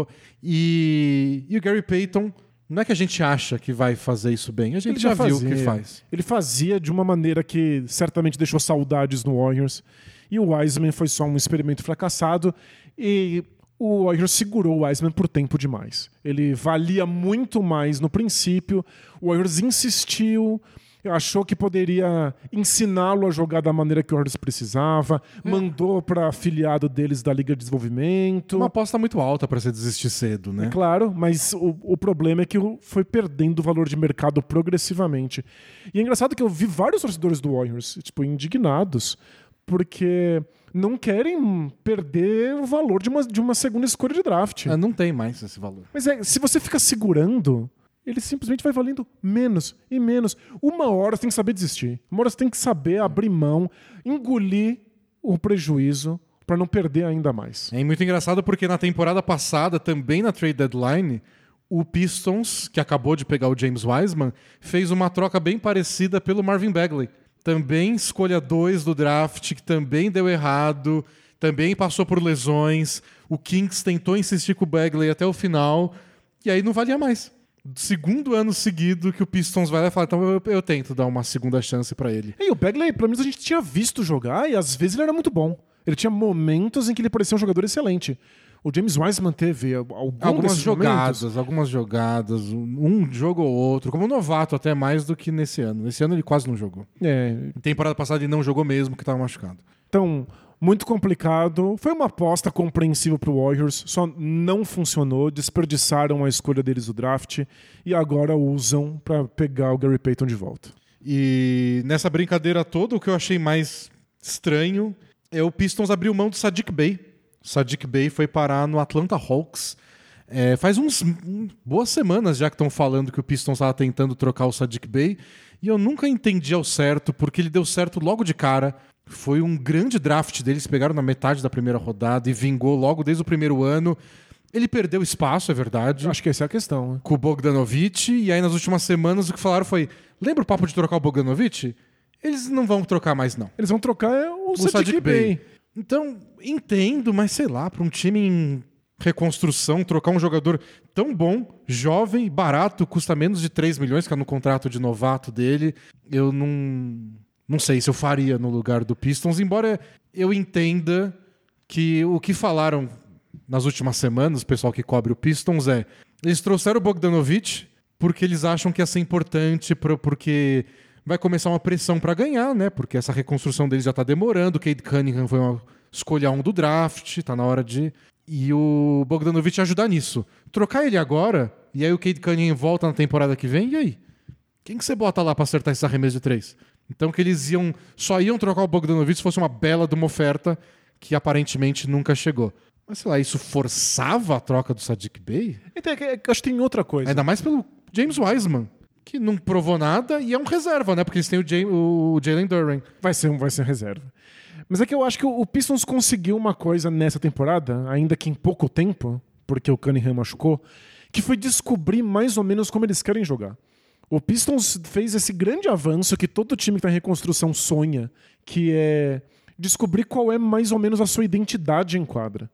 E o Gary Payton, não é que a gente acha que vai fazer isso bem, a gente já viu o que faz. Ele fazia de uma maneira que certamente deixou saudades no Warriors. E o Wiseman foi só um experimento fracassado. E o Warriors segurou o Wiseman por tempo demais. Ele valia muito mais no princípio. O Warriors insistiu, achou que poderia ensiná-lo a jogar da maneira que o Warriors precisava, mandou para afiliado deles da Liga de Desenvolvimento. Uma aposta muito alta para você desistir cedo, né? É claro, mas o problema é que foi perdendo o valor de mercado progressivamente. E é engraçado que eu vi vários torcedores do Warriors, tipo, indignados, porque não querem perder o valor de uma segunda escolha de draft. Não tem mais esse valor. Mas se você fica segurando, ele simplesmente vai valendo menos e menos. Uma hora você tem que saber desistir. Uma hora você tem que saber abrir mão, engolir o prejuízo para não perder ainda mais. É muito engraçado porque na temporada passada, também na trade deadline, o Pistons, que acabou de pegar o James Wiseman, fez uma troca bem parecida pelo Marvin Bagley. Também escolha 2 do draft, que também deu errado, também passou por lesões. O Kings tentou insistir com o Bagley até o final, e aí não valia mais. Segundo ano seguido que o Pistons vai lá e fala, então eu tento dar uma segunda chance pra ele. E o Bagley, pelo menos a gente tinha visto jogar, e às vezes ele era muito bom. Ele tinha momentos em que ele parecia um jogador excelente. O James Wiseman teve algumas jogadas, um jogo ou outro, como novato até mais do que nesse ano. Nesse ano ele quase não jogou. Em temporada passada ele não jogou mesmo, que estava machucado. Então, muito complicado. Foi uma aposta compreensível pro Warriors, só não funcionou, desperdiçaram a escolha deles do draft e agora usam para pegar o Gary Payton de volta. E nessa brincadeira toda, o que eu achei mais estranho é o Pistons abriu mão do Saddiq Bey. O Saddiq Bey foi parar no Atlanta Hawks. Faz boas semanas já que estão falando que o Pistons estava tentando trocar o Saddiq Bey e eu nunca entendi ao certo, porque ele deu certo logo de cara. Foi um grande draft deles, pegaram na metade da primeira rodada e vingou logo desde o primeiro ano. Ele perdeu espaço, é verdade. Acho que essa é a questão. Né? Com o Bogdanovic, e aí nas últimas semanas o que falaram foi, lembra o papo de trocar o Bogdanovic? Eles não vão trocar mais, não. Eles vão trocar o Saddiq Bey. Então, entendo, mas sei lá, para um time em reconstrução, trocar um jogador tão bom, jovem, barato, custa menos de 3 milhões, que é no contrato de novato dele, eu não sei se eu faria no lugar do Pistons, embora eu entenda que o que falaram nas últimas semanas, o pessoal que cobre o Pistons, eles trouxeram o Bogdanovic porque eles acham que ia ser importante, porque vai começar uma pressão para ganhar, né? Porque essa reconstrução deles já tá demorando. O Cade Cunningham foi uma escolha 1 do draft, tá na hora de... E o Bogdanovic ajudar nisso. Trocar ele agora, e aí o Cade Cunningham volta na temporada que vem, e aí? Quem que você bota lá para acertar esse arremesso de 3? Então que eles só iam trocar o Bogdanovic se fosse uma bela de uma oferta que aparentemente nunca chegou. Mas sei lá, isso forçava a troca do Saddiq Bey? Então, acho que tem outra coisa. Ainda mais pelo James Wiseman, que não provou nada e é um reserva, né? Porque eles têm o Jalen Duren. Vai ser reserva. Mas é que eu acho que o Pistons conseguiu uma coisa nessa temporada, ainda que em pouco tempo, porque o Cunningham machucou, que foi descobrir mais ou menos como eles querem jogar. O Pistons fez esse grande avanço que todo time que está em reconstrução sonha, que é descobrir qual é mais ou menos a sua identidade em quadra.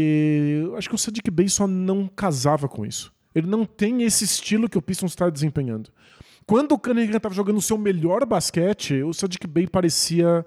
E eu acho que o Saddiq Bey só não casava com isso. Ele não tem esse estilo que o Pistons está desempenhando. Quando o Cunningham estava jogando o seu melhor basquete, o Saddiq Bey parecia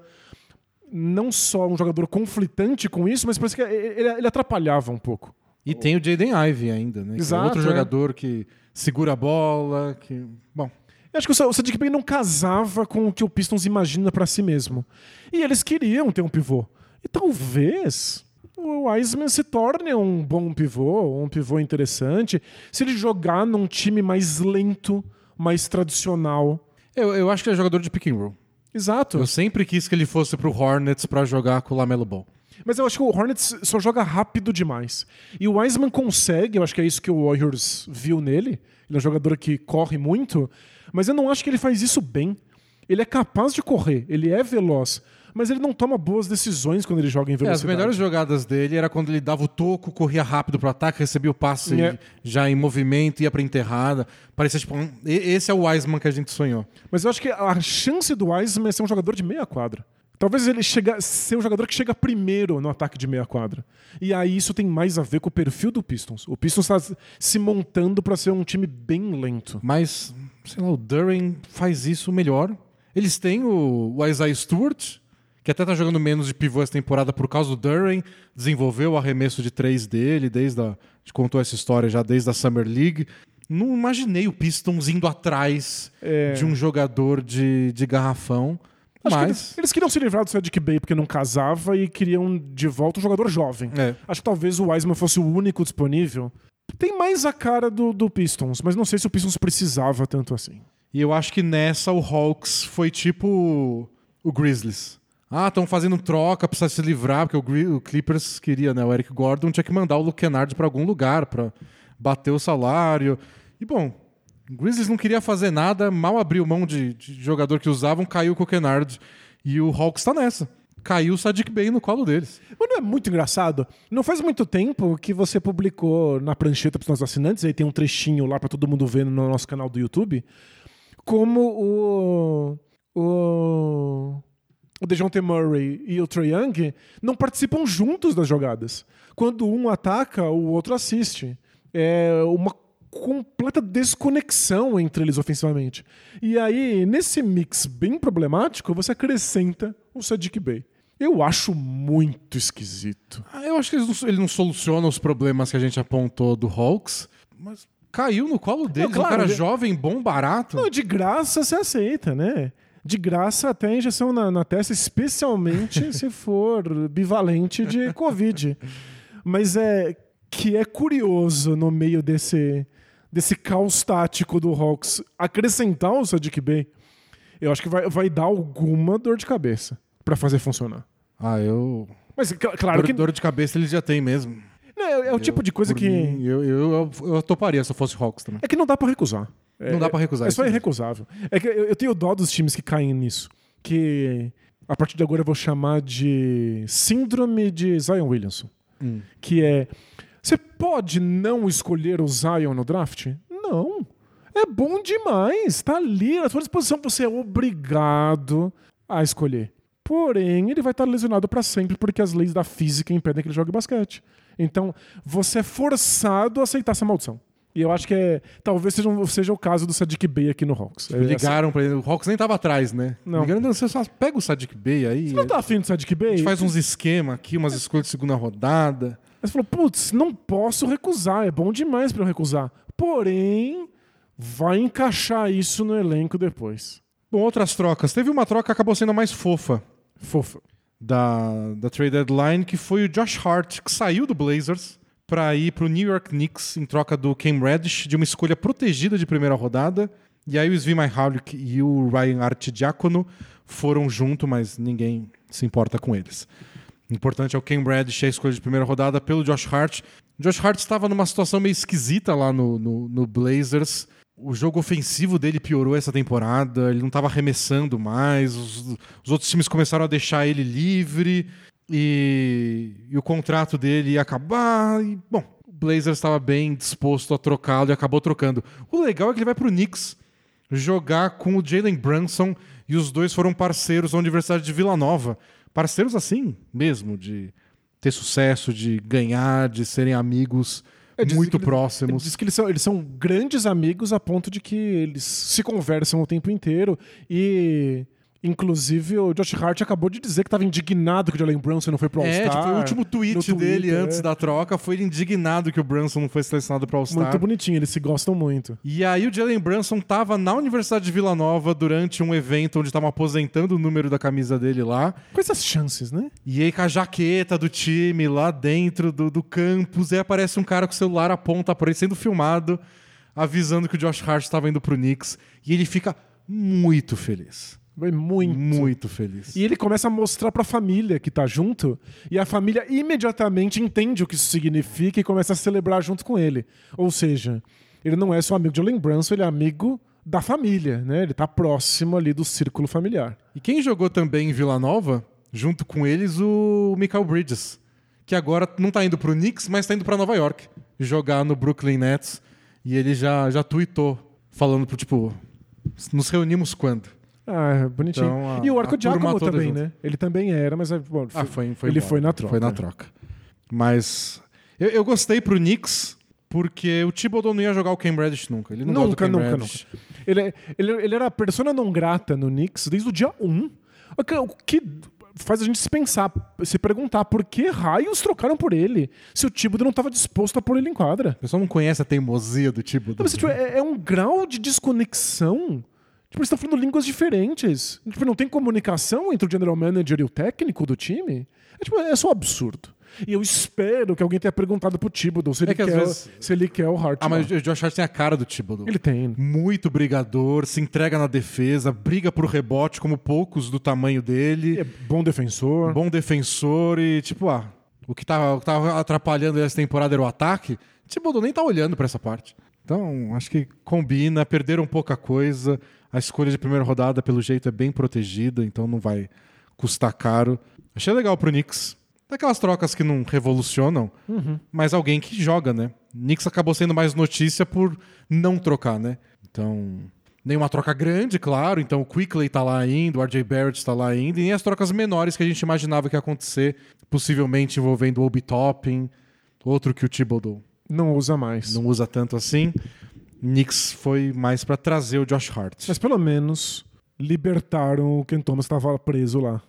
não só um jogador conflitante com isso, mas parecia que ele atrapalhava um pouco. E tem o Jaden Ivey ainda, né? Exato, que é outro jogador que segura a bola, que... Bom... Eu acho que o Saddiq Bey não casava com o que o Pistons imagina pra si mesmo. E eles queriam ter um pivô. E talvez o Wiseman se torne um bom pivô, um pivô interessante, se ele jogar num time mais lento, mais tradicional. Eu acho que ele é jogador de pick and roll. Exato. Eu sempre quis que ele fosse pro Hornets pra jogar com o LaMelo Ball. Mas eu acho que o Hornets só joga rápido demais. E o Wiseman consegue, eu acho que é isso que o Warriors viu nele. Ele é um jogador que corre muito, mas eu não acho que ele faz isso bem. Ele é capaz de correr, ele é veloz, mas ele não toma boas decisões quando ele joga em velocidade. As melhores jogadas dele era quando ele dava o toco, corria rápido pro ataque, recebia o passe já em movimento, ia pra enterrada. Parecia tipo, esse é o Wiseman que a gente sonhou. Mas eu acho que a chance do Wiseman é ser um jogador de meia quadra. Talvez ele ser um jogador que chega primeiro no ataque de meia quadra. E aí isso tem mais a ver com o perfil do Pistons. O Pistons está se montando para ser um time bem lento. Mas, sei lá, o Duren faz isso melhor. Eles têm o Isaiah Stewart, que até tá jogando menos de pivô essa temporada por causa do Duren. Desenvolveu o arremesso de 3 dele, a gente contou essa história já desde a Summer League. Não imaginei o Pistons indo atrás de um jogador de garrafão. Mas eles queriam se livrar do Saddiq Bey porque não casava e queriam de volta um jogador jovem. Acho que talvez o Wiseman fosse o único disponível. Tem mais a cara do Pistons, mas não sei se o Pistons precisava tanto assim. E eu acho que nessa o Hawks foi tipo o Grizzlies. Estão fazendo troca, precisa se livrar, porque o Clippers queria, né? O Eric Gordon tinha que mandar o Luke Kennard pra algum lugar pra bater o salário. E bom, o Grizzlies não queria fazer nada, mal abriu mão de jogador que usavam, caiu com o Kennard. E o Hawks tá nessa. Caiu o Saddiq Bey no colo deles. Mas não é muito engraçado? Não faz muito tempo que você publicou na prancheta para os nossos assinantes, aí tem um trechinho lá para todo mundo ver no nosso canal do YouTube, como o DeJounte Murray e o Trae Young não participam juntos das jogadas. Quando um ataca, o outro assiste. É uma completa desconexão entre eles ofensivamente. E aí, nesse mix bem problemático, você acrescenta o Saddiq Bey. Eu acho muito esquisito. Eu acho que ele não soluciona os problemas que a gente apontou do Hawks, mas caiu no colo deles. Claro, um cara jovem, bom, barato. Não, de graça você aceita, né? De graça até injeção na testa, especialmente se for bivalente de Covid. Mas é curioso no meio desse caos tático do Hawks acrescentar o Saddiq Bey. Eu acho que vai dar alguma dor de cabeça pra fazer funcionar. Mas claro que dor de cabeça ele já tem mesmo. É o tipo de coisa que... Eu toparia se eu fosse Hawks também. É que não dá pra recusar. Não dá pra recusar. É só irrecusável. É que eu tenho dó dos times que caem nisso. Que a partir de agora eu vou chamar de síndrome de Zion Williamson. Que é... Você pode não escolher o Zion no draft? Não. É bom demais. Tá ali à sua disposição. Você é obrigado a escolher. Porém, ele vai estar lesionado para sempre porque as leis da física impedem que ele jogue basquete. Então, você é forçado a aceitar essa maldição. E eu acho que talvez seja o caso do Saddiq Bey aqui no Hawks. Ligaram pra ele. O Hawks nem tava atrás, né? Não. Você só pega o Saddiq Bey aí. Você não tá afim do Saddiq Bey? A gente faz uns esquemas aqui, umas escolhas de segunda rodada. Aí você falou, putz, não posso recusar. É bom demais pra eu recusar. Porém, vai encaixar isso no elenco depois. Bom, outras trocas. Teve uma troca que acabou sendo a mais fofa. Da trade deadline, que foi o Josh Hart, que saiu do Blazers para ir pro New York Knicks em troca do Cam Reddish, de uma escolha protegida de primeira rodada. E aí o Svi Mykhailiuk e o Ryan Arcidiacono foram junto, mas ninguém se importa com eles. O importante é o Cam Reddish, a escolha de primeira rodada pelo Josh Hart. Josh Hart estava numa situação meio esquisita lá no Blazers. O jogo ofensivo dele piorou essa temporada, ele não estava arremessando mais, os outros times começaram a deixar ele livre e o contrato dele ia acabar. E, bom, o Blazers estava bem disposto a trocá-lo e acabou trocando. O legal é que ele vai para o Knicks jogar com o Jalen Brunson e os dois foram parceiros da Universidade de Vila Nova. Parceiros assim mesmo, de ter sucesso, de ganhar, de serem amigos muito próximos. Ele diz que eles são grandes amigos a ponto de que eles se conversam o tempo inteiro e... Inclusive, o Josh Hart acabou de dizer que estava indignado que o Jalen Brunson não foi pro All-Star. Tipo, o último tweet dele antes da troca foi ele indignado que o Brunson não foi selecionado pro All-Star. Muito bonitinho, eles se gostam muito. E aí o Jalen Brunson estava na Universidade de Vila Nova durante um evento onde estavam aposentando o número da camisa dele lá. Quais as chances, né? E aí com a jaqueta do time lá dentro do campus, e aí aparece um cara com o celular, aponta por ele, sendo filmado, avisando que o Josh Hart estava indo pro Knicks. E ele fica muito feliz. Muito feliz. E ele começa a mostrar pra família que tá junto, e a família imediatamente entende o que isso significa e começa a celebrar junto com ele. Ou seja, ele não é só amigo de Jalen Brunson, ele é amigo da família, né? Ele tá próximo ali do círculo familiar. E quem jogou também em Vila Nova, junto com eles, o Mikal Bridges, que agora não tá indo pro Knicks, mas tá indo pra Nova York jogar no Brooklyn Nets. E ele já tweetou, falando pro tipo, nos reunimos quando? Ah, bonitinho. Então, e o Arco Giacomo também, junto. né? Ele também era, mas bom, ele foi na troca. Foi na troca. Mas eu gostei pro Knicks porque o Thibodeau não ia jogar o Cam Reddish nunca. Ele não gosta do Cam Reddish. Ele era a persona não grata no Knicks desde o dia 1. O que faz a gente se perguntar por que raios trocaram por ele se o Thibodeau não estava disposto a pôr ele em quadra. O pessoal não conhece a teimosia do Thibodeau. Não, mas, é um grau de desconexão. Tipo, eles estão falando línguas diferentes. Tipo, não tem comunicação entre o general manager e o técnico do time. É só um absurdo. E eu espero que alguém tenha perguntado pro Thibodeau se ele quer o Hart. Mas o Josh Hart tem a cara do Thibodeau. Ele tem. Muito brigador, se entrega na defesa, briga por rebote como poucos do tamanho dele. É bom defensor. Bom defensor e, tipo, o que tava atrapalhando essa temporada era o ataque. Thibodeau nem tá olhando pra essa parte. Então, acho que combina, perderam pouca coisa. A escolha de primeira rodada, pelo jeito, é bem protegida, então não vai custar caro. Achei legal pro Knicks. Daquelas trocas que não revolucionam, mas alguém que joga, né? Knicks acabou sendo mais notícia por não trocar, né? Então, nenhuma troca grande, claro. Então, o Quickley tá lá ainda, o RJ Barrett tá lá ainda. E nem as trocas menores que a gente imaginava que ia acontecer, possivelmente envolvendo o Obi Toppin, outro que o Thibodeau não usa mais. Não usa tanto assim. Knicks foi mais pra trazer o Josh Hart. Mas pelo menos libertaram o Ken Thomas que estava preso lá.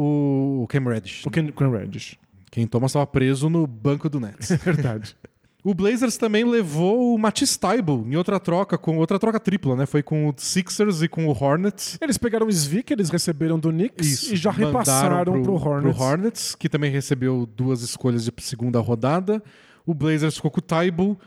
O Cam Reddish. O Ken Reddish. Ken Thomas estava preso no banco do Nets. É verdade. O Blazers também levou o Matisse Thybulle em outra troca tripla, né? Foi com o Sixers e com o Hornets. Eles pegaram o Svi que eles receberam do Knicks e já repassaram pro Hornets, que também recebeu 2 escolhas de segunda rodada. O Blazers ficou com o Thybulle.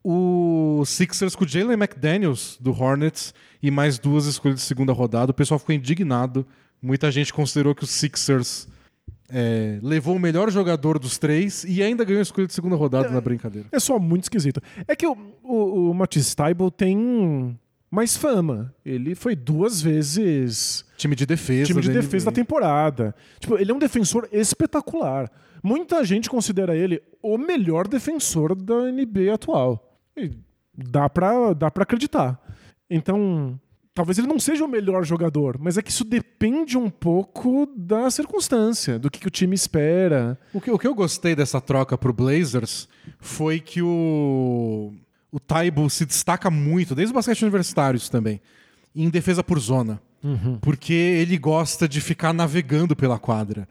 O Sixers com o Jalen McDaniels do Hornets e mais 2 escolhas de segunda rodada. O pessoal ficou indignado. Muita gente considerou que o Sixers levou o melhor jogador dos 3 e ainda ganhou a escolha de segunda rodada na brincadeira. É só muito esquisito. É que o Matisse Thybulle tem mais fama. Ele foi 2 vezes... Time de defesa da temporada. Tipo, ele é um defensor espetacular. Muita gente considera ele o melhor defensor da NBA atual. E dá pra acreditar. Então, talvez ele não seja o melhor jogador, mas é que isso depende um pouco da circunstância, do que o time espera. O que eu gostei dessa troca pro Blazers foi que o Thybulle se destaca muito, desde o basquete universitário isso também, em defesa por zona. Porque ele gosta de ficar navegando pela quadra.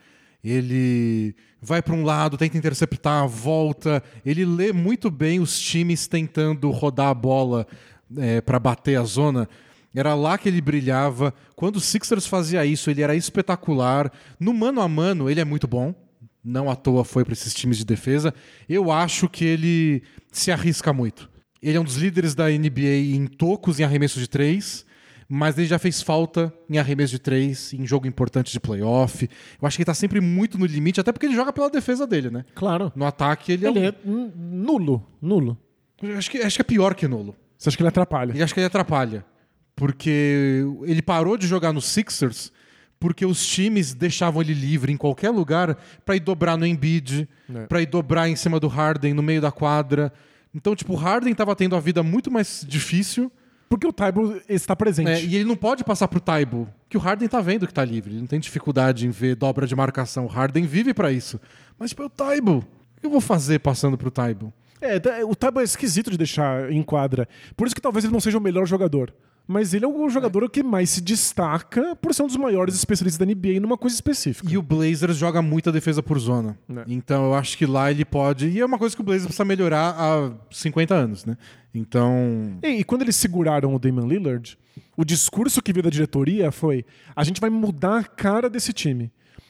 Ele vai para um lado, tenta interceptar, volta. Ele lê muito bem os times tentando rodar a bola para bater a zona. Era lá que ele brilhava. Quando o Sixers fazia isso, ele era espetacular. No mano a mano, ele é muito bom. Não à toa foi para esses times de defesa. Eu acho que ele se arrisca muito. Ele é um dos líderes da NBA em tocos, em arremesso de 3. Mas ele já fez falta em arremesso de 3, em jogo importante de playoff. Eu acho que ele tá sempre muito no limite, até porque ele joga pela defesa dele, né? Claro. No ataque ele é nulo. Acho que é pior que nulo. Você acha que ele atrapalha? E acho que ele atrapalha. Porque ele parou de jogar no Sixers porque os times deixavam ele livre em qualquer lugar pra ir dobrar no Embiid, pra ir dobrar em cima do Harden no meio da quadra. Então, tipo, o Harden tava tendo a vida muito mais difícil. Porque o Thybulle está presente. E ele não pode passar pro Thybulle, que o Harden tá vendo que tá livre. Ele não tem dificuldade em ver dobra de marcação. O Harden vive pra isso. Mas, tipo, o Thybulle, o que eu vou fazer passando pro Thybulle? O Thybulle é esquisito de deixar em quadra. Por isso que talvez ele não seja o melhor jogador. Mas ele é o jogador que mais se destaca por ser um dos maiores especialistas da NBA numa coisa específica. E o Blazers joga muita defesa por zona. Então eu acho que lá ele pode... E é uma coisa que o Blazers precisa melhorar há 50 anos, né? Então... E quando eles seguraram o Damian Lillard, o discurso que veio da diretoria foi: a gente vai mudar a cara desse time.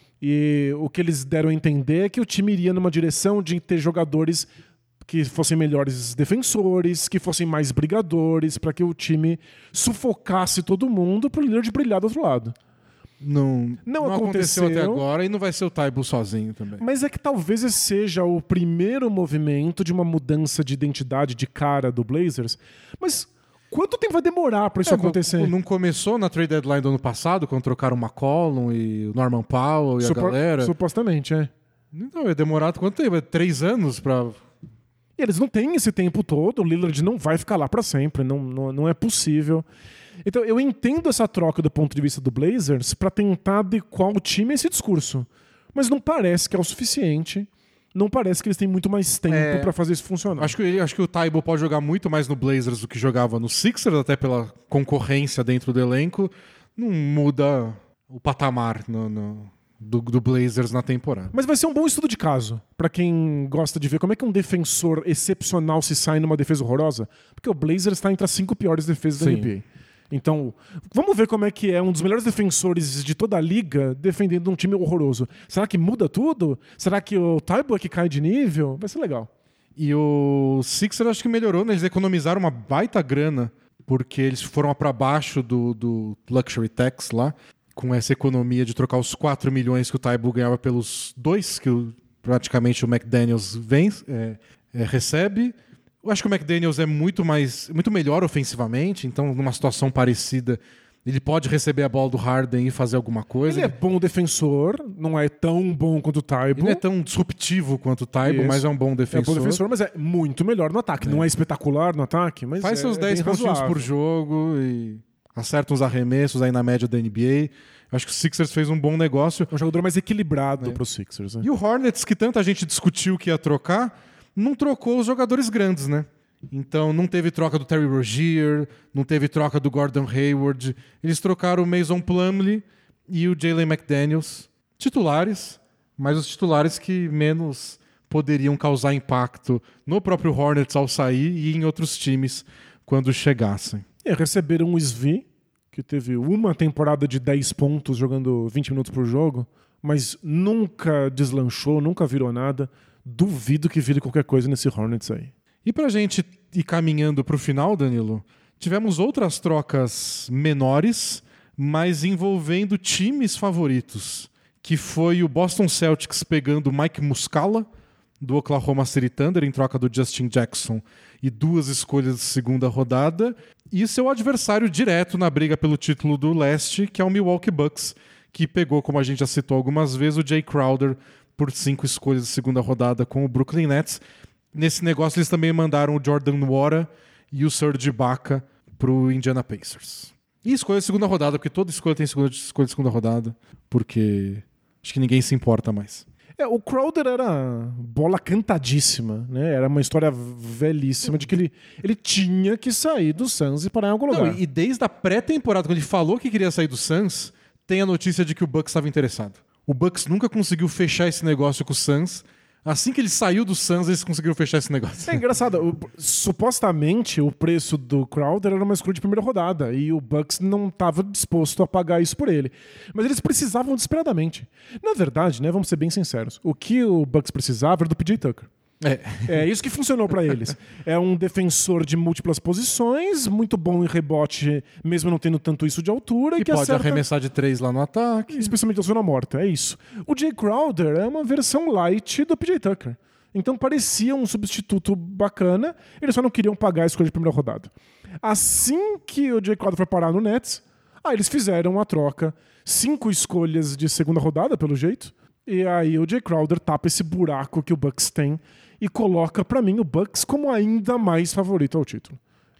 E o que eles deram a entender é que o time iria numa direção de ter jogadores que fossem melhores defensores, que fossem mais brigadores, para que o time sufocasse todo mundo pro Lillard brilhar do outro lado. Não aconteceu até agora e não vai ser o Thybulle sozinho também. Mas é que talvez esse seja o primeiro movimento de uma mudança de identidade, de cara do Blazers. Mas quanto tempo vai demorar para isso acontecer? Não começou na trade deadline do ano passado, quando trocaram o McCollum e o Norman Powell e a galera? Supostamente, é. Então, vai demorar quanto tempo? 3 anos pra... E eles não têm esse tempo todo, o Lillard não vai ficar lá para sempre, não é possível. Então eu entendo essa troca do ponto de vista do Blazers para tentar adequar o time a esse discurso. Mas não parece que é o suficiente, não parece que eles têm muito mais tempo para fazer isso funcionar. Acho que o Thybulle pode jogar muito mais no Blazers do que jogava no Sixers, até pela concorrência dentro do elenco. Não muda o patamar do Blazers na temporada. Mas vai ser um bom estudo de caso pra quem gosta de ver como é que um defensor excepcional se sai numa defesa horrorosa. Porque o Blazers está entre as 5 piores defesas da NBA. Então, vamos ver como é que é um dos melhores defensores de toda a liga defendendo um time horroroso. Será que muda tudo? Será que o Thybulle é que cai de nível? Vai ser legal. E o Sixers acho que melhorou, né? Eles economizaram uma baita grana porque eles foram pra baixo do Luxury Tax lá, com essa economia de trocar os 4 milhões que o Thybulle ganhava pelos 2 que praticamente o McDaniels recebe. Eu acho que o McDaniels é muito melhor ofensivamente, então numa situação parecida ele pode receber a bola do Harden e fazer alguma coisa. Ele é bom defensor, não é tão bom quanto o Thybulle. Ele não é tão disruptivo quanto o Thybulle, mas é um bom defensor. É bom defensor, mas é muito melhor no ataque. Não é espetacular no ataque, mas faz seus 10 pontinhos por jogo e acerta uns arremessos aí na média da NBA. Acho que o Sixers fez um bom negócio. É um jogador mais equilibrado pro Sixers. Né? E o Hornets, que tanta gente discutiu que ia trocar, não trocou os jogadores grandes, né? Então não teve troca do Terry Rozier, não teve troca do Gordon Hayward. Eles trocaram o Mason Plumlee e o Jalen McDaniels. Titulares, mas os titulares que menos poderiam causar impacto no próprio Hornets ao sair e em outros times quando chegassem. Receberam o Svi, que teve uma temporada de 10 pontos jogando 20 minutos por jogo, mas nunca deslanchou, nunca virou nada. Duvido que vire qualquer coisa nesse Hornets aí. E pra gente ir caminhando pro final, Danilo, tivemos outras trocas menores, mas envolvendo times favoritos, que foi o Boston Celtics pegando o Mike Muscala, do Oklahoma City Thunder, em troca do Justin Jackson e 2 escolhas de segunda rodada, e seu adversário direto na briga pelo título do leste, que é o Milwaukee Bucks, que pegou, como a gente já citou algumas vezes, o Jay Crowder por 5 escolhas de segunda rodada com o Brooklyn Nets. Nesse negócio eles também mandaram o Jordan Nwora e o Serge Ibaka pro Indiana Pacers. E escolha de segunda rodada, porque toda escolha tem escolha de segunda rodada, porque acho que ninguém se importa mais. O Crowder era bola cantadíssima, né? Era uma história velhíssima de que ele tinha que sair do Suns e parar em algum lugar. E desde a pré-temporada, quando ele falou que queria sair do Suns, tem a notícia de que o Bucks estava interessado. O Bucks nunca conseguiu fechar esse negócio com o Suns. Assim que ele saiu do Suns, eles conseguiram fechar esse negócio. É engraçado. Supostamente, o preço do Crowder era uma escolha de primeira rodada e o Bucks não estava disposto a pagar isso por ele. Mas eles precisavam desesperadamente. Na verdade, né, vamos ser bem sinceros, o que o Bucks precisava era do PJ Tucker. É isso que funcionou para eles. É um defensor de múltiplas posições, muito bom em rebote, mesmo não tendo tanto isso de altura. Que pode arremessar de 3 lá no ataque. Especialmente na zona morta, é isso. O Jay Crowder é uma versão light do PJ Tucker. Então parecia um substituto bacana, eles só não queriam pagar a escolha de primeira rodada. Assim que o Jay Crowder foi parar no Nets, eles fizeram a troca, 5 escolhas de segunda rodada, pelo jeito, e aí o Jay Crowder tapa esse buraco que o Bucks tem e coloca, pra mim, o Bucks como ainda mais favorito ao título.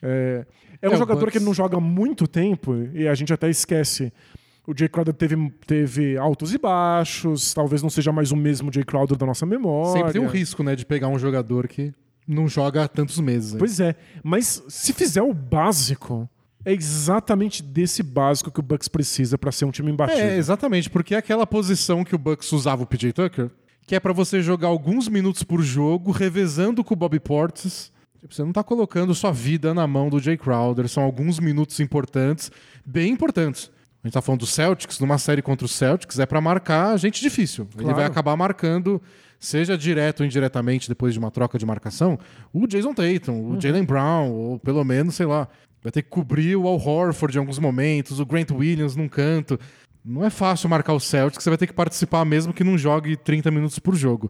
É um jogador que ele não joga há muito tempo, e a gente até esquece. O Jay Crowder teve altos e baixos, talvez não seja mais o mesmo Jay Crowder da nossa memória. Sempre tem um risco, né, de pegar um jogador que não joga há tantos meses. Pois é, mas se fizer o básico, é exatamente desse básico que o Bucks precisa pra ser um time imbatível. Exatamente, porque é aquela posição que o Bucks usava o PJ Tucker, que é pra você jogar alguns minutos por jogo, revezando com o Bobby Portis. Você não tá colocando sua vida na mão do Jay Crowder, são alguns minutos importantes, bem importantes. A gente tá falando do Celtics, numa série contra o Celtics, é pra marcar gente difícil. Claro. Ele vai acabar marcando, seja direto ou indiretamente, depois de uma troca de marcação, o Jason Tatum, o Jaylen Brown, ou pelo menos, sei lá, vai ter que cobrir o Al Horford em alguns momentos, o Grant Williams num canto. Não é fácil marcar o Celtics, você vai ter que participar mesmo que não jogue 30 minutos por jogo.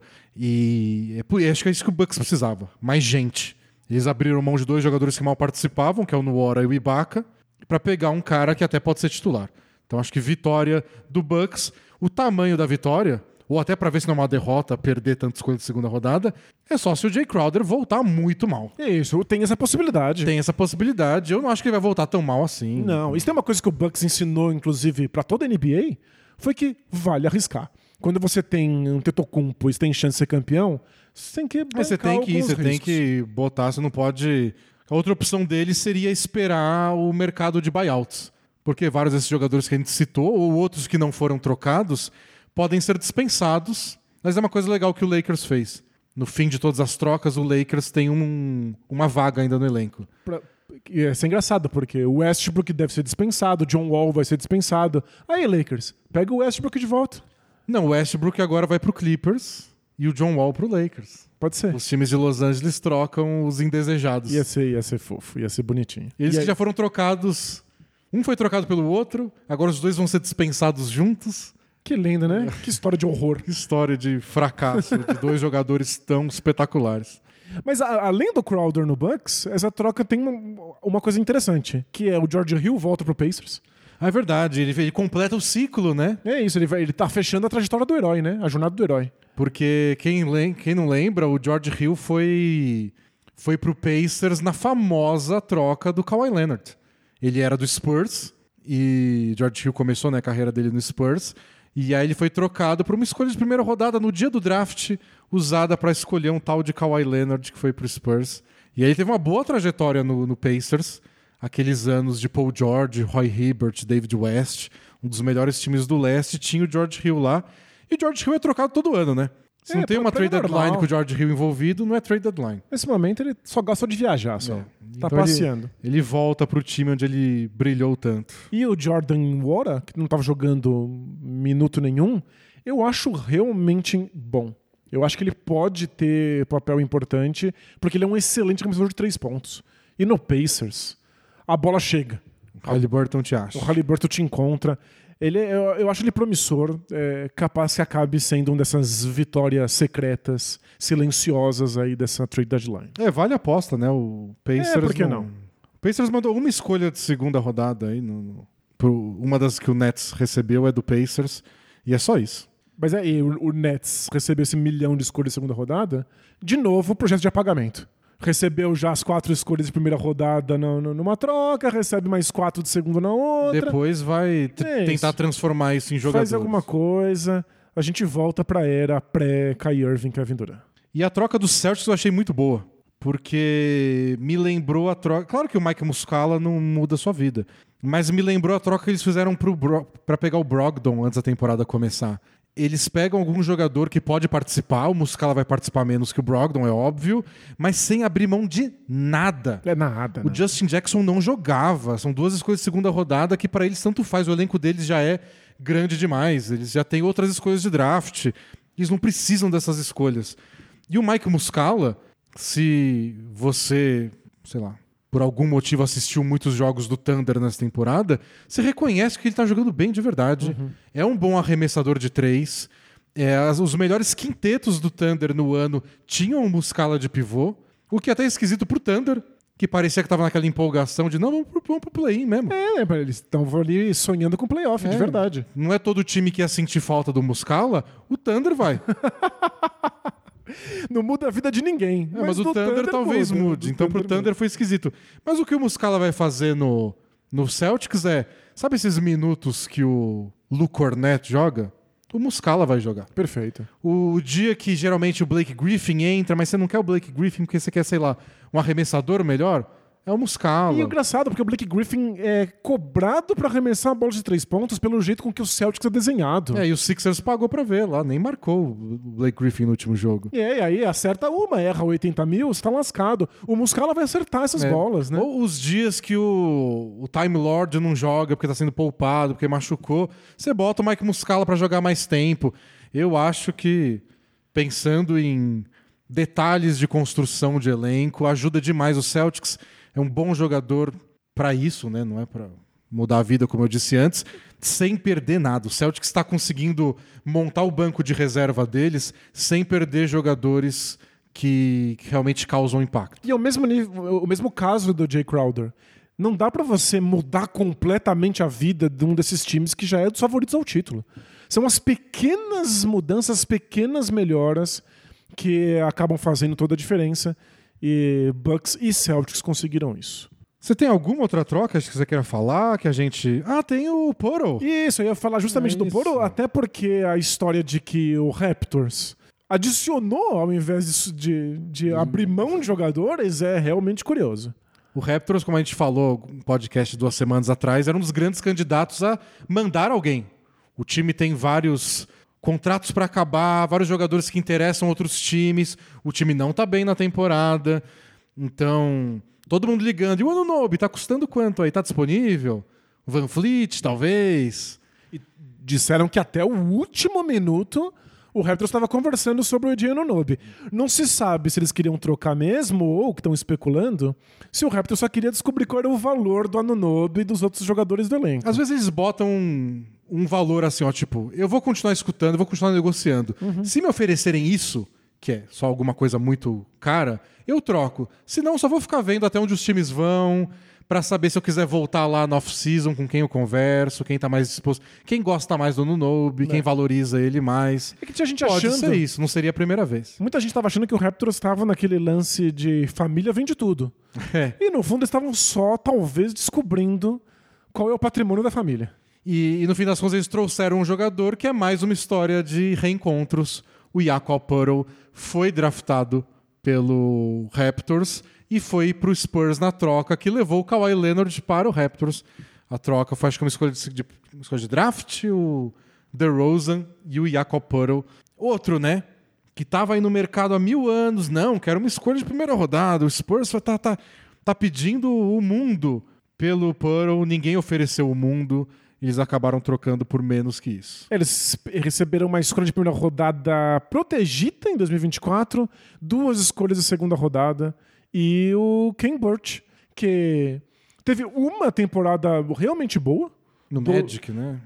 E acho que é isso que o Bucks precisava, mais gente. Eles abriram mão de 2 jogadores que mal participavam, que é o Nwora e o Ibaka, para pegar um cara que até pode ser titular. Então acho que vitória do Bucks, o tamanho da vitória, ou até para ver se não é uma derrota, perder tantas coisas de segunda rodada, é só se o Jay Crowder voltar muito mal. Isso, tem essa possibilidade. Tem essa possibilidade. Eu não acho que ele vai voltar tão mal assim. Não, isso tem uma coisa que o Bucks ensinou, inclusive, para toda a NBA, foi que vale arriscar. Quando você tem um Tetocumpo e tem chance de ser campeão, você tem que bancar você tem que botar, você não pode... A outra opção dele seria esperar o mercado de buyouts. Porque vários desses jogadores que a gente citou, ou outros que não foram trocados, podem ser dispensados. Mas é uma coisa legal que o Lakers fez. No fim de todas as trocas, o Lakers tem uma vaga ainda no elenco. Isso é engraçado, porque o Westbrook deve ser dispensado, o John Wall vai ser dispensado. Aí, Lakers, pega o Westbrook de volta. Não, o Westbrook agora vai pro Clippers e o John Wall pro Lakers. Pode ser. Os times de Los Angeles trocam os indesejados. Ia ser fofo, ia ser bonitinho. Eles que já foram trocados... Um foi trocado pelo outro, agora os 2 vão ser dispensados juntos. Que lindo, né? Que história de horror. Que história de fracasso de 2 jogadores tão espetaculares. Mas além do Crowder no Bucks, essa troca tem uma coisa interessante, que é o George Hill volta pro Pacers. É verdade, ele completa o ciclo, né? É isso, ele tá fechando a trajetória do herói, né? A jornada do herói. Porque quem não lembra, o George Hill foi pro Pacers na famosa troca do Kawhi Leonard. Ele era do Spurs e George Hill começou, né, a carreira dele no Spurs. E aí ele foi trocado por uma escolha de primeira rodada no dia do draft, usada para escolher um tal de Kawhi Leonard que foi pro Spurs. E aí ele teve uma boa trajetória no Pacers, aqueles anos de Paul George, Roy Hibbert, David West, um dos melhores times do leste, tinha o George Hill lá. E o George Hill é trocado todo ano, né? Se não tem uma trade deadline com o George Hill envolvido, não é trade deadline. Nesse momento ele só gosta de viajar, só. Tá Então passeando. Ele volta pro time onde ele brilhou tanto. E o Jordan Nwora, que não tava jogando minuto nenhum, eu acho realmente bom. Eu acho que ele pode ter papel importante, porque ele é um excelente arremessador de 3 pontos. E no Pacers, a bola chega. O Haliburton te acha. O Haliburton te encontra. Eu acho ele promissor, capaz que acabe sendo uma dessas vitórias secretas, silenciosas aí dessa trade deadline. Vale a aposta, né? O Pacers. Por que não? O Pacers mandou uma escolha de segunda rodada aí. Uma das que o Nets recebeu é do Pacers. E é só isso. Mas aí, o Nets recebeu esse 1 milhão de escolhas de segunda rodada. De novo, o projeto de apagamento. Recebeu já as 4 escolhas de primeira rodada numa troca, recebe mais 4 de segunda na outra. Depois vai tentar transformar isso em jogadores. Faz alguma coisa, a gente volta pra era pré-Kyrie Irving, Kevin Durant. E a troca dos Celtics eu achei muito boa, porque me lembrou a troca... Claro que o Mike Muscala não muda a sua vida, mas me lembrou a troca que eles fizeram pra pegar o Brogdon antes da temporada começar. Eles pegam algum jogador que pode participar, o Muscala vai participar menos que o Brogdon, é óbvio, mas sem abrir mão de nada. Nada. O Justin Jackson não jogava, são 2 escolhas de segunda rodada que para eles tanto faz, o elenco deles já é grande demais, eles já têm outras escolhas de draft, eles não precisam dessas escolhas. E o Mike Muscala, se você, sei lá, por algum motivo assistiu muitos jogos do Thunder nessa temporada, você reconhece que ele tá jogando bem de verdade. É um bom arremessador de 3, Os melhores quintetos do Thunder no ano tinham o Muscala de pivô, o que é até esquisito pro Thunder, que parecia que tava naquela empolgação de não, vamos pro play-in mesmo. Eles estão ali sonhando com playoff, de verdade. Não é todo time que ia sentir falta do Muscala, o Thunder vai. Não muda a vida de ninguém. Mas o Thunder talvez mude. Então pro Thunder foi esquisito. Mas o que o Muscala vai fazer no Celtics sabe esses minutos que o Luke Cornett joga? O Muscala vai jogar. Perfeito. O dia que geralmente o Blake Griffin entra, mas você não quer o Blake Griffin porque você quer, sei lá, um arremessador melhor, é o Muscala. E é engraçado, porque o Blake Griffin é cobrado pra arremessar a bola de 3 pontos pelo jeito com que o Celtics é desenhado. E o Sixers pagou pra ver lá, nem marcou o Blake Griffin no último jogo. E aí acerta uma, erra 80 mil, você tá lascado. O Muscala vai acertar essas bolas, né? Ou os dias que o Time Lord não joga porque tá sendo poupado, porque machucou, você bota o Mike Muscala pra jogar mais tempo. Eu acho que, pensando em detalhes de construção de elenco, ajuda demais o Celtics. É um bom jogador para isso, né? Não é para mudar a vida, como eu disse antes, sem perder nada. O Celtics está conseguindo montar o banco de reserva deles sem perder jogadores que realmente causam impacto. E é o mesmo caso do Jay Crowder. Não dá para você mudar completamente a vida de um desses times que já é dos favoritos ao título. São as pequenas mudanças, pequenas melhoras que acabam fazendo toda a diferença. E Bucks e Celtics conseguiram isso. Você tem alguma outra troca que você queira falar? Que a gente... tem o Poro. Isso, eu ia falar justamente do Poro, até porque a história de que o Raptors adicionou ao invés de abrir mão de jogadores é realmente curioso. O Raptors, como a gente falou no podcast 2 semanas atrás, era um dos grandes candidatos a mandar alguém. O time tem vários contratos para acabar, vários jogadores que interessam outros times, o time não tá bem na temporada, então todo mundo ligando. E o Anunoby, tá custando quanto aí? Tá disponível? O Van Fleet, talvez? E disseram que até o último minuto o Raptors estava conversando sobre o AJ Anunoby. Não se sabe se eles queriam trocar mesmo ou que estão especulando se o Raptors só queria descobrir qual era o valor do Anunoby e dos outros jogadores do elenco. Às vezes eles botam um valor assim, tipo, eu vou continuar escutando, eu vou continuar negociando. Se me oferecerem isso, que é só alguma coisa muito cara, eu troco. Senão, só vou ficar vendo até onde os times vão, pra saber se eu quiser voltar lá no off-season com quem eu converso, quem tá mais disposto, quem gosta mais do Anunoby, quem valoriza ele mais. É que tinha gente Pode achando... ser isso, não seria a primeira vez. Muita gente estava achando que o Raptors estava naquele lance de família vende tudo. E no fundo eles estavam só, talvez, descobrindo qual é o patrimônio da família. E no fim das contas eles trouxeram um jogador que é mais uma história de reencontros. O Jakob Poeltl foi draftado pelo Raptors e foi pro Spurs na troca, que levou o Kawhi Leonard para o Raptors. A troca foi, acho que uma escolha de draft, o DeRozan e o Jakob Poeltl. Outro, né? Que estava aí no mercado há 1000 anos. Não, quero uma escolha de primeira rodada. O Spurs tá pedindo o mundo pelo Poeltl. Ninguém ofereceu o mundo. Eles acabaram trocando por menos que isso. Eles receberam uma escolha de primeira rodada protegida em 2024, 2 escolhas de segunda rodada e o Ken Burch, que teve uma temporada realmente boa. No Magic, né?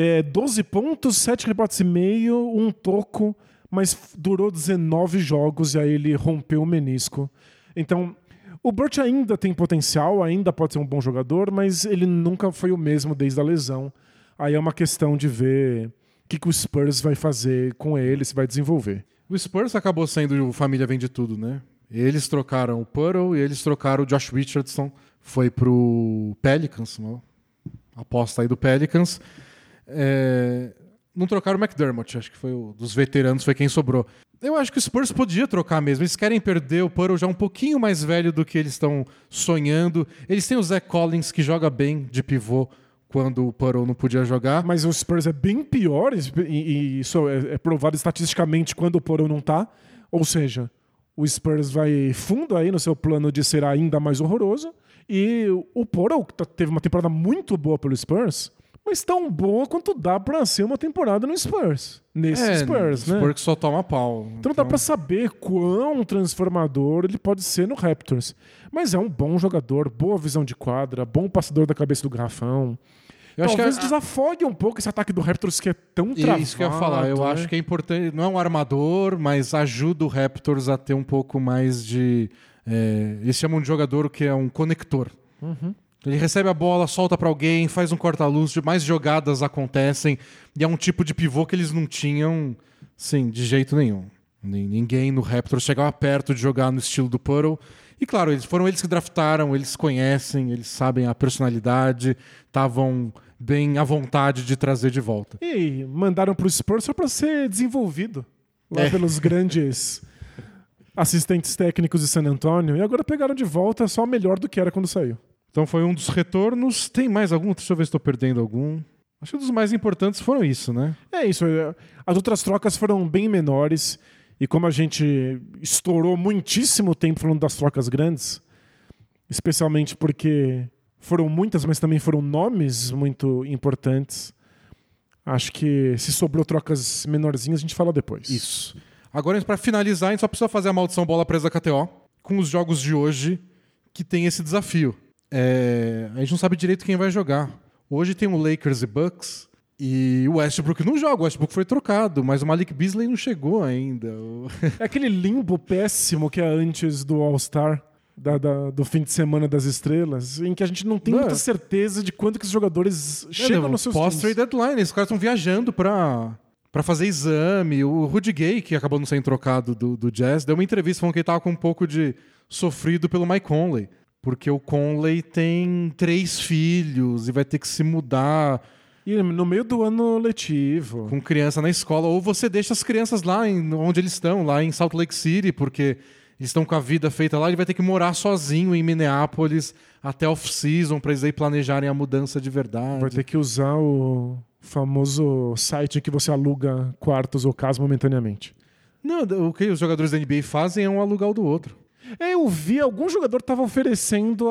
12 pontos, 7 rebotes e meio, 1 toco, mas durou 19 jogos e aí ele rompeu o menisco. Então, o Burch ainda tem potencial, ainda pode ser um bom jogador, mas ele nunca foi o mesmo desde a lesão. Aí é uma questão de ver o que o Spurs vai fazer com ele, se vai desenvolver. O Spurs acabou sendo o família vende tudo, né? Eles trocaram o Poeltl e eles trocaram o Josh Richardson. Foi pro Pelicans, uma aposta aí do Pelicans. Não trocaram o McDermott, acho que foi dos veteranos, foi quem sobrou. Eu acho que o Spurs podia trocar mesmo. Eles querem perder o Poeltl já um pouquinho mais velho do que eles estão sonhando. Eles têm o Zach Collins, que joga bem de pivô quando o Poeltl não podia jogar. Mas o Spurs é bem pior, e isso é provado estatisticamente quando o Poeltl não tá. Ou seja, o Spurs vai fundo aí no seu plano de ser ainda mais horroroso. E o Poeltl teve uma temporada muito boa pelo Spurs, mas tão boa quanto dá pra ser uma temporada no Spurs. Nesse Spurs, né? O Spurs só toma pau. Então dá pra saber quão transformador ele pode ser no Raptors. Mas é um bom jogador, boa visão de quadra, bom passador da cabeça do garrafão. Talvez desafogue um pouco esse ataque do Raptors que é tão travado. Isso que eu ia falar. Eu acho que é importante. Não é um armador, mas ajuda o Raptors a ter um pouco mais de... eles chamam de jogador que é um conector. Ele recebe a bola, solta pra alguém, faz um corta-luz, mais jogadas acontecem. E é um tipo de pivô que eles não tinham, sim, de jeito nenhum. Ninguém no Raptors chegava perto de jogar no estilo do Puddle. E claro, foram eles que draftaram, eles conhecem, eles sabem a personalidade, estavam bem à vontade de trazer de volta. E mandaram pro Spurs só pra ser desenvolvido lá pelos grandes assistentes técnicos de San Antonio. E agora pegaram de volta só melhor do que era quando saiu. Então foi um dos retornos. Tem mais algum? Deixa eu ver se estou perdendo algum. Acho que um dos mais importantes foram isso, né? É isso. As outras trocas foram bem menores. E como a gente estourou muitíssimo tempo falando das trocas grandes, especialmente porque foram muitas, mas também foram nomes muito importantes, acho que se sobrou trocas menorzinhas, a gente fala depois. Isso. Agora, para finalizar, a gente só precisa fazer a maldição bola presa da KTO com os jogos de hoje que tem esse desafio. A gente não sabe direito quem vai jogar. Hoje tem o Lakers e Bucks e o Westbrook não joga. O Westbrook foi trocado, mas o Malik Beasley não chegou ainda. É aquele limbo péssimo que é antes do All-Star, do fim de semana das estrelas, em que a gente não tem muita certeza de quando que os jogadores chegam nos seus times. Pós-trade deadline, esses caras estão viajando pra fazer exame. O Rudy Gay, que acabou não sendo trocado do Jazz, deu uma entrevista falando que ele tava com um pouco de sofrido pelo Mike Conley. Porque o Conley tem 3 filhos e vai ter que se mudar. E no meio do ano letivo. Com criança na escola. Ou você deixa as crianças lá onde eles estão, lá em Salt Lake City, porque eles estão com a vida feita lá. Ele vai ter que morar sozinho em Minneapolis até off-season para eles aí planejarem a mudança de verdade. Vai ter que usar o famoso site que você aluga quartos ou casas momentaneamente. Não, o que os jogadores da NBA fazem é um alugar o do outro. Eu vi, algum jogador estava oferecendo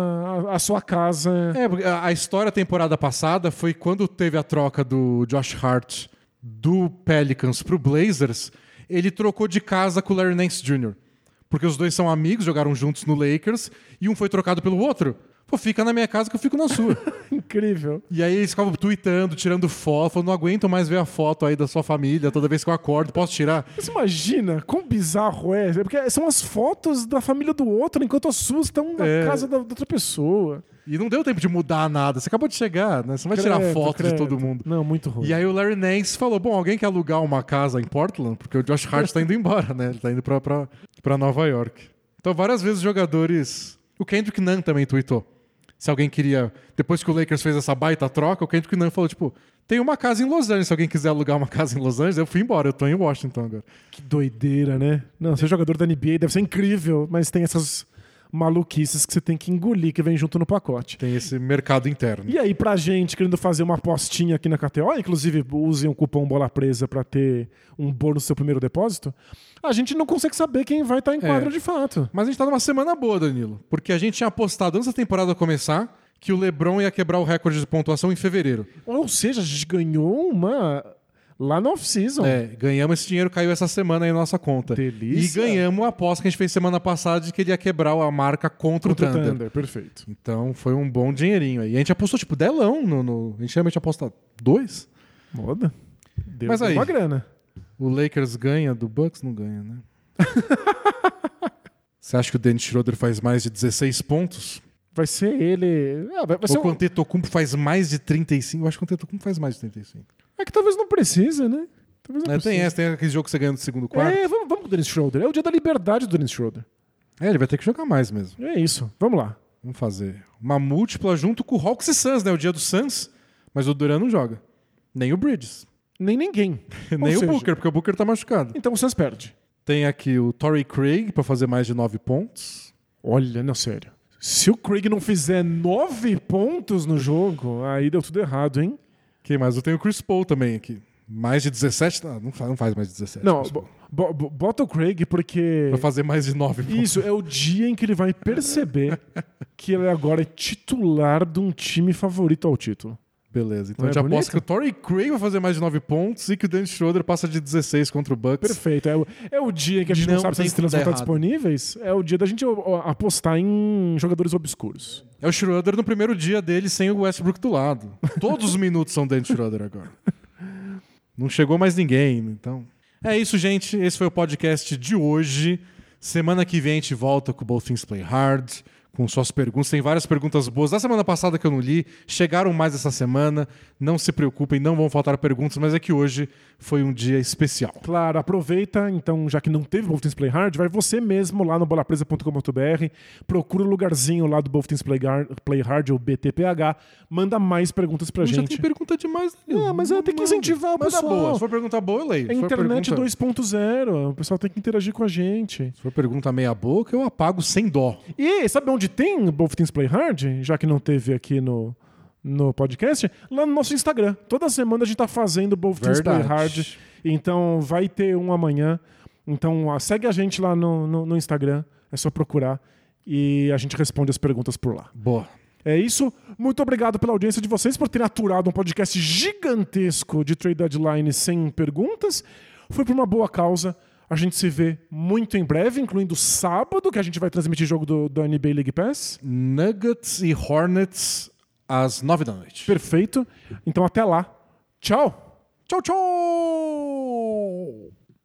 a sua casa. A história da temporada passada foi quando teve a troca do Josh Hart do Pelicans pro Blazers, ele trocou de casa com o Larry Nance Jr. Porque os dois são amigos, jogaram juntos no Lakers, e um foi trocado pelo outro. Pô, fica na minha casa que eu fico na sua. Incrível. E aí eles ficavam tweetando, tirando foto, falando, não aguento mais ver a foto aí da sua família, toda vez que eu acordo, posso tirar? Você imagina quão bizarro é? Porque são as fotos da família do outro, enquanto as suas estão na casa da outra pessoa. E não deu tempo de mudar nada, você acabou de chegar, né? Você não vai tirar foto de todo mundo. Não, muito ruim. E aí o Larry Nance falou, bom, alguém quer alugar uma casa em Portland? Porque o Josh Hart tá indo embora, né? Ele tá indo pra Nova York. Então várias vezes os jogadores... O Kendrick Nunn também tweetou. Se alguém queria... Depois que o Lakers fez essa baita troca, o Kendrick Nunn falou, tipo, tem uma casa em Los Angeles, se alguém quiser alugar uma casa em Los Angeles, eu fui embora, eu tô em Washington agora. Que doideira, né? Não, ser jogador da NBA deve ser incrível, mas tem essas maluquices que você tem que engolir, que vem junto no pacote. Tem esse mercado interno. E aí, pra gente querendo fazer uma apostinha aqui na KTO, inclusive usem o cupom Bola Presa pra ter um bônus no seu primeiro depósito, a gente não consegue saber quem vai estar em quadra de fato. Mas a gente tá numa semana boa, Danilo, porque a gente tinha apostado antes da temporada começar que o LeBron ia quebrar o recorde de pontuação em fevereiro. Ou seja, a gente ganhou uma... lá no off-season. Ganhamos esse dinheiro, caiu essa semana aí na nossa conta. Delícia. E ganhamos a aposta que a gente fez semana passada de que ele ia quebrar a marca contra o Thunder. Perfeito. Então foi um bom dinheirinho aí. E a gente apostou tipo delão. A gente realmente aposta 2. Moda. Mas aí, uma grana. O Lakers ganha do Bucks? Não ganha, né? Você acha que o Dennis Schroeder faz mais de 16 pontos? Vai ser ele... vai ser Ou o Antetokounmpo faz mais de 35? Eu acho que o Antetokounmpo faz mais de 35. É que talvez não precise, né? Talvez não precise. Tem aquele jogo que você ganha no segundo quarto. Vamos pro Dennis Schroeder. É o dia da liberdade do Dennis Schroeder. Ele vai ter que jogar mais mesmo. É isso. Vamos lá. Vamos fazer uma múltipla junto com o Hawks e Suns, né? O dia do Suns, mas o Durant não joga. Nem o Bridges. Nem ninguém. Nem o Booker, porque o Booker tá machucado. Então o Suns perde. Tem aqui o Torrey Craig pra fazer mais de 9 pontos. Olha, não, sério. Se o Craig não fizer 9 pontos no jogo, aí deu tudo errado, hein? Quem mais? Eu tenho o Chris Paul também aqui. Mais de 17? Não faz mais de 17. Não, bota o Craig porque... Pra fazer mais de 9 pontos. Isso, é o dia em que ele vai perceber que ele agora é titular de um time favorito ao título. Beleza, então Não a gente é aposta bonito? que o Torrey Craig vai fazer mais de 9 pontos e que o Dennis Schroeder passa de 16 contra o Bucks. Perfeito. É o dia que a gente não sabe se as tem estrelas vão como estar dar errado. disponíveis. É o dia da gente apostar em jogadores obscuros. É o Schroeder no primeiro dia dele sem o Westbrook do lado. Todos os minutos são Dennis Schroeder agora. Não chegou mais ninguém, então... É isso, gente. Esse foi o podcast de hoje. Semana que vem a gente volta com o Both Things Play Hard, com suas perguntas. Tem várias perguntas boas da semana passada que eu não li. Chegaram mais essa semana. Não se preocupem, não vão faltar perguntas, mas é que hoje foi um dia especial. Claro, aproveita, então, já que não teve Both Things Play Hard, vai você mesmo lá no bolapresa.com.br, procura o lugarzinho lá do Both Things Play Hard, ou BTPH, manda mais perguntas pra Já gente. tem pergunta demais. Não, mas tem que incentivar o Manda pessoal. boa. Se for pergunta boa, eu leio. É Se for internet pergunta- 2.0, o pessoal tem que interagir com a gente. Se for pergunta meia boca, eu apago sem dó. E sabe onde tem Both Things Play Hard? Já que não teve aqui no podcast, lá no nosso Instagram. Toda semana a gente tá fazendo Both Things Play Verdade. Hard. Então vai ter um amanhã. Então segue a gente lá no Instagram. É só procurar. E a gente responde as perguntas por lá. Boa. É isso. Muito obrigado pela audiência de vocês, por terem aturado um podcast gigantesco de Trade Deadline sem perguntas. Foi por uma boa causa. A gente se vê muito em breve, incluindo sábado, que a gente vai transmitir jogo do NBA League Pass. Nuggets e Hornets às 9 da noite. Perfeito. Então até lá. Tchau. Tchau, tchau!